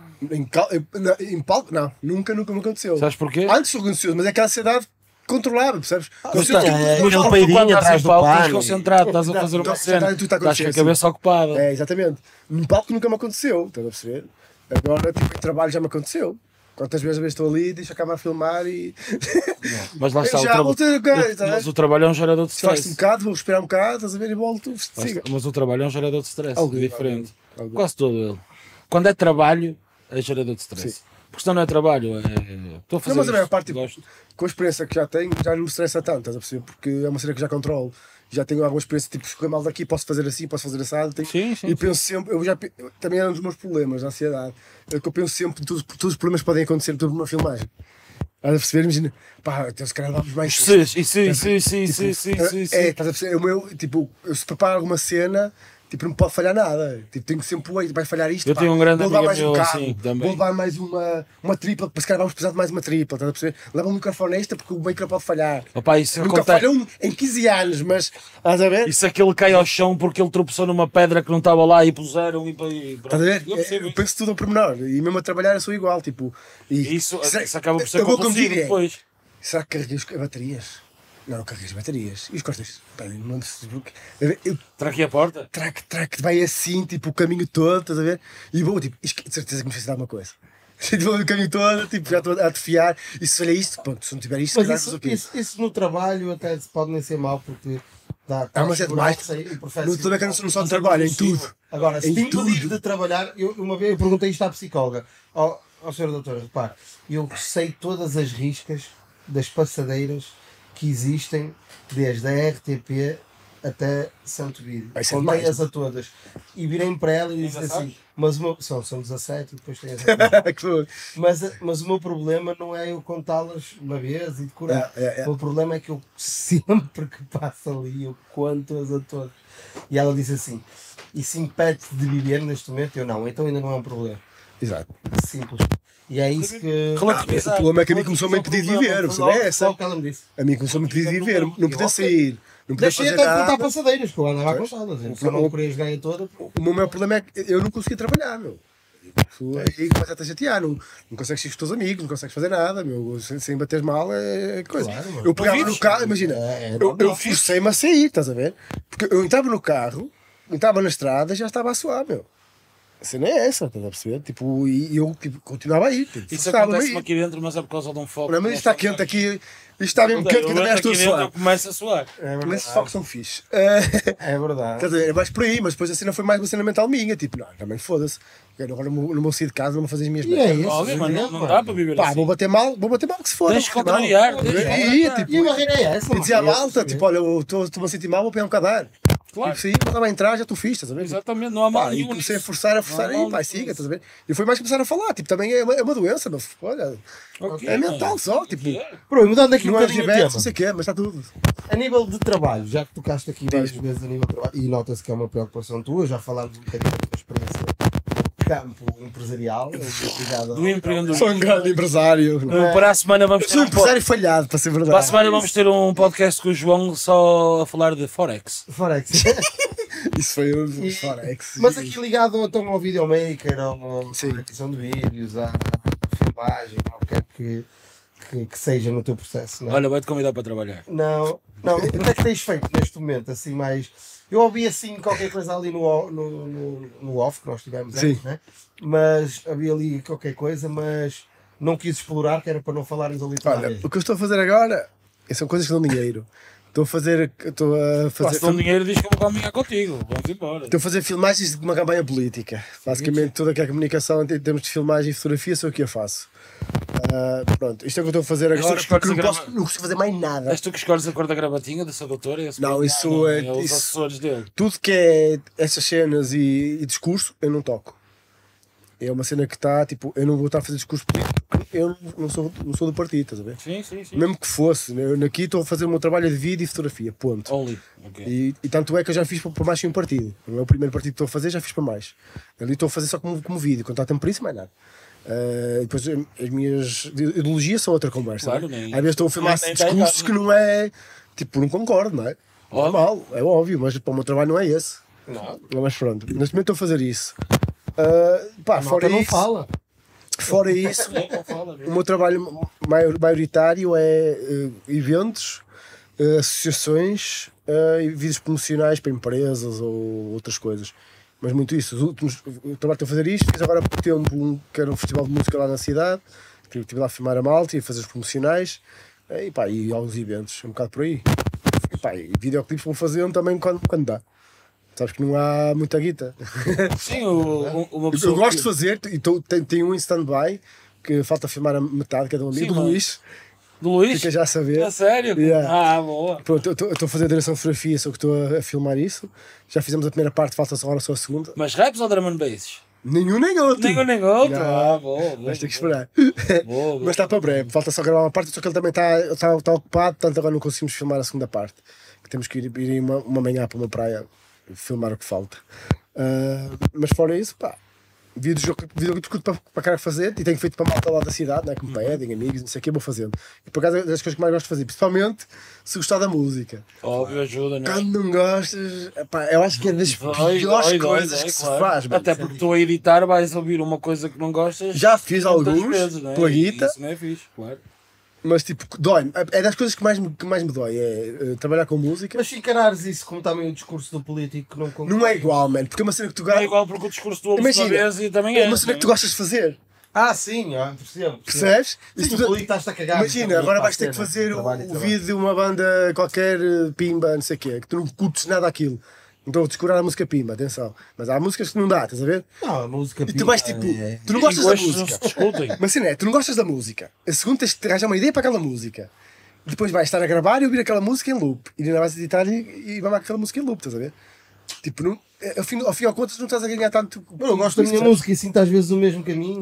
Em palco, não. Nunca me aconteceu. Sabes porquê? Antes sou ansioso, mas é aquela ansiedade controlável, percebes? Mas Ansioso, tá, tipo, é, não, aquele não, peirinho Quando estás atrás em do palco, estás pano. concentrado, estás a Não, fazer uma não, cena, tudo está a estás com a acontecer, cabeça ocupada. É, exatamente. Em palco nunca me aconteceu, estás a perceber? Agora, tipo, em trabalho já me aconteceu. Quantas vezes estou ali, deixo a câmara a filmar e. Mas lá está Eu o já trabalho. voltei a coisa, tá? Mas o trabalho é um gerador de Faz-te um stress. bocado, vou respirar um bocado, estás a ver, e volto, siga. Mas o trabalho é um gerador de stress. Algum, É diferente. algum. Quase todo ele. Quando é trabalho, é gerador de stress. Sim. Porque senão não é trabalho, estou a fazer Não, mas a maior isto, parte, tipo, gosto. com a experiência que já tenho, já não me estressa tanto, estás a perceber? Porque é uma cena que já controlo. já tenho alguma experiência, tipo, se correr mal daqui, posso fazer assim, posso fazer assado. Sim, sim, E penso sempre, também é um dos meus problemas, a ansiedade. É que eu penso sempre que todos os problemas podem acontecer tudo numa filmagem. Estás a perceber? Imagina, pá, então se calhar vamos mais. Sim. Estás a perceber? Eu se preparo alguma cena, tipo, não pode falhar nada. Tipo, tenho sempre, vai falhar isto. Eu tenho um grande vou levar amigo mais meu carro, assim, também. vou levar mais uma tripla, porque se calhar vamos precisar de mais uma tripla. Estás a perceber? Leva um microfone extra porque o micro pode falhar. Opa, isso Nunca acontece. falhou em 15 anos, mas estás a ver? E se aquele cai ao chão porque ele tropeçou numa pedra que não estava lá e puseram e Estás a ver? Eu percebo Eu isso. penso tudo ao pormenor. E mesmo a trabalhar eu sou igual. Tipo, e Isso acaba por ser eu vou compulsivo conduzir, depois. será que carreguei as baterias? Não carreguei as baterias. E os costas? Peraí, não sei. Eu Traquei a porta? track, vai assim, tipo, o caminho todo, estás a ver? E vou, tipo, de certeza que me fez dar alguma coisa. Vou o caminho todo, tipo, já estou a atrofiar. E se olha isto, pronto, se não tiver isto, se calhar Mas faz o quê? isso no trabalho até pode nem ser mau, porque dá Mas é demais. No também que eu não só no trabalho, em tudo. Agora, se Em te impedir tudo. de trabalhar, uma vez eu perguntei isto à psicóloga, ao senhor doutor, repare, eu sei todas as riscas das passadeiras que existem, desde a RTP até Santo Vídeo. Isso é demais. Contei-as a todas. E virei para ela e disse Ainda assim, sabes? mas o meu, são 17 e depois tem as Que foi. mas o meu problema não é eu contá-las uma vez e decorar. É. O meu problema é que eu sempre que passo ali eu conto-as a todas. E ela disse assim, e se impede de viver neste momento? Eu não, então ainda não é um problema. Exato. Simples. E é isso que... O problema é que a mim começou-me a impedir de viver, você não é essa? Só o que ela me disse. A mim começou-me a impedir de viver, não podia sair, não podia Deixei fazer até de contar nada. passadeiras, que eu andava a contá-las. Eu só não queria jogar em toda. O meu maior problema é que eu não conseguia trabalhar, meu. Aí começa a chatear, não consegues ir com os teus amigos, não consegues fazer nada, meu. Sem bater mal é coisa. Claro, mano. Eu pegava no carro, imagina, eu forcei-me a sair, estás a ver? Porque eu entrava no carro, entrava na estrada e já estava a suar, meu. A cena é essa, estás a perceber? Tipo, e eu tipo, continuava a ir. Tipo, Isso forçava-me a acontece-me ir. aqui dentro, mas é por causa de um foco. Não, mas isto está quente aqui, isto está mesmo quente, que eu também estou a suar. Começa a suar. Mas esses focos são fixe. É verdade. Quer dizer, é mais por aí, mas depois a cena foi mais uma cena mental minha, tipo, não, também foda-se. Eu agora não vou sair de casa, não vou fazer as minhas E é isso. Óbvio, mas não mano. dá para viver Pá, assim. vou bater mal que se foda. Tens de vou bater mal. contrariar, tens de E contrariar. tipo, E a barreira é essa, e dizia à mano. malta, tipo, olha, eu estou-me a sentir mal, vou pegar um cadáver. Claro. Tipo, sim, não estava a entrar, já estou fixe, estás a ver? Exatamente, não há mal Pá, e nenhum comecei a nisso. forçar, Não há mal aí, pá, nenhum siga, nisso. estás a ver? E foi mais começar a falar, tipo, também é uma doença, mas olha, Ok, é mental mano. só, tipo, Bro, mudando aqui um não é bocadinho o diabetes, não tema. sei o quê, mas está tudo. A nível de trabalho, já que tocaste aqui várias vezes a nível de trabalho, e nota-se que é uma preocupação tua, já falámos um bocadinho da tua experiência no campo empresarial, ligado Do empreendedor. Sou um grande empresário. Para a semana vamos ter Sou um um empresário falhado, para ser verdade. Para a semana vamos ter um podcast com o João só a falar de Forex. Forex. Isso foi o E- Forex. Mas aqui ligado então ao videomaker, à Sim. edição de vídeos, à filmagem, ao que quer que seja no teu processo, não é? Olha, vai-te convidar para trabalhar. Não, o que é que tens feito neste momento, assim, mais... Eu ouvi assim qualquer coisa ali no off que nós tivemos antes, Sim. né? Mas havia ali qualquer coisa, mas não quis explorar, que era para não falarmos ali toda a Olha, vez. o que eu estou a fazer agora são coisas que dão dinheiro. Estou a fazer. Se dão dinheiro, diz que eu vou caminhar contigo. Vamos embora. Estou a fazer filmagens de uma campanha política. Basicamente, toda aquela comunicação em termos de filmagem e fotografia sou o que eu faço. Pronto, isto é o que eu estou a fazer És tu agora que porque escolhes não a não consigo fazer mais nada. És tu que escolhes a cor da gravatinha dessa doutora? Esse Não, programa? isso é- Os isso- assessores dele. Tudo que é essas cenas e discurso, eu não toco. É uma cena que está, tipo, eu não vou estar a fazer discurso político porque eu não sou do partido, estás a ver? Sim, sim, sim. Mesmo que fosse, eu aqui estou a fazer o meu trabalho de vídeo e fotografia, ponto. Only. Ok. E tanto é que eu já fiz para mais que um partido. Não é o primeiro partido que estou a fazer, já fiz para mais. Ali estou a fazer só como vídeo, contratam por isso, mais nada. Depois as minhas ideologias são outra conversa. Claro, não é? nem- Às vezes estou a filmar nem- discursos que não é. Tipo, não concordo, não é? Normal, é óbvio, mas para o meu trabalho não é esse. Não, Mas pronto, neste momento estou a fazer isso. Pá, a fora malta não isso, fala. fora isso, Não fala, o meu trabalho maioritário é eventos, associações e vídeos promocionais para empresas ou outras coisas. Mas muito isso. O trabalho que estou a fazer isto, fiz agora há pouco tempo que era um festival de música lá na cidade, que estive lá a filmar a malta e a fazer os promocionais e alguns eventos, um bocado por aí. E videoclipes vou fazendo também quando dá. Sabes que não há muita guita. Sim, uma pessoa. Eu gosto de fazer, e tenho um em stand-by, que falta filmar a metade, que é de um amigo, Sim, do mas- Luís. Do Luís? Fica já a saber. A sério? Yeah. Ah, boa. Pronto, eu estou a fazer a direção de fotografia, só que estou a filmar isso. Já fizemos a primeira parte, falta agora só a segunda. Mas raps ou drum and bass? Nenhum nem outro. Nenhum nem outro. Yeah. Ah, boa. Vais ter que esperar. Boa. Mas está para breve, falta só gravar uma parte, só que ele também está ocupado, portanto agora não conseguimos filmar a segunda parte. Que temos que ir uma manhã para uma praia filmar o que falta. Mas fora isso, pá, vídeos para cara fazer e tenho feito para a malta lá da cidade, né, que me pedem, amigos, não sei o que, vou fazendo. E por acaso é das coisas que mais gosto de fazer, principalmente se gostar da música. Óbvio, ajuda, não é? Quando não gostas, epá, eu acho que é das piores coisas que se faz. Mano. Até porque tu a editar vais ouvir uma coisa que não gostas. Já fiz muitas alguns, vezes, não é? pela guita. Isso não é fixe, claro. Mas tipo, dói-me. É das coisas que mais me dói, é trabalhar com música. Mas se encarares isso como também o discurso do político que não concorda. Não é igual, mano, porque é uma cena que tu Não é gostas. igual porque o discurso do ouves uma Imagina, vez e também É é. uma cena que tu gostas de fazer, Ah, sim, percebo. percebes? Sim, Isso o tu- político estás-te a cagar. Imagina, agora vais ter que fazer o vídeo de uma banda qualquer, Pimba, não sei o quê, que tu não curtes nada daquilo. Não estou a descurar a música Pimba, atenção. Mas há músicas que não dá, estás a ver? Não, a música E tu vais tipo, tu não E gostas da gostos não música. se discutem. Mas assim, tu não gostas da música. A segunda tens de arranjar uma ideia para aquela música. Depois vais estar a gravar e ouvir aquela música em loop. E ainda vais editar e mamar aquela música em loop, estás a ver? Tipo, não, ao fim e ao contas não estás a ganhar tanto. Eu não gosto da minha música e sinto às vezes o mesmo caminho.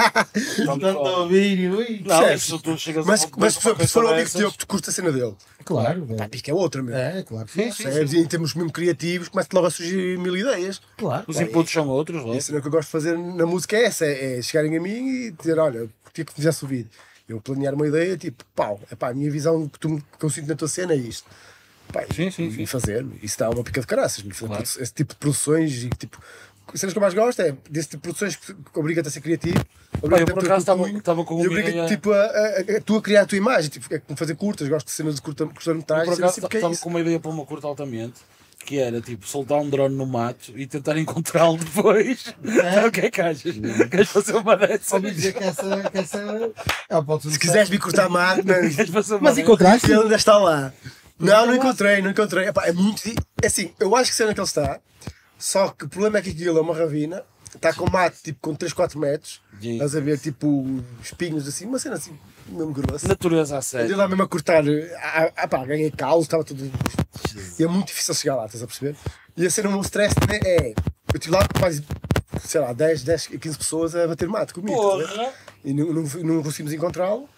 Tanto a ouvir e ui. Não, Percebes? isso tu chegas Mas, a um mas ponto se for um amigo dessas, teu que tu curtes a cena dele, Claro, pá, pica é outra, meu. claro que sim. Percebes? E em termos mesmo criativos, começa logo a surgir mil ideias. Claro. os inputs são outros, E logo. a cena que eu gosto de fazer na música é essa: é chegarem a mim e dizer, olha, eu queria que fizesse o vídeo. Eu planear uma ideia, tipo, pau, epá, a minha visão que eu sinto na tua cena é isto. Pá, Sim, sim, e sim. fazer, isso dá uma pica de caraças. Claro. Esse tipo de produções e tipo. Cenas que eu mais gosto é desse tipo de produções que obriga-te a ser criativo. Eu por acaso estava com e uma obriga-te ideia. tipo, a tu a criar a tua imagem, tipo, é como fazer curtas, gosto de cenas de Eu por curta-metragem, acaso assim, porque é estava isso. com uma ideia para uma curta altamente, que era tipo soltar um drone no mato e tentar encontrá-lo depois. O que é que achas? Queres fazer uma dessas? Ouvi dizer que essa pode ser Se quiseres me cortar máquinas, Queres fazer uma Mas dessas? encontraste? ele ainda está lá. Não encontrei. Epá, é muito. É assim, eu acho que cena que ele está, só que o problema é que aquilo é uma ravina, está com mato tipo com 3, 4 metros, Sim. estás a ver tipo espinhos assim, uma cena assim, mesmo grossa. Natureza a Andei sério. lá mesmo a cortar, pá, ganhei calos, estava tudo. E é muito difícil chegar lá, estás a perceber? E a cena, o meu stress né, é. Eu tive lá quase, sei lá, 10, 15 pessoas a bater mato comigo, estás a ver? Porra! E não conseguimos encontrá-lo.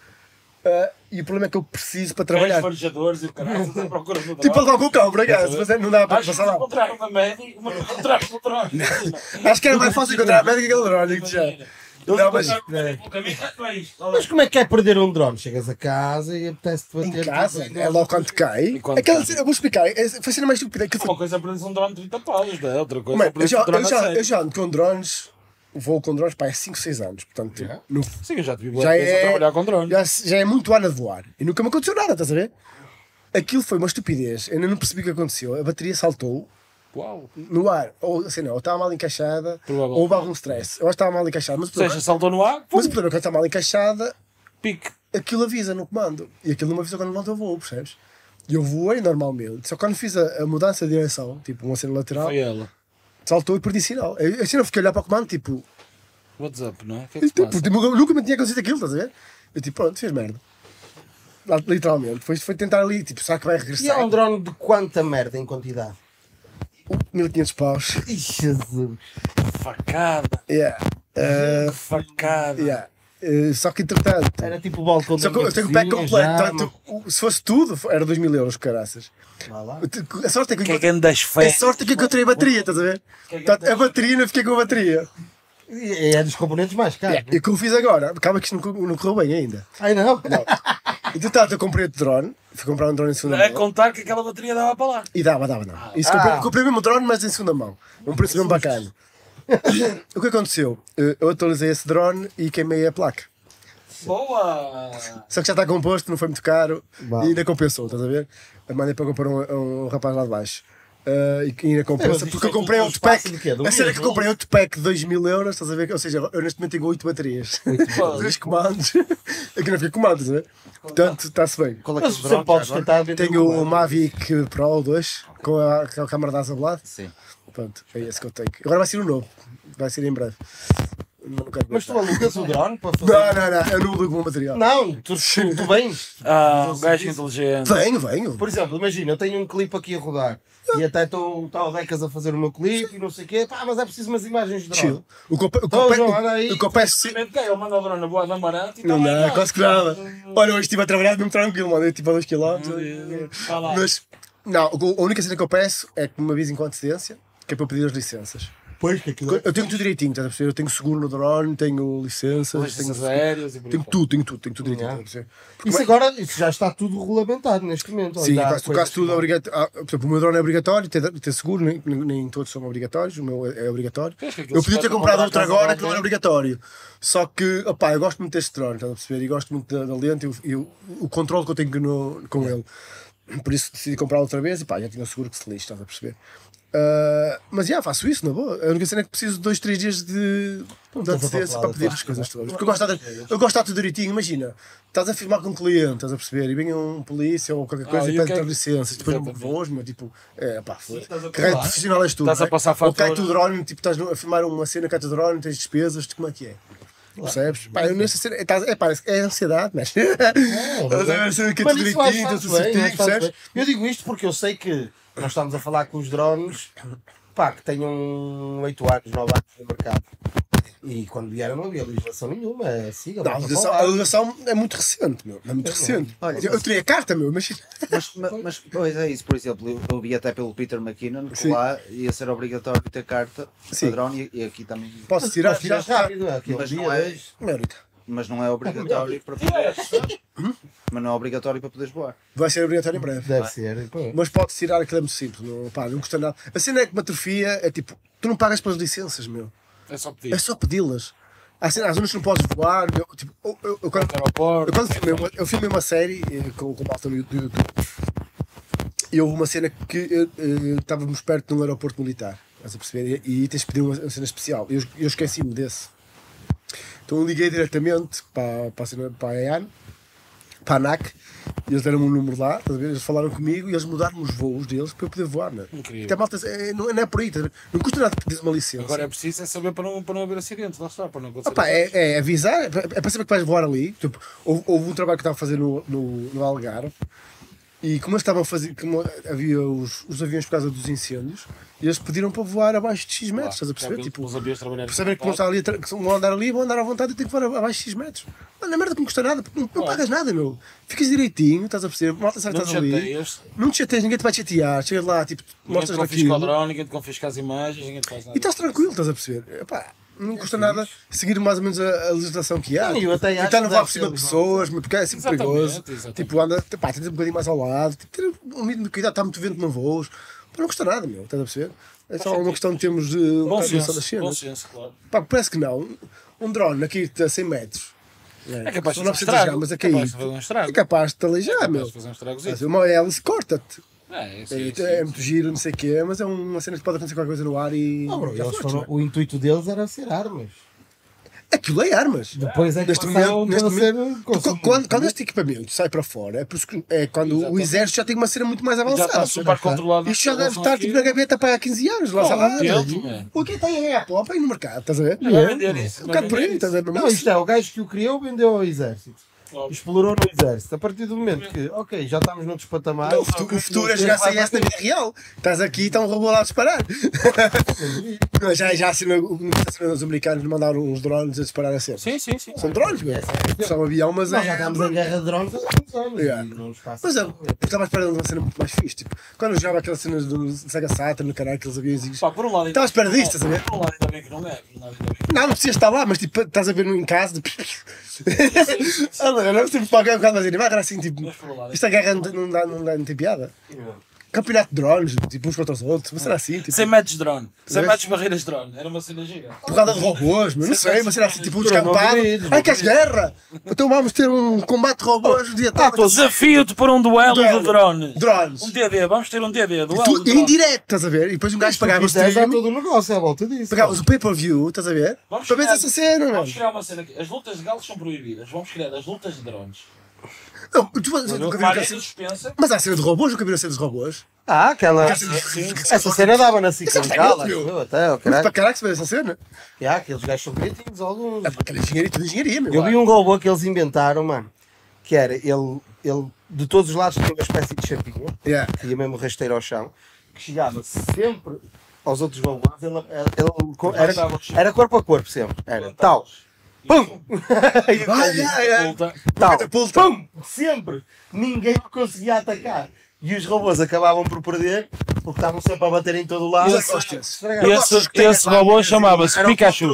E o problema é que eu preciso para Vários trabalhar. farejadores e o caralho, à procura do Tipo, drone. ele com o cão, por acaso, mas não dá para Acho que passar lá. encontrar uma média, mas não encontrar o drone. Acho que era mais fácil encontrar a médica que aquele drone, digo já. Não, mas O caminho é isto. Mas como é que é perder um drone? Chegas a casa e apetece-te em bater. casa, é logo quando cai. E quando Aquela cai. cena, eu vou explicar, foi a cena mais estúpida. Que Uma coisa é perder um drone de 30 paus, não é? Outra coisa Mano, é perder um drone a eu sério. já ando com drones, vou com drones pá, há 5, 6 anos. Portanto, no- Sim, eu já te vi já, boas vezes a trabalhar com drone. já é muito ano a voar. E nunca me aconteceu nada, estás a ver? Aquilo foi uma estupidez, eu ainda não percebi o que aconteceu. A bateria saltou Uau. no ar, ou assim, não, ou estava mal encaixada, Provavelmente. ou houve algum stress. Eu acho que estava mal encaixada, mas o Ou seja, problema, saltou no ar, mas o problema é que ela está mal encaixada, pique. aquilo avisa no comando. E aquilo não me avisa quando volta o voo, percebes? E eu voei normalmente, só que quando fiz a mudança de direção, tipo uma cena lateral, Foi ela. saltou e perdi sinal. Eu assim não fiquei a olhar para o comando, tipo, What's up, não é? O que é que se tipo, passa? eu nunca me tinha acontecido aquilo, estás a ver? Eu tipo, pronto, fez merda. Literalmente, foi tentar ali, tipo, será que vai E é regressar? um drone de quanta merda em quantidade? 1500 paus. Ih, Jesus. Facada. Yeah. Que facada. Yeah. Só que entretanto, Era tipo o balcão só da que eu minha tenho o pack cozinha, completo. já, Portanto, se fosse tudo, era 2000 euros, caraças. Vá lá. A sorte é que Que é que andas a férias? sorte é que eu encontrei a bateria, estás a ver? Portanto, a bateria, não fiquei com a bateria. E é dos componentes mais caros. E o que eu fiz agora, acaba que isto não correu bem ainda. Ai não? Entretanto, eu comprei outro drone, fui comprar um drone em segunda A mão. contar que aquela bateria dava para lá. E dava. Isso comprei mesmo um drone, mas em segunda mão. Um preço mesmo bacana. O que aconteceu? Eu atualizei esse drone e queimei a placa. Boa! Só que já está composto, não foi muito caro Bah. e ainda compensou, estás a ver? Eu mandei para comprar um rapaz lá de baixo. E ainda compensa, mas isto porque eu é comprei tudo outro espaço pack. de quê? De um A cena é mês, que eu não? comprei outro pack de 2000 euros, estás a ver? Ou seja, eu neste momento tenho 8 baterias. 3 comandos. Aqui não fica comando, estás a ver? Portanto, está-se bem. Qual é Mas que é o você drone pode já agora? tentar vender Tenho um o Mavic Pro 2 com a câmara da asa blade. Sim. Pronto, é esse que eu tenho. Agora vai ser o novo. Vai ser em breve. não quero Mas tu gastar. alugas o drone para fazer. Não, eu não alugo o meu material. Não, tu vens. Ah, um gajo inteligente. Venho. Por exemplo, imagina, eu tenho um clipe aqui a rodar e até estou o Decas a fazer o meu clipe e não sei o quê, pá, mas é preciso umas imagens de drone. Chill. O que João, olha aí. eu peço. Ele manda o drone na boa da Amarante e Não tá lá, dá, quase que nada. Olha, hoje estive a trabalhar mesmo tranquilo, mano. Eu tipo a 2 km. Tá lá. Mas, não, a única cena que eu peço é que me avisem com antecedência, que é para eu pedir as licenças. Pois, que aquilo Eu tenho tudo direitinho, estás a perceber? Eu tenho seguro no drone, tenho licenças, Licenças aéreas e por aí tenho tudo direitinho, estás a perceber? Isso agora isso já está tudo regulamentado neste momento. Sim, Ainda há quase coisas tudo que é obrigatório. Por exemplo, o meu drone é obrigatório, ter seguro, nem todos são obrigatórios, o meu é obrigatório. Tens que aquilo Eu podia ter se pode comprado comprar outro casa agora qualquer. que não era obrigatório. Só que, opá, eu gosto muito deste drone, estás a perceber? E gosto muito da lente e o controle que eu tenho com ele. Por isso decidi comprar outra vez e pá, já tinha o seguro que se lixe, estás a perceber? Mas já, faço isso, na boa. A única cena é que preciso de 2, 3 dias de antecedência para pedir as coisas todas. Porque eu gosto de estar tudo direitinho. Imagina, estás a filmar com um cliente, estás a perceber? E vem um polícia ou qualquer coisa e e o pede que é as licenças. Depois Exatamente. voos, meu, tipo, pá, foda-se. estás a Carreira falar. profissional és tudo. Estás a não é? passar Ou cai-te fatura. o drone, tipo, estás a filmar uma cena, cai-te o drone, tens despesas, como é que é? Percebes? Pá, eu nessa cena, parece que é ansiedade, mas. Estás a ver a cena que é Mas tudo isso faz direitinho, tudo bem, certinho, mas faz percebes? bem. Eu digo isto porque eu sei que nós estamos a falar com os drones pá, que tenham 8 anos, 9 anos no mercado. E quando vieram não havia legislação nenhuma. É siga, Não, a legislação é muito recente, meu. É muito recente. Olha, Eu teria a carta, meu, mas. Mas pois é isso, por exemplo, eu vi até pelo Peter McKinnon que Sim. lá ia ser obrigatório ter carta Sim. padrão e aqui também. Posso tirar? Mas tiras rápido, é aquele Mas dia, não é- dois. Merita. Mas não é obrigatório para poderes. Mas não é obrigatório para poderes voar. Vai ser obrigatório em breve. Deve ser. Pô. Mas pode tirar, aquilo é muito simples. Não, pá, não custa nada. A cena é que uma atrofia é tipo, tu não pagas pelas licenças, meu. É só pedir. É só pedi-las. Há zonas que não podes voar. Tipo, eu quando, Aeroporto. eu filmei uma série com o malta do YouTube. E houve uma cena que estávamos perto de um aeroporto militar. Estás a perceber? E tens de pedir uma cena especial. Eu esqueci-me desse. Então eu liguei diretamente para a EAN, para a ANAC, e eles deram-me um número lá, estás a ver? Eles falaram comigo e eles mudaram os voos deles para eu poder voar. Né? Incrível. Então, malta, não é por aí, estás a ver? Não custa nada pedir uma licença. Agora é preciso saber para não haver acidentes, lá está, para não acontecer. Opa, é avisar, é para saber que vais voar ali. Tipo, houve um trabalho que estava a fazer no Algarve. E como eles estavam a fazer, como havia os aviões por causa dos incêndios, e eles pediram para voar abaixo de X metros, estás a perceber? Tipo, os aviões trabalharem. percebem que vão estar ali, que vão andar ali, vão andar à vontade e têm que voar abaixo de X metros. Mano, é merda que não custa nada, porque não pagas nada, meu. Ficas direitinho, estás a perceber? Malta sabe que Não te estás ali. chateias, Não te chateias, ninguém te vai chatear. Chegas lá, tipo, ninguém te mostras confisca o aquilo. drone, ninguém te confisca as imagens, ninguém te faz E nada. estás tranquilo, estás a perceber? Epá, não custa nada seguir mais ou menos a legislação que há. Não, eu até acho Tentar não que voar deve por cima de ser, pessoas, porque é sempre perigoso. Exatamente. Tipo, anda, pá, tens um bocadinho mais ao lado, tipo, ter um mínimo de cuidado, está muito vento no voos. Pá, não custa nada, meu, estás a perceber? É só uma questão de termos de Bom noção das senso, bom cenas. senso, claro. Pá, parece que não. Um drone aqui a 100 metros. É capaz de São fazer 900 um estrago. gramas a É capaz cair. de fazer um estrago. É capaz de te aleijar, Capaz meu. de fazer um estrago. Mas uma hélice corta-te. Isso, É muito giro, não sei o quê, mas é uma cena que pode acontecer qualquer coisa no ar e. Não, bro, já eles foste, foram- o intuito deles era ser armas. Aquilo é armas. Depois é que Neste passaram momento, a ser quando este equipamento sai para fora, é, por isso que- é quando o Exatamente. exército já tem uma cena muito mais Já está avançada. super controlado. Isto já deve estar tipo, na gaveta para há 15 anos. Lá sabe? dentro, man. O que tem é a pop aí no mercado, estás a ver? Vai vender isso. Um bocado por aí, estás a ver? Não, isto é, o gajo que o criou vendeu ao exército. Óbvio. Explorou no exército. A partir do momento que, ok, já estamos noutros patamares. O futuro é jogar CS na vida real. Estás aqui e está um robô lá a disparar. Mas já assim, os americanos mandaram uns drones a disparar a cena. Sim. São drones, meu. São avião, mas Nós já estamos em guerra de drones há muitos anos. Yeah. E não nos passa. Mas eu estava esperando uma cena muito mais fixe. Tipo, quando eu jogava aquelas cenas do Sega Saturn, no canal, aqueles aviões. Pá, por um lado. Estava à espera disto, estás a ver? Por um lado, ainda bem que não é. Por um lado, ainda bem que Não precisas estar lá, mas tipo, estás a ver em casa. Tipo... Eu não sei para um bocado mais animado, era assim, tipo. Mas por um lado. Esta guerra não tem piada. Campeonato de drones, tipo, uns contra os outros, mas será assim, tipo. 100 metros de drone. 100 Vês? metros de barreiras de drone. Era uma cena gira. Porrada de robôs, mas não sei, mas será assim, tipo, um descampado. Não, Ai, queres guerra? Então vamos ter um combate de robôs no dia todo. Desafio-te por um duelo de drones. Drones. Um DD, vamos ter um DD. Duelo Tu, de em drones. direto, estás a ver? E depois um gajo pagava o Isto é já stream, todo o negócio à volta disso. pagavas o pay-per-view, estás a ver? Vamos Para ver criar- essa cena, mano. Vamos criar uma cena aqui. As lutas de galos são proibidas. Vamos criar as lutas de drones. Não, nunca viram aquela cena- suspensa. Mas há a cena de robôs, nunca viram a cena dos robôs? Aquela. Sim. Essa cena dava na Ciclocala. meu. Até, Para caralho que se vê essa cena? aqueles gajos são criativos, alguns. É para aquela engenharia, tudo engenharia, meu. Eu vi um robô que eles inventaram, mano, que era ele de todos os lados tinha uma espécie de chapinha, Yeah. que ia mesmo rasteiro ao chão, que chegava sempre aos outros robôs, era corpo a corpo sempre, era tal, pum, tal, Catapulta. pum, sempre, ninguém o conseguia atacar. E os robôs acabavam por perder, porque estavam sempre a bater em todo o lado. Esse robô chamava-se Pikachu.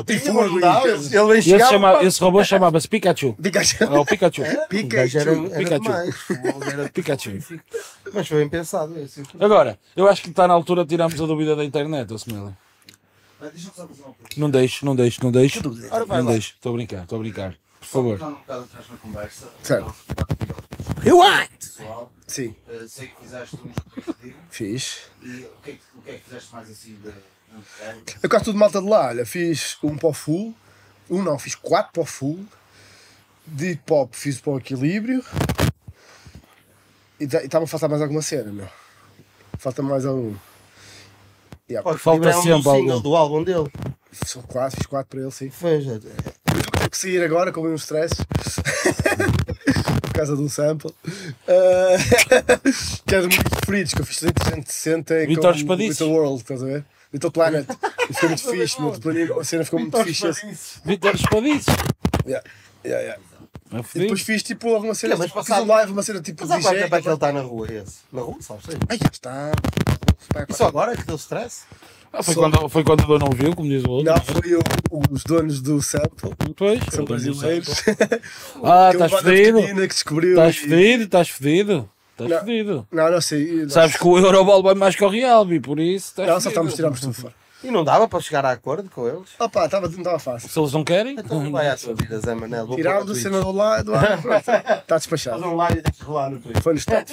Esse robô chamava-se Pikachu. Pikachu. É o Pikachu. O gajo era Pikachu. demais. Pikachu. Mas foi bem pensado esse. Agora, eu acho que está na altura de tirarmos a dúvida da internet, ô Smiley. Deixa-me só fazer uma pergunta. Não deixe. Não deixe. vai Não lá. deixe. Estou a brincar. Por favor. Não, um bocado atrás na conversa. Certo. Pessoal, Sim, sei que fizeste um pedido fiz. e o que é que fizeste mais assim de. Eu quase tudo malta de lá. Olha, fiz um para o full. Fiz 4 para o full. De hip hop fiz para o equilíbrio. E estava a faltar mais alguma cena, meu. Falta mais algum. Yeah. Falta sempre um single algum. do álbum dele. São 4, fiz 4 para ele, sim. Foi, já. Tenho que sair agora com uns stress. Por causa de um sample. Que é de muitos preferidos, que eu fiz 360 Vitor com Espadices. Little World, estás a ver? Little Planet. E ficou muito fixe, muito planinho. A cena ficou muito fixe. Vitor Espadices. Yeah. É E fedido. depois fiz tipo alguma cena, Mas fiz passado- um live, uma cena tipo Mas há quanto DJ. tempo é que ele está na rua esse? Na rua, sabes? Ai, já está. E só agora é que deu stress? Foi quando o não viu, como diz o outro. Não, foi os donos do sample, Depois. são brasileiros. Ah, Aquela estás banda fedido. pequenina que descobriu. Estás e- fedido. Estás Não. fedido. Não sei. Sabes que o Euroball vai mais que o Real, e por isso estás Não, só fedido. estamos tiramos tudo fora. E não dava para chegar a acordo com eles? Opa, não estava fácil. Se eles não querem, Então vai à sua vida, Zé Manel. Vou pôr Tirámos no a Twitch. cena do lado, está Faz despachado. um live e deixa rolar no Twitch. Foi no instante.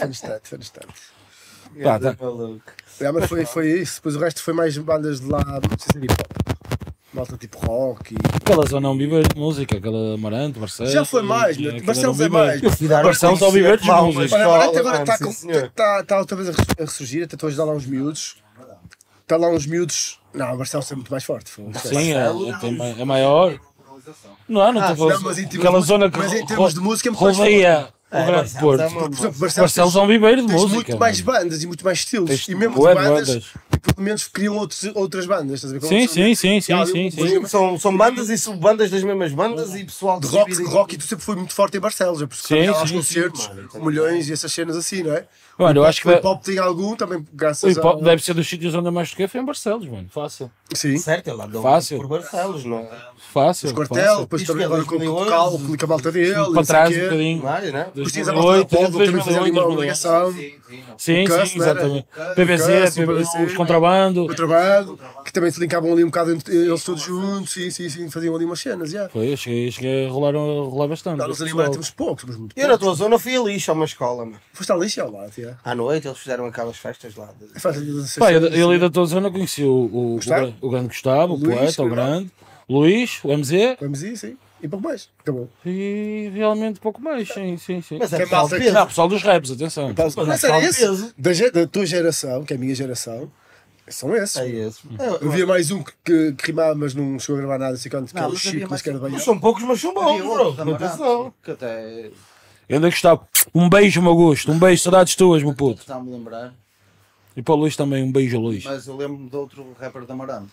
Tá. Maluco. Mas foi isso. Depois o resto foi mais bandas de lá, não sei se é hip hop. Malta tipo rock e. aquela zona é um viver de música, aquela Amarante, Barcelos. Já foi mais, e né? aquilo Barcelos era é um viver. mais. Eu fui dar Barcelos ao viver de música. Olha, Amarante agora mano, está sim, senhor. outra vez a ressurgir, até estou a ajudar lá uns miúdos. Está lá uns miúdos. Não, o Barcelos é muito mais forte. Sim, é maior. Não estou a Não, falar. mas em termos Aquela de- zona que mas em termos de música é muito mais rodeia o Grande Barcelos Porto. é uma- Por exemplo, Barcelos é um viveiro de tens música. muito mais mano. bandas e muito mais estilos. Tens E mesmo bué de de bandas, bandas. e pelo menos criam outras bandas. Estás a ver? Como Sim, são- sim. há ali um- São bandas e subbandas das mesmas bandas e pessoal De que rock, se divide- rock, e tu sempre foi muito forte em Barcelos. É por isso que Sim, há aos sim, concertos, milhões e essas cenas assim, não é? Mano, eu acho que O hip hop tem algum também, o graças hip hop a. deve ser dos sítios onde eu mais toquei foi em Barcelos, mano. Fácil. Sim. Certo, ele andou Fácil. por Barcelos, não é? Fácil. Os quartel, fácil. depois Isto também é agora com o 2008, Cal, com a malta dele. Para não sei trás o um quê. bocadinho. Mais, né? Depois tinhas a malta da 2008, Apollo, também fazia ali uma 2008. ligação. Sim, Cuss, sim, não era? exatamente. PVC, Cuss, PVC. os contrabando. O trabalho, que também se linkavam ali um bocado entre eles todos juntos, sim, faziam ali umas cenas, já. Foi, eu cheguei a rolar bastante. Não, nos animais temos poucos, mas muito Eu na poucos. tua zona fui a lixo a uma escola, mano. Foste à lixa ao lado, já. À noite eles fizeram aquelas festas lá. Pá, eu ali da tua zona conheci o Gustavo? o grande Gustavo, o Luís, poeta, o grande, o Luís, o MZ Vamos ir, sim. E pouco mais. Acabou. e realmente pouco mais, sim. Mas é Que pessoal malta de que- peso. Não, pessoal dos raps, atenção. Mas Mas era é esse? peso. Da tua geração, que é a minha geração, são esses. É esse. Havia mais um que rimava, mas não chegou a gravar nada, assim, quanto, que é Não, o mas havia Chico, mas mais que era de Não Banhão. são poucos, mas são bons, Havia outro bro. da Atenção. Amarante, que até Eu ainda gostava. Um beijo, meu gosto. Um beijo, saudades tuas, meu puto. está-me a lembrar, E para o Luís também, um beijo, Luís. mas eu lembro-me de outro rapper da Amarante.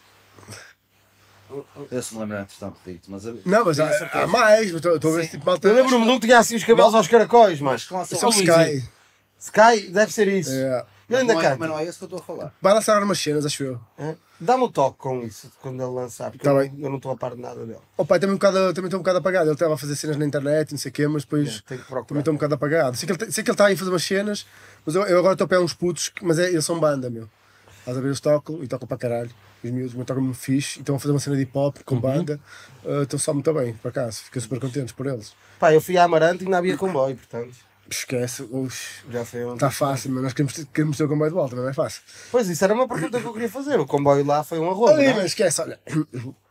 Esse me lembro entretanto dito, mas Não, mas há mais, mas estou a ver se tipo malta. Eu lembro-me de um que tinha assim os cabelos aos caracóis, mas. que lançou Isso é o Sky. Sky, deve ser isso. É. Eu ainda mas canto. não é esse que eu estou a falar. Vai lançar umas cenas, acho eu. É? Dá-me um toque com isso quando ele lançar, porque Tá eu, bem. eu não estou a par de nada dele. O pai também estou um bocado apagado. Ele estava a fazer cenas na internet, não sei o quê, mas depois Tenho que também procurar. estou um bocado apagado. Sei que ele está aí a fazer umas cenas, mas eu agora estou a pegar uns putos, mas eles são banda, meu. Estás a ver, eles tocam e tocam para caralho. Os miúdos tocam muito fixe e estão a fazer uma cena de hip hop com banda. Estão só muito bem, por acaso. Fiquei super contentes por eles. Pá, eu fui a Amarante e ainda havia comboio, portanto. Esquece, Já foi onde. está fácil, mas nós queremos ter o comboio de volta, mas não é fácil. Pois isso era uma pergunta que eu queria fazer. O comboio lá foi um arroz. Olha, não é? mas esquece, olha.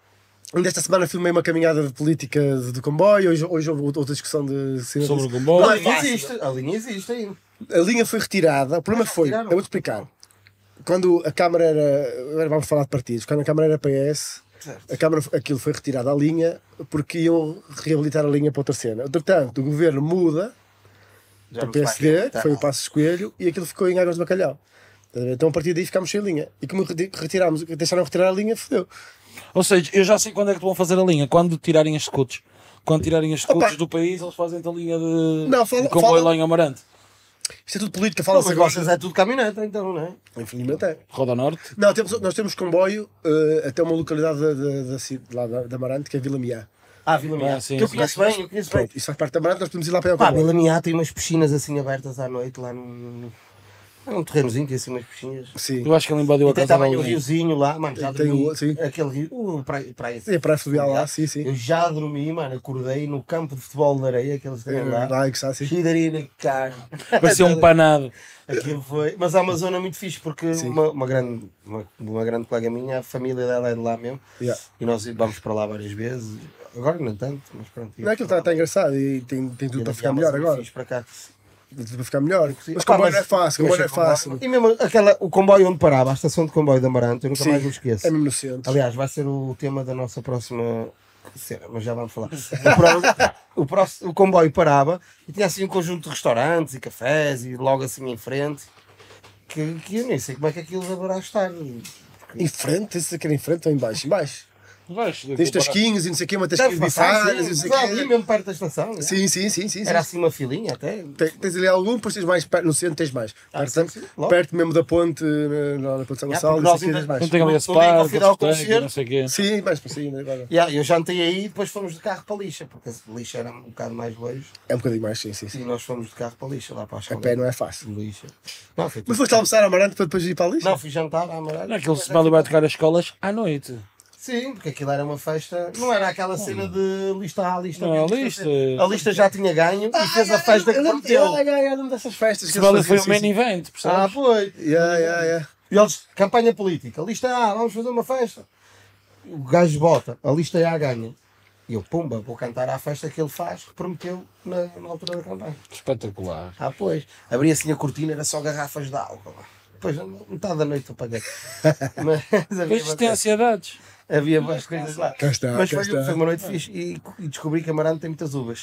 Ainda esta semana filmei uma caminhada de política de comboio, hoje houve outra discussão Sobre o de... comboio. A linha existe, a linha existe ainda. A linha foi retirada, o problema foi, eu vou-te explicar, quando a Câmara era, agora vamos falar de partidos, quando a Câmara era PS, a Câmara, aquilo foi retirado a linha porque iam reabilitar a linha para outra cena. Entretanto, o governo muda Já para o não se vai PSD, reabilitar. que foi o Passos Coelho, e aquilo ficou em Águas de Bacalhau. Então a partir daí ficámos sem linha. E como retirámos, deixaram retirar a linha, fodeu. Ou seja, eu já sei quando é que vão fazer a linha. Quando tirarem as escudos. Quando tirarem as escudos Opa. do país, eles fazem a linha de, Não, fala- de comboio fala- lá em Amarante. Isto é tudo política, Não, fala-se mas agora. vocês é tudo caminhonete, então, não é? Infelizmente é. Roda Norte. Não, nós temos comboio até uma localidade lá da Amarante, que é Vila Miá. Ah, Vila Miá. Ah, sim, Que eu sim. conheço bem, eu conheço bem. Pronto, isso faz parte da Amarante, nós podemos ir lá para o Pá, comboio. Vila Miá tem umas piscinas assim abertas à noite lá num terrenozinho, tem assim umas piscinas. Sim. Eu acho que ele invadiu a E tem casa de também o alguém. riozinho lá, mano, já Tem dormi. o- sim. Aquele rio, praia. É para a fluvial lá, sim, sim. Eu já dormi, mano, acordei no campo de futebol de areia, que eles têm lá. Lá, que está assim. Cheio de areia na cara. Parecia um panado. Aquilo foi. Mas a Amazônia é muito fixe porque Sim. uma grande colega minha, a família dela é de lá mesmo. Yeah. E nós vamos para lá várias vezes. Agora não tanto, mas pronto. Não é que ele está engraçado e tem tudo para ficar melhor agora. Fixe para cá. Tem tudo para ficar melhor. Mas Pá, comboio não é fácil, comboio não é fácil. E mesmo o comboio onde parava, a estação de comboio de Amarante, eu nunca Sim, mais me esqueço. é mesmo no centro. Aliás, vai ser o tema da nossa próxima cena, mas já vamos falar. O comboio parava e tinha assim um conjunto de restaurantes e cafés e logo assim em frente, que eu nem sei como é que aquilo deverá estar. Em frente, tens aqui em frente ou em baixo? Em baixo. Tens Tens tasquinhos e não sei o quê, uma Deve tasquinha de passar, bifanas e não sim, sei mas o ali quê. mesmo perto da estação. né? Sim. Era assim uma filinha até. Tens ali algum, depois tens mais perto, no centro tens mais. sim, logo. Perto mesmo da ponte, na ponte de São Gonçalo, porque não nós sei o quê, ainda- tens mais. Não tem ali esse Domingo ao parque, final do esse tanque, concerto. não sei o quê. Sim, mais para cima agora. Eu jantei aí e depois fomos de carro para a lixa, porque a lixa era um bocado mais longe É um bocadinho mais, sim. e nós fomos de carro para a lixa, lá para a A escola. pé não é fácil. de lixa. Não, foi tudo. Mas foste almoçar a Amarante para depois ir para a lixa? Não, fui jantar à Amarante. Não, aquele semana vai tocar as escolas à noite. Sim, porque aquilo era uma festa, não era aquela cena de lista A, lista B. Não, a lista C. lista. A lista já tinha ganho e fez a festa que prometeu. Eu lembro dessas festas. Esse vale foi o main event, Ah, percebes? foi. Yeah. E eles, campanha política, lista A, vamos fazer uma festa. O gajo bota, a lista A ganha. E eu, pumba, vou cantar à festa que ele faz, que prometeu na altura da campanha. Espetacular. Ah, pois. Abri assim a cortina, era só garrafas de álcool. Depois, metade da noite eu paguei. Mas Depois isto tem ansiedades. havia mais coisas lá. Cá está, Mas cá foi, está. foi uma noite fixe e descobri que Amarante tem muitas uvas.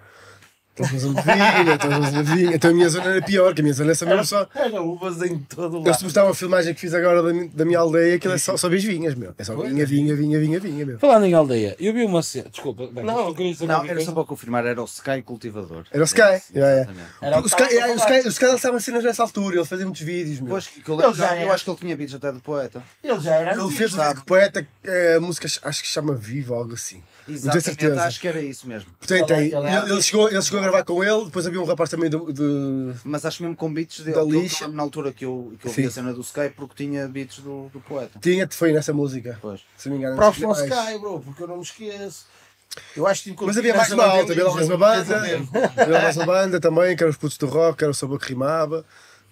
Estás uma vinha. Então a minha zona era pior, que a minha zona é só mesmo só. Era uvas em todo o Eu se lado. mostrar uma filmagem que fiz agora da minha aldeia, aquilo é só vês vinhas, meu. É só vinha, meu. Falando em aldeia, eu vi uma cena. Desculpa, Não, tu querias dizer Não, qualquer era só coisa? para confirmar, era o Sky Cultivador. Era o Sky. Exatamente. Era O Sky lançava cenas nessa altura, ele fazia muitos vídeos, meu. Pois, que Ele já eu era. acho que ele tinha vídeos até do poeta. Ele já era. Ele fez sabe. um poeta, música, acho que se chama Viva, algo assim. Não tenho Exatamente, certeza. acho que era isso mesmo. Portanto, Ele ele chegou a gravar com ele, depois havia um rapaz também de Mas acho mesmo com beats dele. Da que eu lixa. lembro na altura que eu Sim. vi a cena do Sky porque tinha beats do poeta. tinha, foi nessa música. Pois. Se não me engano. Props não para o sei mais. Sky, bro, porque eu não me esqueço. Eu acho que tive Mas havia mais nessa malta, bandeira, havia lá mais uma banda, exatamente. havia lá mais uma banda também, que eram os putos do rock, que era o sabor que rimava,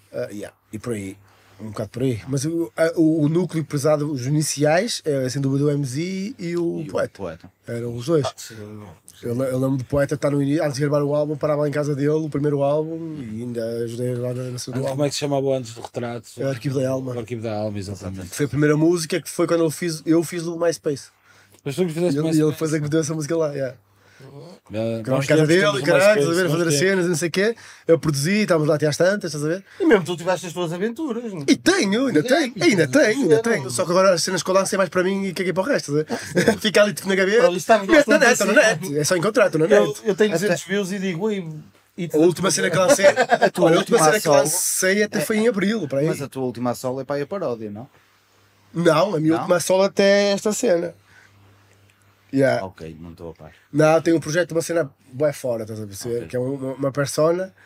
e por aí, um bocado por aí. Mas o núcleo pesado, os iniciais, é sem dúvida o MZ e o Poeta, eram os dois. Eu lembro do Poeta estar no início, antes de gravar o álbum, parava lá em casa dele, o primeiro álbum, e ainda ajudei lá na cena do Como álbum. é que se chamava antes do retrato? É o Arquivo da Alma. O Arquivo da Alma, exatamente. Foi a primeira música que foi quando eu fiz do MySpace. Mas tu que E fizeste ele foi a que me deu essa música lá, yeah. Gravava Nós em casa temos dele, todos e o caralho, MySpace, estás a ver, a nós fazer as temos. cenas e não sei o quê. Eu produzi, estávamos lá até às tantas, estás a ver? E mesmo tu tiveste as tuas aventuras. não? E tenho, ainda tenho. Só que agora as cenas que eu lancei mais para mim e caguei para o resto, estás a ver? Fica ali tipo na gaveta. Olha, está Mete na net, assim. na net. É só encontrar, estou na net. Eu tenho 200 views e digo, ui. A última cena que lancei, olha, a última cena que lancei até foi em abril, para aí. Mas a tua última solo é para aí a paródia, não? Não, a minha Não? última solo até esta cena. Yeah. Ok, não estou a par. Não, tem um projeto, uma cena boa fora, estás a perceber? Ok. Que é uma persona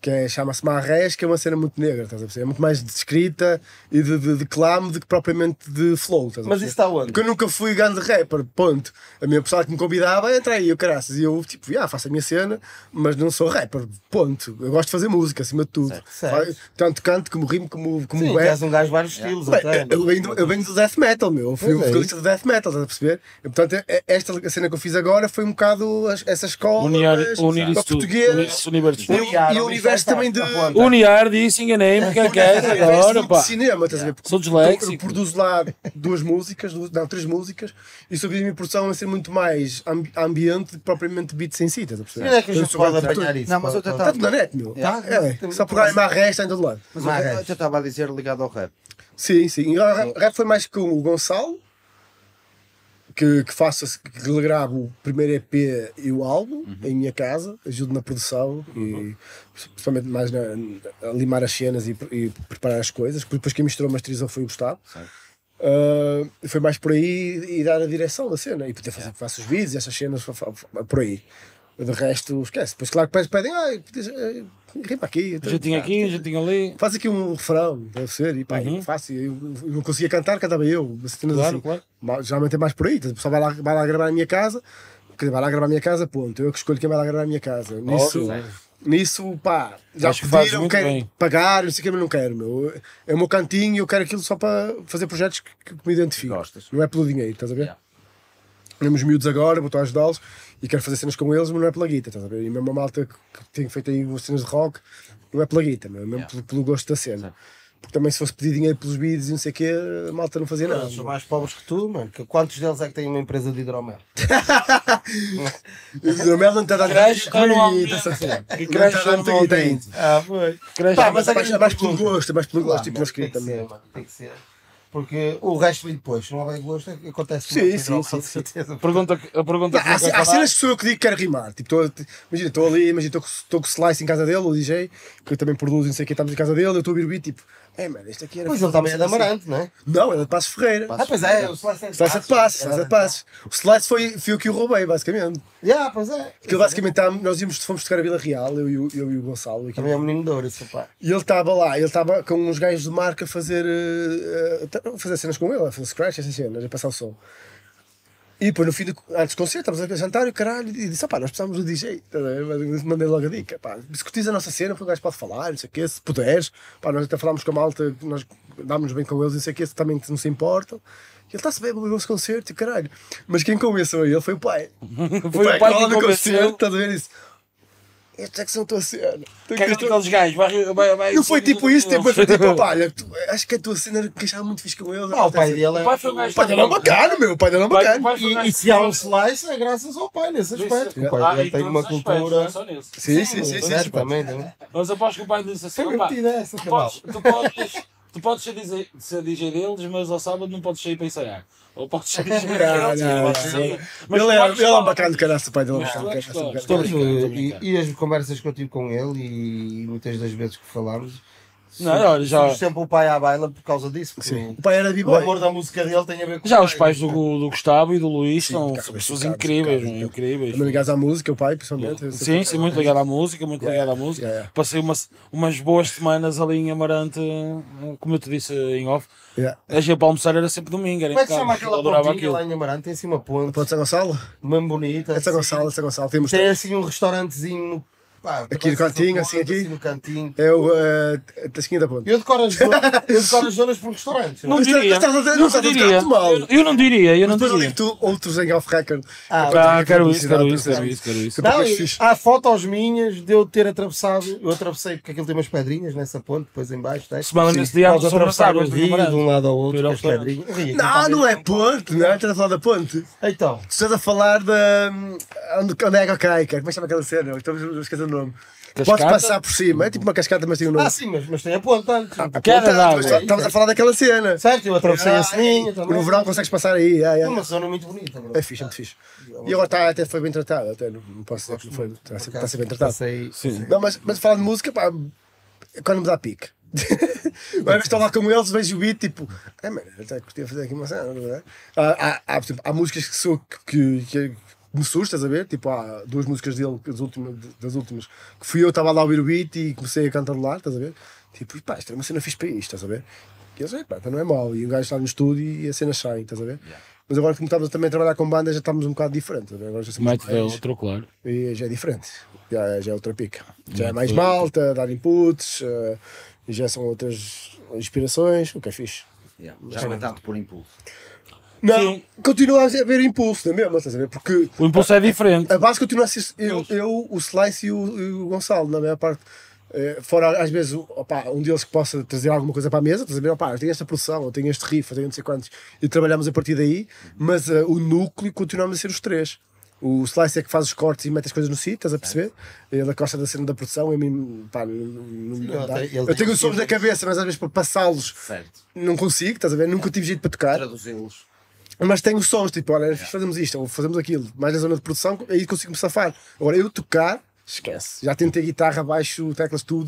chama-se Marrés, que é uma cena muito negra, estás a perceber? É muito mais de escrita e de clame do que propriamente de flow, estás a Mas perceber? isso está onde? Porque eu nunca fui grande rapper, ponto. A minha pessoa que me convidava entra aí, eu caraças, e eu tipo, faço a minha cena, mas não sou rapper, ponto. Eu gosto de fazer música, acima de tudo. Certo. Tanto canto como rimo, como Sim, tu és um gajo de vários estilos. Bem, até. eu venho do death metal, meu. Eu fui Pois é vocalista do death metal, estás a perceber? E, portanto, esta cena que eu fiz agora foi um bocado essa escola. Unir mas, isso tudo. português. Unir esse universo. E o universo também de. Uniar, disse, enganei-me, que é que é agora, de pá. cinema, estás a ver? Sou Eu disléxico. produzo lá três músicas, e sobre a minha produção a ser muito mais ambiente do que propriamente beats em si, estás a E perceber? onde é que a Eu gente sou pode produtor. apanhar isso? Não, mas eu Está tentava. tudo na net, meu. Yeah. Só por aí Marrés está em todo lado. Mas Marrés. eu estava a dizer ligado ao rap. Sim, sim. E o rap foi mais com o Gonçalo, que lhe gravo o primeiro EP e o álbum em minha casa, ajudo na produção e principalmente mais a limar as cenas e preparar as coisas. Depois quem misturou a masterização foi o Gustavo. Foi mais por aí e dar a direção da cena e poder faço os vídeos e essas cenas por aí. De resto, esquece. Depois, claro que pedem, rima aqui. Já tinha aqui, já tinha ali. Faz aqui um refrão, deve ser, e pá, faço. Eu não conseguia cantar, cantava eu. Claro, Assim. claro. Geralmente é mais por aí. O pessoal vai lá gravar a minha casa, vai lá gravar a minha casa, ponto. Eu que escolho quem vai lá gravar a minha casa. Nisso, pá, já Acho que fazes pediram, muito quero bem. pagar, não sei o que, mas não quero, meu. É o meu cantinho e eu quero aquilo só para fazer projetos que me identifico. Gostas. Não é pelo dinheiro, estás a ver? Yeah. Temos miúdos agora, vou estar a ajudá-los e quero fazer cenas com eles, mas não é pela guita, estás a ver? E mesmo a malta que tem feito aí cenas de rock, não é pela guita, meu, é mesmo pelo gosto da cena. Porque também se fosse pedir dinheiro pelos vídeos e não sei o quê, a malta não fazia nada. Eles são mais pobres que tu, mano. Quantos deles é que têm uma empresa de hidromel? O Mel não está a dar Cresce anualmente. guita, estás a ver? Que Não cresce está a dar muita guita ainda. anualmente. Ah, foi. Cresce Pá, anualmente. mas é mais pelo gosto, é mais pelo gosto, tipo na Tem escrita que ser, mesmo. mano. Tem que ser. Porque o resto vem depois. Se não houver gosto, acontece Sim, muito, sim, não, sim, com sim. certeza. A pergunta que Há eu cenas que sou eu que digo que quero rimar. Tipo, imagina, estou ali, estou com o Slice em casa dele, o DJ, que eu também produzo, não sei o que, estamos em casa dele, eu estou a ouvir o beat, tipo, mano, isto aqui era. Pois ele também é de Amarante, não é? Não, ele é de Passos Ferreira. Ah, pois é, o Slice é de Slice é de Passos, Slice é de Passos. O Slice foi o que eu roubei, basicamente. Yeah, pois é. Porque basicamente nós fomos tocar a Vila Real, eu e o Gonçalo. Também é um menino de ouro, esse rapaz. E ele estava lá, ele estava com uns gajos de marca a fazer cenas com ele, a fazer scratch, essas cenas, a passar o som. E depois no fim, antes do concerto, estávamos a jantar e o caralho, e disse: pá, nós precisamos do DJ. Mandei logo a dica: pá, se curtis a nossa cena, o gajo pode falar, não sei o quê, se puderes. Pá, nós até falámos com a malta, nós dámos bem com eles, não sei o quê, se também não se importam. E ele está-se bem, vou ver o concerto e o caralho. Mas quem convenceu a ele foi o pai. Foi o pai lá que no concerto, convenceu. estás a ver isso? Estes é que são a tua cena. Que é aqueles gajos. Não foi tipo isso, depois foi tipo, pá, olha, acho que a tua cena queixava muito fixe com eles. Ah, o pai dele O pai foi um é. gajo O pai dele é bacana, meu, o pai dele é bacana. E se há um slice, é graças ao pai nesse aspecto. O pai dele tem uma cultura. Sim, sim, sim, sim. Certo, também, também. Mas aposto que o pai disse assim: Foi "Opá, metida essa, tu cabal. podes ser DJ deles, mas ao sábado não podes sair para ensaiar. Ou podes ser DJ Ele é um bacana de caraço, o pai dele é um bacana de caraço. Estou a brincar, estou a brincar. E as conversas que eu tive com ele e muitas das vezes que falámos, Não, olha, já, somos sempre o pai à baila por causa disso. Porque O pai era o b-boy. amor da música dele tem a ver com já o os pais do Gustavo e do Luís Sim, são cara, pessoas cara, incríveis, cara, meu, incríveis. Também ligados à música, o pai, principalmente. Sim, muito ligado à música, muito ligado à música. Yeah. Passei umas boas semanas ali em Amarante, como eu te disse em off. Yeah. A gente para almoçar era sempre domingo, era Como é que se impecável, chama aquela eu adorava pontinha aquilo. lá em Amarante? Tem assim uma ponte, Pode ser Gonçalo? mesmo bonita. É São assim. Gonçalo, é São Gonçalo. Temos Tem assim um restaurantezinho. Pá, Aqui no cantinho, assim, ponte, aqui? no cantinho. é o Tasquinha da Ponte. Eu decoro as zonas por restaurantes. Não Mas diria, estás a dizer- não estás a diria. dizer muito mal. Eu não diria, eu não Depois eu diria. ligo-te outros em off-record. Quero isso. Não, Depois e fixe. há fotos minhas de eu ter atravessado. Eu atravessei porque aquilo tem umas pedrinhas nessa ponte, depois em baixo. Tá? Semana nesse dia, Nós atravessar o atravessar rio de um lado ao outro Para com ir as ao pedrinhas. O rio, Não, não é ponte, não é? Estás a falar da ponte. Então, Tu estás a falar da. Onde é que cai, cara? Como é que chama aquela cena? Estamos a esquecer o nome. Podes Cascata? passar por cima, é tipo uma cascata, mas tem um nome. sim, mas tem a ponte antes. A queda ponta, d'água. mas Estamos a falar daquela cena. Certo, eu atravessei a Ah, ceninha e também. no verão consegues passar aí. É uma zona muito bonita. bro. É fixe, é muito fixe. E agora até foi bem tratado, até não posso dizer que não foi. Está a ser bem tratado. Passei. Não, mas falar de música, pá, quando me dá pique. Uma vez estou lá com eles, vejo o beat, tipo, mano, eu até curtia fazer aqui uma cena, não é? Há músicas que me surge, estás a ver? Tipo, há 2 músicas dele, das últimas, que fui eu, estava lá a ouvir o beat e comecei a cantarolar, estás a ver? Tipo, pá, isto é uma cena fixe para isto, estás a ver? E eu sei, pá, então não é mau. E o gajo está no estúdio e a cena sai, estás a ver? Mas agora que começámos também a trabalhar com bandas, já estamos um bocado diferentes. Agora já somos Mete outro, claro. e já é diferente. Já é outra pica. Já é mais malta, dar inputs, e já são outras inspirações, o que é fixe. Já não é tanto por impulso. Não, Sim. continua a haver impulso, não é mesmo? Estás a ver? Porque O impulso é diferente. a base continua a ser eu, o Slice e o Gonçalo, na maior parte. Fora às vezes opa, um deles que possa trazer alguma coisa para a mesa, estás a ver? Opa, eu tenho esta produção, eu tenho este riff, eu tenho não sei quantos, e trabalhamos a partir daí, mas o núcleo continuamos a ser os 3. O Slice é que faz os cortes e mete as coisas no sítio, estás a perceber? Ele gosta da cena da produção, e a mim, pá, não dá. Eu tenho os sons na cabeça, mas às vezes para passá-los Certo. não consigo, estás a ver? Nunca tive jeito para tocar. Traduzi-los. Mas tenho sons, tipo, olha, fazemos isto, ou fazemos aquilo, mais na zona de produção, aí consigo me safar. Agora, eu tocar, esquece. Já tentei guitarra, baixo, teclas, tudo.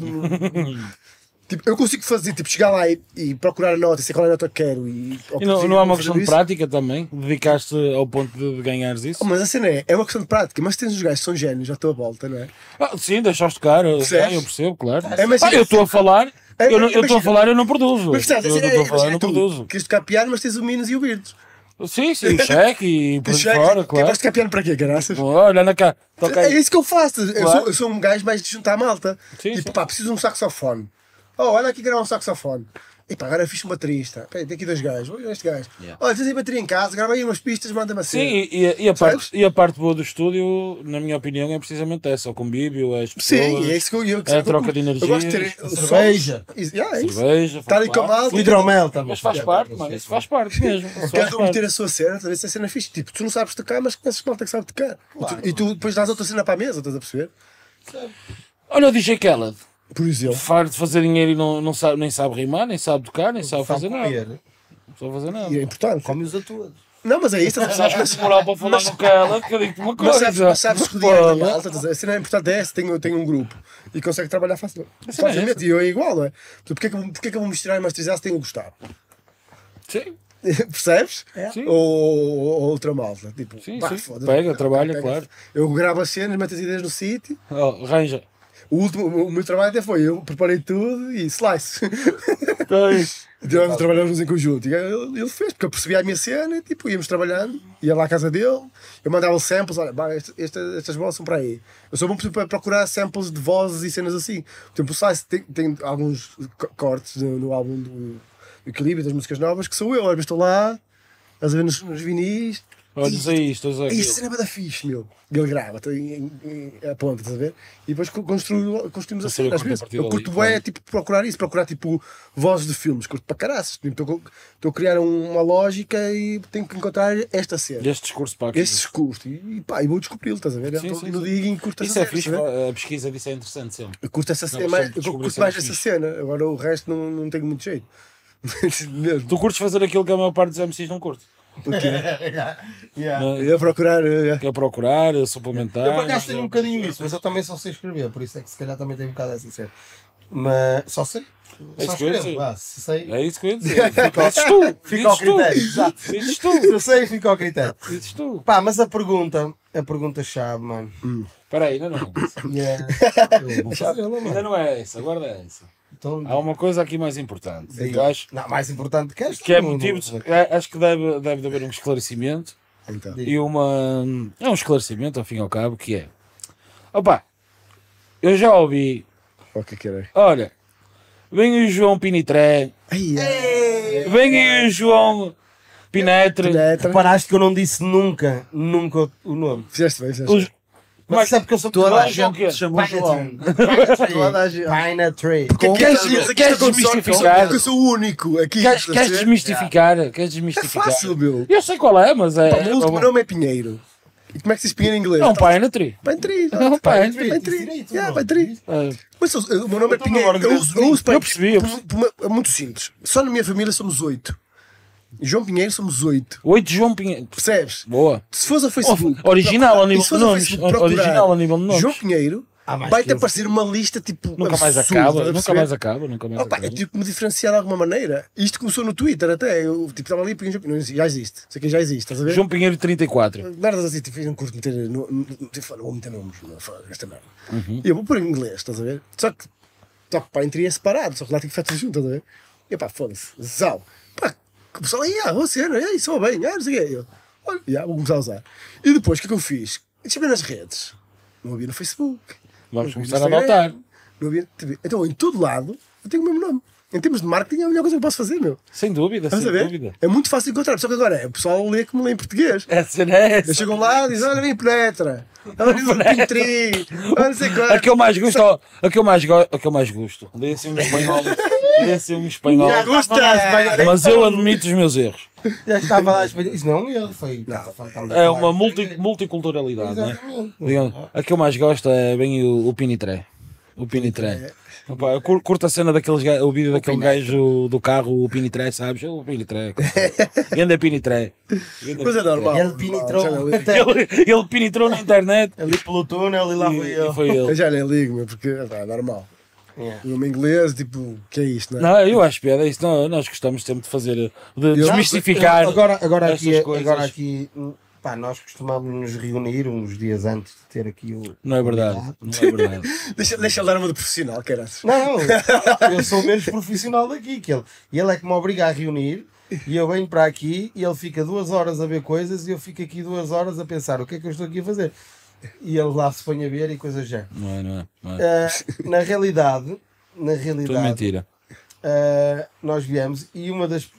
Tipo, eu consigo fazer, tipo, chegar lá e procurar a nota, sei qual é a nota que quero. E Não há uma questão de prática também? Dedicaste ao ponto de ganhares isso? Mas a cena é uma questão de prática, mas tens uns gajos que são génios à tua volta, não é? Sim, deixaste tocar. Eu Percebes? percebo, claro. mas Eu estou a falar, eu estou a falar, eu não produzo. Mas Eu percebes, estou a falar, eu não tu produzo. queres tocar piano, mas tens o Minos e o Virtus. Sim, o cheque e por aí fora, Quem claro. gosta de tocar piano para quê, caraças? Olha, anda cá, toca É aí. isso que eu faço. Claro. Eu sou um gajo mais de juntar a malta. Sim, Tipo, sim. pá, preciso de um saxofone. Oh, olha aqui gravar um saxofone. E pá, agora fiz um baterista. Peraí, tem aqui 2 gajos. Olha este gajo. Olha, tens aí bateria em casa, grava aí umas pistas, manda-me assim. Sim, e a parte boa do estúdio, na minha opinião, é precisamente essa: o convívio, as pessoas, Sim, é isso que eu a troca de Eu gosto de ter energias, cerveja. É isso. cerveja, Estar aí com a parte. malta. O hidromel também. Mas faz parte, mano, isso faz parte mesmo. Isso faz Cada um parte. ter a sua cena, talvez essa cena fixe. Tipo, tu não sabes tocar, mas conheces malta que sabe tocar. E tu depois dás outra cena para a mesa, estás a perceber? Olha o DJ Khaled, Por exemplo. farto de fazer dinheiro e não sabe, nem sabe rimar, nem sabe tocar, nem sabe fazer nada. Não sabe fazer nada. E é importante. Come-os a todos. Não, mas é isso. Estás a Sabes perceber? que moral para falar no Khaled, que eu digo-te uma Mas coisa. sabes rodear da malta, estás a dizer, a cena importante é essa, tenho um grupo e consegue trabalhar facilmente. E eu é igual, não é? Porquê que eu vou misturar e masterizar se tenho o Gustavo? Sim, Percebes? Sim. Ou outra malta. Tipo, sim, pá, sim. foda-se. Pega, trabalha, claro. Eu gravo as cenas, meto as ideias no sítio. Oh, arranja. O meu trabalho até foi, eu preparei tudo e slice. Trabalhamos em conjunto. E ele fez, porque eu percebia a minha cena e tipo, íamos trabalhando, ia lá à casa dele, eu mandava samples, olha, estas vozes são para aí. Eu sou bom para procurar samples de vozes e cenas assim. Por exemplo, o Slice tem alguns cortes no álbum do Equilíbrio, das músicas novas, que sou eu, às vezes estou lá, às vezes nos vinis. Olha, aí isto, E isso cena é da fixe, meu. E ele grava, a ponta, estás a ver? E depois construímos a cena. Às vezes, eu curto bem, tipo, procurar tipo vozes de filmes, curto para caraças. Estou a criar uma lógica e tenho que encontrar esta cena. Este discurso para aqui. Este discurso. E pá, e vou descobri-lo, estás a ver? Sim, Estou sim, no sim. digging e curto Isso essa é fixe, cena. a pesquisa disso é interessante sempre. Eu curto essa cena, Não, eu descobrir curto mais cenas essa fixe. cena. Agora o resto não tenho muito jeito. Mesmo. Tu curtes fazer aquilo que a maior parte dos MCs não curte. Eu ia procurar. Que é procurar, suplementar. Eu por acaso tenho um bocadinho isso, mas eu também só sei escrever, por isso é que se calhar também tenho um bocado essa cena. Mas só sei. É Só isso que eu ia escrevo, dizer. se sei. É isso que eu ia dizer. Dizes tu. Fica ao Dizes tu. critério, exato. Dizes tu. Se eu sei, fica ao critério. Dizes tu. Pá, mas a pergunta-chave, mano. Espera aí, ainda não. Eu vou fazê-la, mano. Ainda não é essa, guarda essa. Então, Há uma coisa aqui mais importante. Sim. Eu acho não, mais importante que esta. que é não- motivo. Acho que deve haver um esclarecimento Então. e uma. É um esclarecimento, ao fim e ao cabo, que é. Opa, eu já ouvi. O que era? Olha, vem o João Pinitré, vem aí o João Pinetre. Reparaste que eu não disse nunca o nome. Fizeste bem, fizeste Os, bem. Mas sabe que eu sou Toda a João gente quê? te chamou João. Pine Toda a gente. Tree. Queres desmistificar? Porque eu sou o único aqui. Queres desmistificar? Queres É desmistificar? fácil, meu. Eu sei qual é, mas é. Pá, o meu último nome é Pinheiro. E como é que se diz Pinheiro em inglês? É um Pinetre. Pine É um Pinetre. Pine. Mas o meu nome é Eu tô Pinheiro. agora Eu uso Eu percebi. É muito simples. Só na minha família somos 8. João Pinheiro somos 8. 8 João Pinheiro. Percebes? Boa. Se fores ao Facebook. Original a nível se de fores ao nomes. Facebook procurar Original a nível de nomes. João Pinheiro, mais vai-te 15. aparecer uma lista tipo. Nunca mais absurda, acaba, estás a nunca perceber? mais acaba, nunca mais Opa, acaba. eu tive que me diferenciar de alguma maneira. Isto começou no Twitter até. Eu tipo, estava ali e não, já existe. Sei que já existe, estás a ver? João Pinheiro 34. Merdas assim, tipo, não curto meter. Não vou meter nomes, não, foda, esta merda. E eu vou pôr em inglês, estás a ver? Só que pá, entre é separado, só que lá tem que ficar tudo junto, estás a ver? E pá, foda-se, Zau. Pá, o pessoal aí, você, não é? Isso soa bem, não sei o quê. Eu, olha, vou começar a usar. E depois, o que é que eu fiz? Deixa eu ver nas redes. Não havia no Facebook. Vamos não havia no começar a Instagram, voltar. Não havia TV. Então, em todo lado, eu tenho o mesmo nome. Em termos de marketing, é a melhor coisa que eu posso fazer, meu. Sem dúvida, sem Estás a ver? dúvida. É muito fácil de encontrar. Só que agora o pessoal lê como lê em português. Essa não é Eles essa. chegam lá e dizem: olha, vem penetra. Olha, vem um pintri. Olha, não sei quanto. A que eu mais gosto, ó, a que eu mais gosto. Lê assim um espanhol. Lê assim um espanhol. Gusta! Mas eu admito os meus erros. Já estava lá a espelhar. Isso não é um erro, foi. É uma multiculturalidade, não é? Exatamente. Digamos, a que eu mais gosto é bem o Pinitré. O Pinitré. Opa, eu curto a cena daqueles o vídeo daquele gajo do carro, o Pinitré, sabes? O Pinitré. Anda Pinitré. Mas é normal. Ele pinitrou. Já nem ligo. Ele pinitrou na internet Ali pelo túnel e lá foi e ele. foi Eu ele. já nem ligo, meu, porque é normal. Yeah. O nome inglês, tipo, que é isto, não é? Não, eu acho piada isso. Não, nós gostamos sempre de fazer, de desmistificar. Agora estas aqui, coisas. agora aqui pá, nós costumamos nos reunir uns dias antes de ter aqui o. Não é verdade. Não é verdade. Deixa ele dar uma de profissional, caralho. Não, eu sou o menos profissional daqui que ele. E ele é que me obriga a reunir e eu venho para aqui e ele fica 2 horas a ver coisas e eu fico aqui 2 horas a pensar o que é que eu estou aqui a fazer. E ele lá se põe a ver e coisas já. Não é, não é. Não é. Na realidade, Tudo mentira. nós viemos e uma dos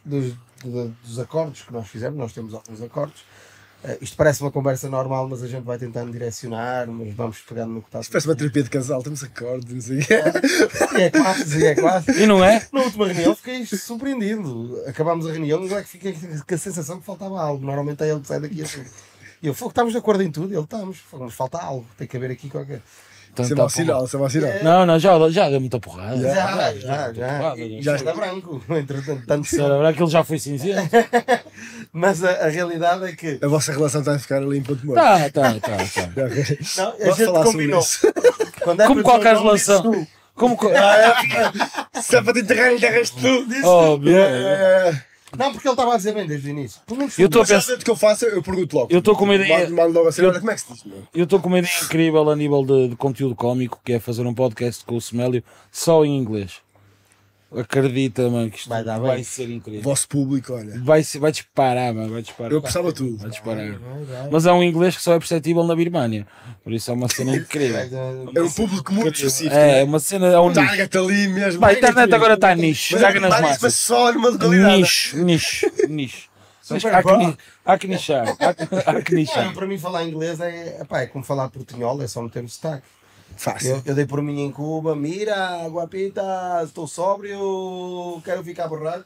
acordos que nós fizemos, nós temos alguns acordos. Isto parece uma conversa normal, mas a gente vai tentando direcionar, mas vamos pegando no que está. Isto parece uma terapia de casal, temos acordo, não sei. E é quase, é quase. E não é? Na última reunião fiquei surpreendido. Acabámos a reunião, mas é que fiquei com a sensação que faltava algo. Normalmente é ele que sai daqui assim. E eu, estamos de acordo em tudo? Ele, estamos. Mas falta algo, tem que haver aqui qualquer. Isso é Tanta mau sinal, isso é mau sinal. Não, já deu muita porrada. Já. Já está branco. Entretanto, tanto Será que ele já foi cinzento? Mas a realidade é que. A vossa relação está a ficar ali em ponto morto. Tá. Já, Não, a Vamos gente falar sobre combinou. isso. Quando é Como para qualquer dizer o nome, relação. dizes tu. Como. Se é para te enterrar, enterras tu. Óbvio. Não, porque ele estava a dizer bem desde o início. Pelo menos Eu estou a Mas já pensar. sei o que eu faço, eu pergunto logo. Eu estou com uma ideia. Mando logo assim, olha como é que se diz, meu? Eu estou com uma ideia incrível a nível de conteúdo cómico, que é fazer um podcast com o Semélio só em inglês. Acredita, mano, que isto Vai dar vai bem. ser O incrível. vosso público, olha. Vai disparar, mano, vai disparar. Eu pensava tudo. Vai disparar. Vai. Mas é um inglês que só é perceptível na Birmânia. Por isso é uma cena incrível. É um público muito específico. É uma cena. É um nicho. Target ali mesmo. Vai, a internet agora está nicho. Mas Caga nas mas massas. só numa localidade. Nicho. Mas há que nichar. Há que Não, nichar. para mim falar inglês é como falar portunhol, é só meter o sotaque. Fácil. Eu dei por mim em Cuba, mira, guapita, estou sóbrio, quero ficar borracho.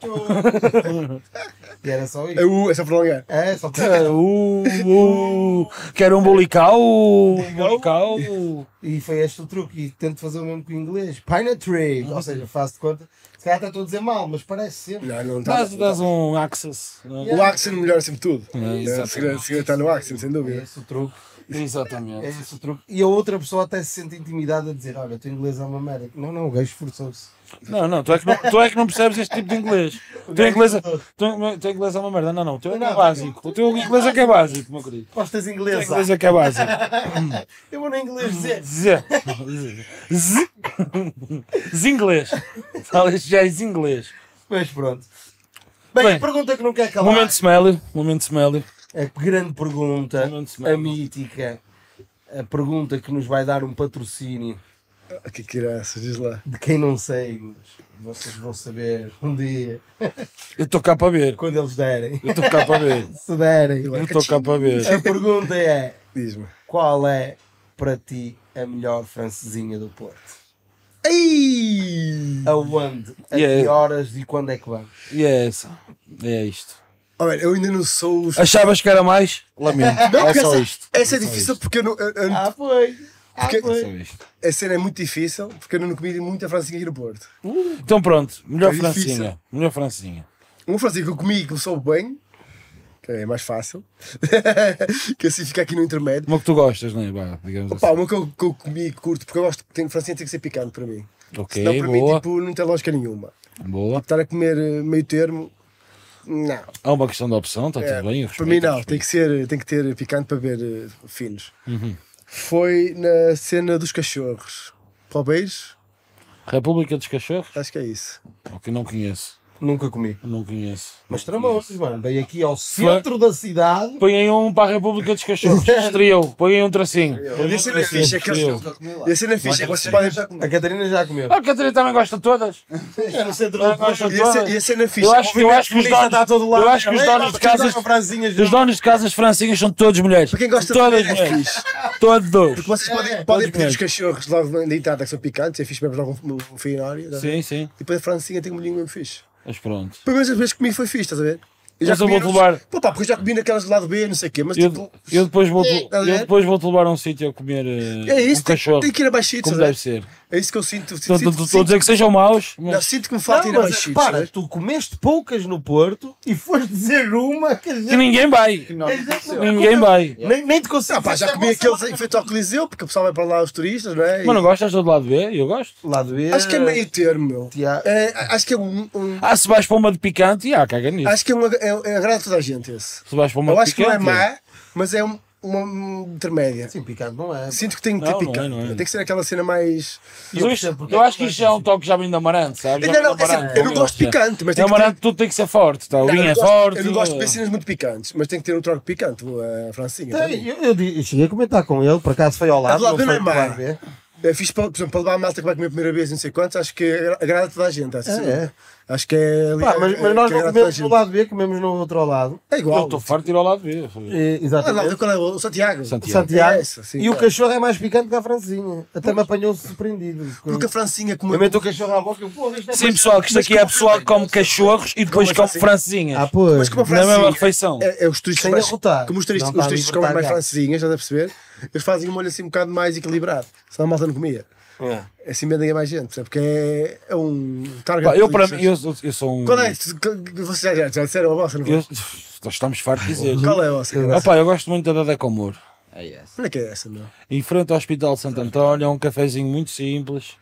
E era só É isso. é só prolongar. É, só para... Quero um bolicau. Bolicau. E foi este o truque. E tento fazer o mesmo com o inglês. Pine tree. Ou seja, faço de conta. Se calhar até estou a dizer mal, mas parece sempre. Não está. Dás um access. Não é? O accent melhora sempre tudo. exatamente. O segredo está no accent, sem É dúvida. esse o truque. É Exatamente. esse o truque. E a outra pessoa até se sente intimidada a dizer: olha, o teu inglês é uma merda. Não, o gajo esforçou-se. Não, tu é que não percebes este tipo de inglês. O teu inglês é uma merda. Não, o teu é que é básico. O teu inglês é que é básico, meu querido. Postas O teu inglês. inglês é que é básico. Eu vou no inglês dizer. Zinglês. Fala, já é zinglês. Mas pronto. Bem, Bem, a pergunta que não quer calar. Momento Smélio. A grande pergunta, Momento a mítica, a pergunta que nos vai dar um patrocínio Que graças, diz lá. de quem não sei, mas vocês vão saber um dia, Eu estou cá para ver. quando eles derem. Eu estou cá para ver. Se derem. Eu estou cá para ver. A pergunta é: Diz-me. qual é para ti a melhor francesinha do Porto? Ai! Aonde? A Yeah. que horas e quando é que vamos? E é essa. É isto. Olha, eu ainda não sou os. Achavas que era mais? Lamento. É só isto. Essa é difícil porque eu não. Foi. É Porque só isto. a cena é muito difícil porque eu não comi muita francesinha aqui no Porto. Então pronto. Melhor É difícil. francinha. Melhor francinha. Uma francesinha que eu comi que eu soube bem que é mais fácil. Que assim fica aqui no intermédio. Uma que tu gostas, não é? Vá, digamos Opa, assim. uma que eu comi e curto, porque eu gosto que francinha tem que ser picante para mim. Ok, Senão para mim boa. tipo, não tem lógica nenhuma. Boa. Estar a comer meio termo, não. Há uma questão de opção, está tudo bem. eu Para mim respeito, não, respeito. tem que ter picante para ver finos. Uhum. Foi na cena dos cachorros. Palmeiras? República dos Cachorros? Acho que é isso. Ok, não conheço. Nunca comi. Não conheço. Mas tramou-se, mano. Veio aqui ao centro da cidade. Põem um para a República dos Cachorros. Estreou. Põem um tracinho. E a cena é fixe, é que eles- Nunca comi lá. e a cena é fixe, é que vocês Olha, podem. já comi. A Catarina já comeu. A Catarina também gosta de todas. É no centro Ela gosta de todas. E a cena é fixe. Eu acho que os donos, eu acho que os donos de casas, franzinhas. os donos de casas francinhas são todos mulheres. Para quem gosta todas de comer, é mulheres. fixe. Todos. Porque vocês podem todos pedir os mulheres. cachorros logo na entrada que são picantes, é fixe, bebes logo um finório. tá a ver? Sim, sim. E depois a francinha tem um molhinho mesmo fixe. Mas pronto. Para as vezes que comi foi fixe, estás a ver? Mas eu comi vou-te levar. Pô, pá, porque eu já comi naquelas do lado B, não sei o quê, mas tipo. Eu depois vou-te Estás a ver? levar a um sítio a comer É isso, um cachorro. tem que ir a baixito, Como estás a deve ver? ser. É isso que eu sinto. Estou a dizer que sejam maus, Não, mas sinto que me falta ir a Não, mas baixito. para, tu comeste poucas no Porto e foste dizer uma que a gente que ninguém vai. Que não aconteceu. Ninguém vai. nem te consigo. Ah, pá, já comi aqueles em frente ao Coliseu, porque o pessoal vai para lá, os turistas, não é? Mas não gostas do lado B? Eu gosto. Lá do Acho que é meio termo, meu. Tiago. Acho que é um Se vais para uma de picante, caga nisso. acho que é agrada toda a gente esse. Se vais para uma Eu de acho que não é picante. má, mas é uma intermédia. Sim, picante não é. Sinto que tem que ter Não, não é, picante. não é. Tem que ser aquela cena mais. Mas eu acho que isto é um toque já vindo de Amarante, sabes? Já Não, vem de Amarante, eu não gosto de picante, mas tem que ter. Amarante tudo tem que ser forte, tá? O Não, vinho é eu gosto- forte. Eu não gosto de ver cenas muito picantes, mas tem que ter um troco picante, a francinha. também. Eu cheguei a comentar com ele, por acaso foi ao lado. do lado não não é foi para má. lá ver. É fixe, por exemplo, para levar a malta que vai comer a primeira vez, não sei quantos, acho que agrada toda a gente. Acho, acho que é. Pá, mas nós que não agrada toda a comemos gente. no lado B, comemos no outro lado. É Eu igual. estou farto de ir ao lado B. Exatamente. Qual é o Santiago? Santiago. Santiago. É essa, sim, E o claro. cachorro é mais picante que a francinha. Até me apanhou surpreendido. Porque a francinha Eu comeu. meto o cachorro à boca e porra, isto é Sim, pessoal, que isto aqui é pessoal que come cachorros e depois Como come assim? francesinhas. Ah, pois. Mas como a Na mesma francinha refeição. é os turistas Sem mais. derrotar. Como os turistas, Não está os a turistas comem libertar mais gato. francesinhas, estás a perceber? Eles fazem um molho assim um bocado mais equilibrado. Senão a malta não comia. É. Assim vendem a mais gente, percebe? Porque é um target. Pá, eu para de mim, eu sou um. Qual é? Vocês já disseram a vossa, não foi? Nós estamos fartos de dizer. Qual é a vossa? cara? Opa, eu gosto muito da Deco Amor. É esse. Onde é que é essa, meu? Em frente ao Hospital de Santo António, é um cafezinho muito simples,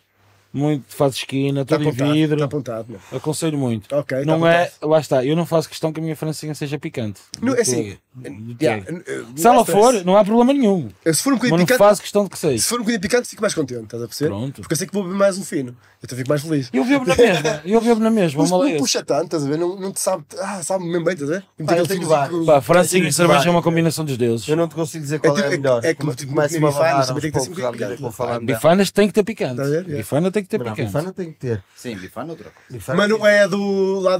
muito faz esquina, Está todo em apontado. vidro. Está apontado, meu. Aconselho muito. Ok, está Não é, apontado. lá está, eu não faço questão que a minha francinha seja picante. Não, é assim. Do Yeah, Tiago. não Se é ela stress. for, não há problema nenhum. Se for um Mas bocadinho não picante, faço questão de que seja. se for um bocadinho picante, fico mais contente, estás a perceber? Pronto. Porque eu sei que vou beber mais um fino. Então fico mais feliz. Eu bebo na mesma, Mas uma não lei. puxa tanto, estás a ver? Não te sabe. Sabe mesmo bem, estás a ver? Pá, eu tenho vários. Pá, francinha e cerveja é uma combinação dos deuses. Eu não te consigo dizer qual é a melhor. É como tipo Começa-me a bifanas, barrar também aos tem que ter poucos, sempre à medida que vou falando dela. Bifanas tem que ter picante. Está a ver? Bifana tem que ter Mas não, picante. bifana tem que ter. Sim, bifana outra coisa. Bifana Mas tem não é lá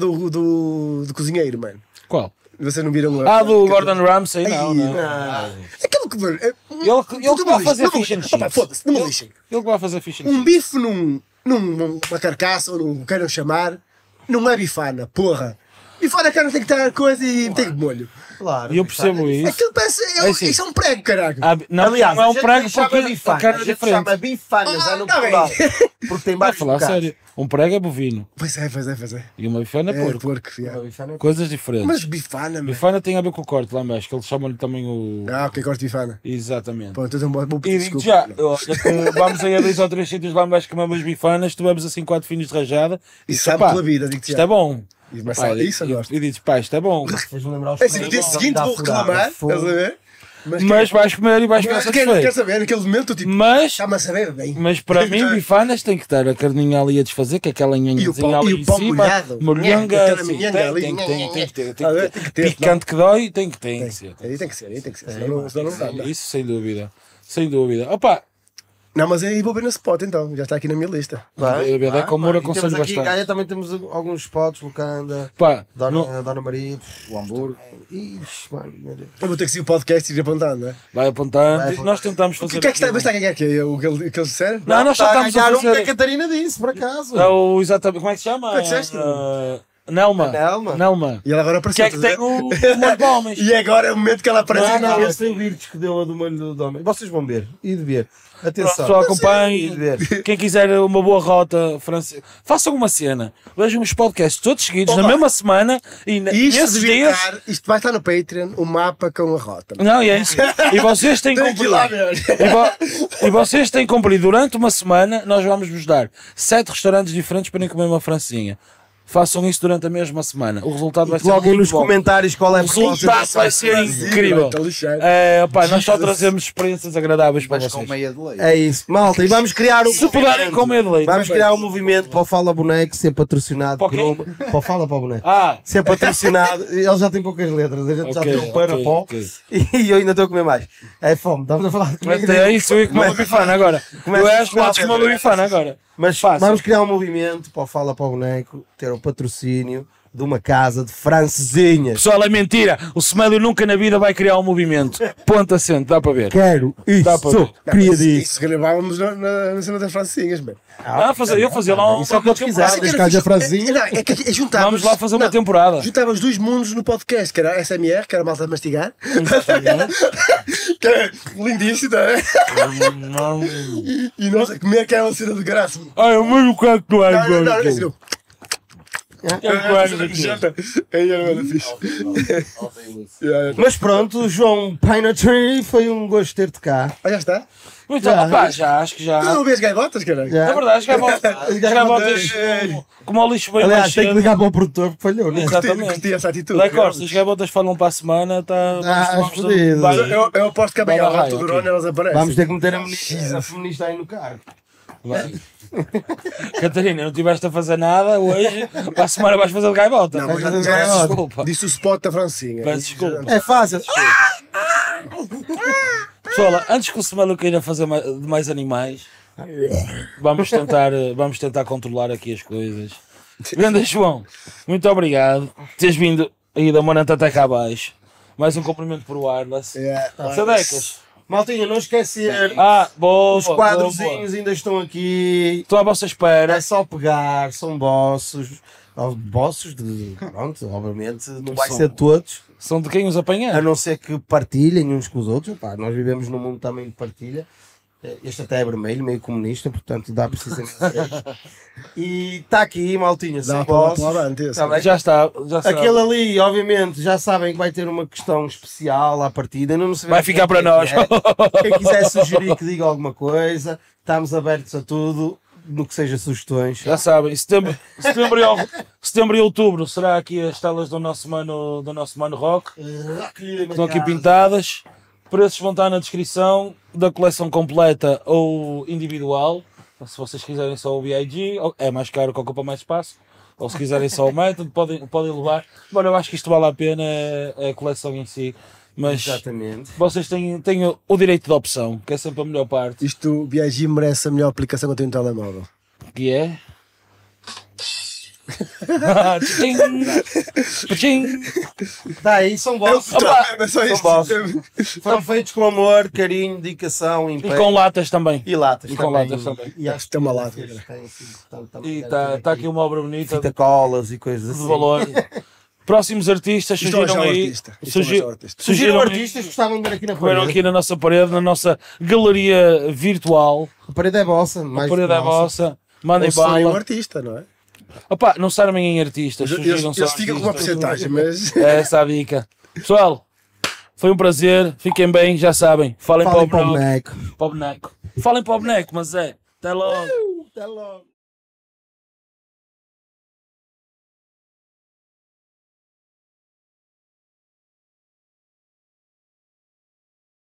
do cozinheiro, mano. Qual? Vocês não viram Do Gordon Ramsay? Não, Ai, não. Aquele que. Mano, Ele que vai fazer fish and chips. Foda-se, não me lixem. Ele que vai fazer fish and Um chips. bife numa carcaça, ou num queiram chamar, não é bifana, porra. Bifana, cara, tem que estar coisa e tem que molho. Claro. E eu percebo isso. Aquilo parece. É assim. Isso é um prego, caralho. Não, Aliás, não é um a gente prego chama porque bifana, a carne a é gente diferente. chama bifana já no tá bem. plural. Porque tem Vai vários falar bocados. sério. Um prego é bovino Pois é, pois é, pois é. e uma bifana é É porco. porco, yeah. Uma bifana é- Coisas diferentes. Mas bifana, mano. Bifana tem a ver com o corte lá embaixo, que eles chamam-lhe também o. Ok, corte bifana. Exatamente. Pronto, então vou E pedir digo desculpa. já, olha que vamos aí a 2 ou 3 sítios lá embaixo comer umas bifanas, tu bebes assim 4 finos de rajada e Isso sabe pá, pela vida, digo-te isto já. é bom. Mas Pá, isso eu gosto. E dizes, pá, isto é bom. Fez-me lembrar os É assim, no dia pregos seguinte da vou furada. reclamar, Fogo. estás a ver? Mas vais comer e vais ficar Mas quero satisfeito. saber, naquele momento, tipo, Mas, está-me a saber bem. mas para mim, bifanas tem que estar a carninha ali a desfazer, que é aquela nhanhazinha ali em pão cima, molhado. molhanga, Aquela assim, minhanga ali. tem que ter, Tá a ver? Tem que ter, picante que dói, tem que ser. Aí tem que ser, aí tem que ser. Senão não dá. Isso sem dúvida, sem dúvida. Opa, Não, mas aí vou ver no spot então, já está aqui na minha lista. a Bedeca com Moura E temos aconselho aqui em bastante. Gaia também temos alguns spots, Lucanda, Pá, não- Dona Maria. O hambúrguer. Ixi, mano, meu Deus. Eu vou ter que seguir o podcast e ir apontando, não é? vai apontando, nós tentamos O fazer. que é que está a ganhar aqui? O que eles disseram? Não, nós só Está a estamos a ganhar um que a fazer. Catarina disse, por acaso. É o exatamente, como é que se chama? Como é que disseste? Nelma. Nelma. Nelma. E ela agora Que apareceu. é que tem o molho de homens. E agora é o momento que ela aparece. Não, esse foi o Virtus que deu a do molho do homem. Vocês vão ver. E de ver. Atenção. Pessoal, acompanhe. E de ver. Quem quiser uma boa rota francesa, façam uma cena. Vejam os podcasts todos seguidos na Opa. mesma semana e nesses dias. Isto vai estar no Patreon, o mapa com a rota. Não, e é isso. E vocês têm que Tem que ir cumprir. lá ver. E vocês têm que cumprir durante uma semana. Nós vamos vos dar 7 restaurantes diferentes para irem comer uma francinha. Façam isso durante a mesma semana. O resultado vai ser Coloquem muito nos bom. comentários qual é a O resultado vai ser incrível. Vai-te lixar. Pá, nós só trazemos experiências agradáveis para Mas com vocês. meia de leite. É isso, malta. E vamos criar um Se puderem movimento. comer de leite. Vamos criar um movimento para o Fala Boneco ser patrocinado Para o por quê? uma. Para o Fala para o Boneco. Ah, Ser patrocinado. Ele já tem poucas letras. A gente já Ok, tem um pano ok, a pó. ok. E eu ainda estou a comer mais. É fome. Estamos a falar de mas comida. é isso, eu ia comer uma bifana agora. Começa Tu és a falar, podes comer uma bifana agora. Mas Fácil. vamos criar um movimento para o Fala para o Boneco ter o patrocínio de uma casa de francesinhas. Pessoal, é mentira. O Smélio nunca na vida vai criar um movimento. Ponto assente, dá para ver. Quero Dá para ver. isso. Queria disso. Isso gravávamos na cena das francinhas, mano. Eu fazia lá um. Isso é o que eu quiser. Desde que haja francesinha. Não, é que juntávamos. Vamos lá fazer uma não, temporada. Juntávamos dois mundos no podcast, que era a SMR, que era a malta a mastigar. Que era lindíssimo, tá? E nós a comer aquela cena de graça. Ai, o meu que é que tu és, Não, não, agora? não. Janta. Aí era muito fixe. Mas pronto, João Pinetree, foi um gosto ter-te cá. Já está. Muito bem, pá, já, acho que já. Tu não vês gaivotas, caralho? Já. É verdade, as gaivotas como ao lixo bem mais Aliás, tenho que cedo. ligar para o produtor que falhou, né? Exatamente. Curti essa atitude. Lecorte, se as gaivotas falam para a semana, está. fodido. Eu aposto que Vai amanhã lá, ao vai, rato do ok. drone elas aparecem. Vamos ter que meter a feminista aí no carro. Catarina, não estiveste a fazer nada hoje, para a semana vais fazer de gaivota. Não, mas já Peço disse- desculpa. disse o spot da Francinha. Peço desculpa. É fácil. Pessoal, antes que o Smelo queira fazer de mais animais, vamos tentar controlar aqui as coisas. Grande João, muito obrigado por teres vindo aí da Monanta até cá abaixo. Mais um cumprimento por Wireless. Sadecas. Maltinha, não esquecer. Boa. Os quadrozinhos ainda estão aqui. Estou à vossa espera. É só pegar, são bossos. Bossos de. Pronto, obviamente, não vai São. ser de todos. São de quem os apanhar. A não ser que partilhem uns com os outros. Pá, nós vivemos num mundo também de partilha. Este até é vermelho, meio comunista, portanto dá precisamente. E está aqui, maltinha, Dá sem para lá bossos. para avante, esse. Tá bem? Já está. Aquele ali, obviamente, já sabem que vai ter uma questão especial à partida. Não sabemos Vai ficar quem para é nós. que é. Quem quiser sugerir que diga alguma coisa, estamos abertos a tudo, no que seja sugestões. Já sabem, setembro e outubro será aqui as telas do nosso mano Rock. Estão aqui pintadas. Preços vão estar na descrição da coleção completa ou individual. Se vocês quiserem só o BIG, é mais caro que ocupa mais espaço. Ou se quiserem só o método, podem levar. Bom, eu acho que isto vale a pena, é a coleção em si. Mas Exatamente. vocês têm o direito de opção, que é sempre a melhor parte. Isto, o BIG merece a melhor aplicação que eu tenho no telemóvel. Que é? Tchim, tchim. Está aí, são bossos. É só São isto. bossos. Foram feitos com amor, carinho, dedicação, E empenho. com latas também. E latas E com também. latas também. E Acho que tem uma lata. Tem, sim, portanto, E está aqui uma obra bonita fita colas e coisas de assim. valor. Próximos artistas Isto é um surgiram aí. artista. Isto é um Surgiram artista. Surgiram aí. artistas que gostavam de ver aqui na Foram parede. aqui na nossa parede, na nossa galeria virtual. A parede é vossa. A Mais parede é nossa. vossa. Mandem Ou serem um bala. artista, não é? Opa, não se armem em artistas. Surgiram Eles só ficam com uma artistas. porcentagem, mas. É essa a dica. Pessoal, foi um prazer. Fiquem bem, já sabem. Falem Falem para o para o boneco. boneco. Para o boneco. Falem para o boneco, mas é. Até logo. Até logo.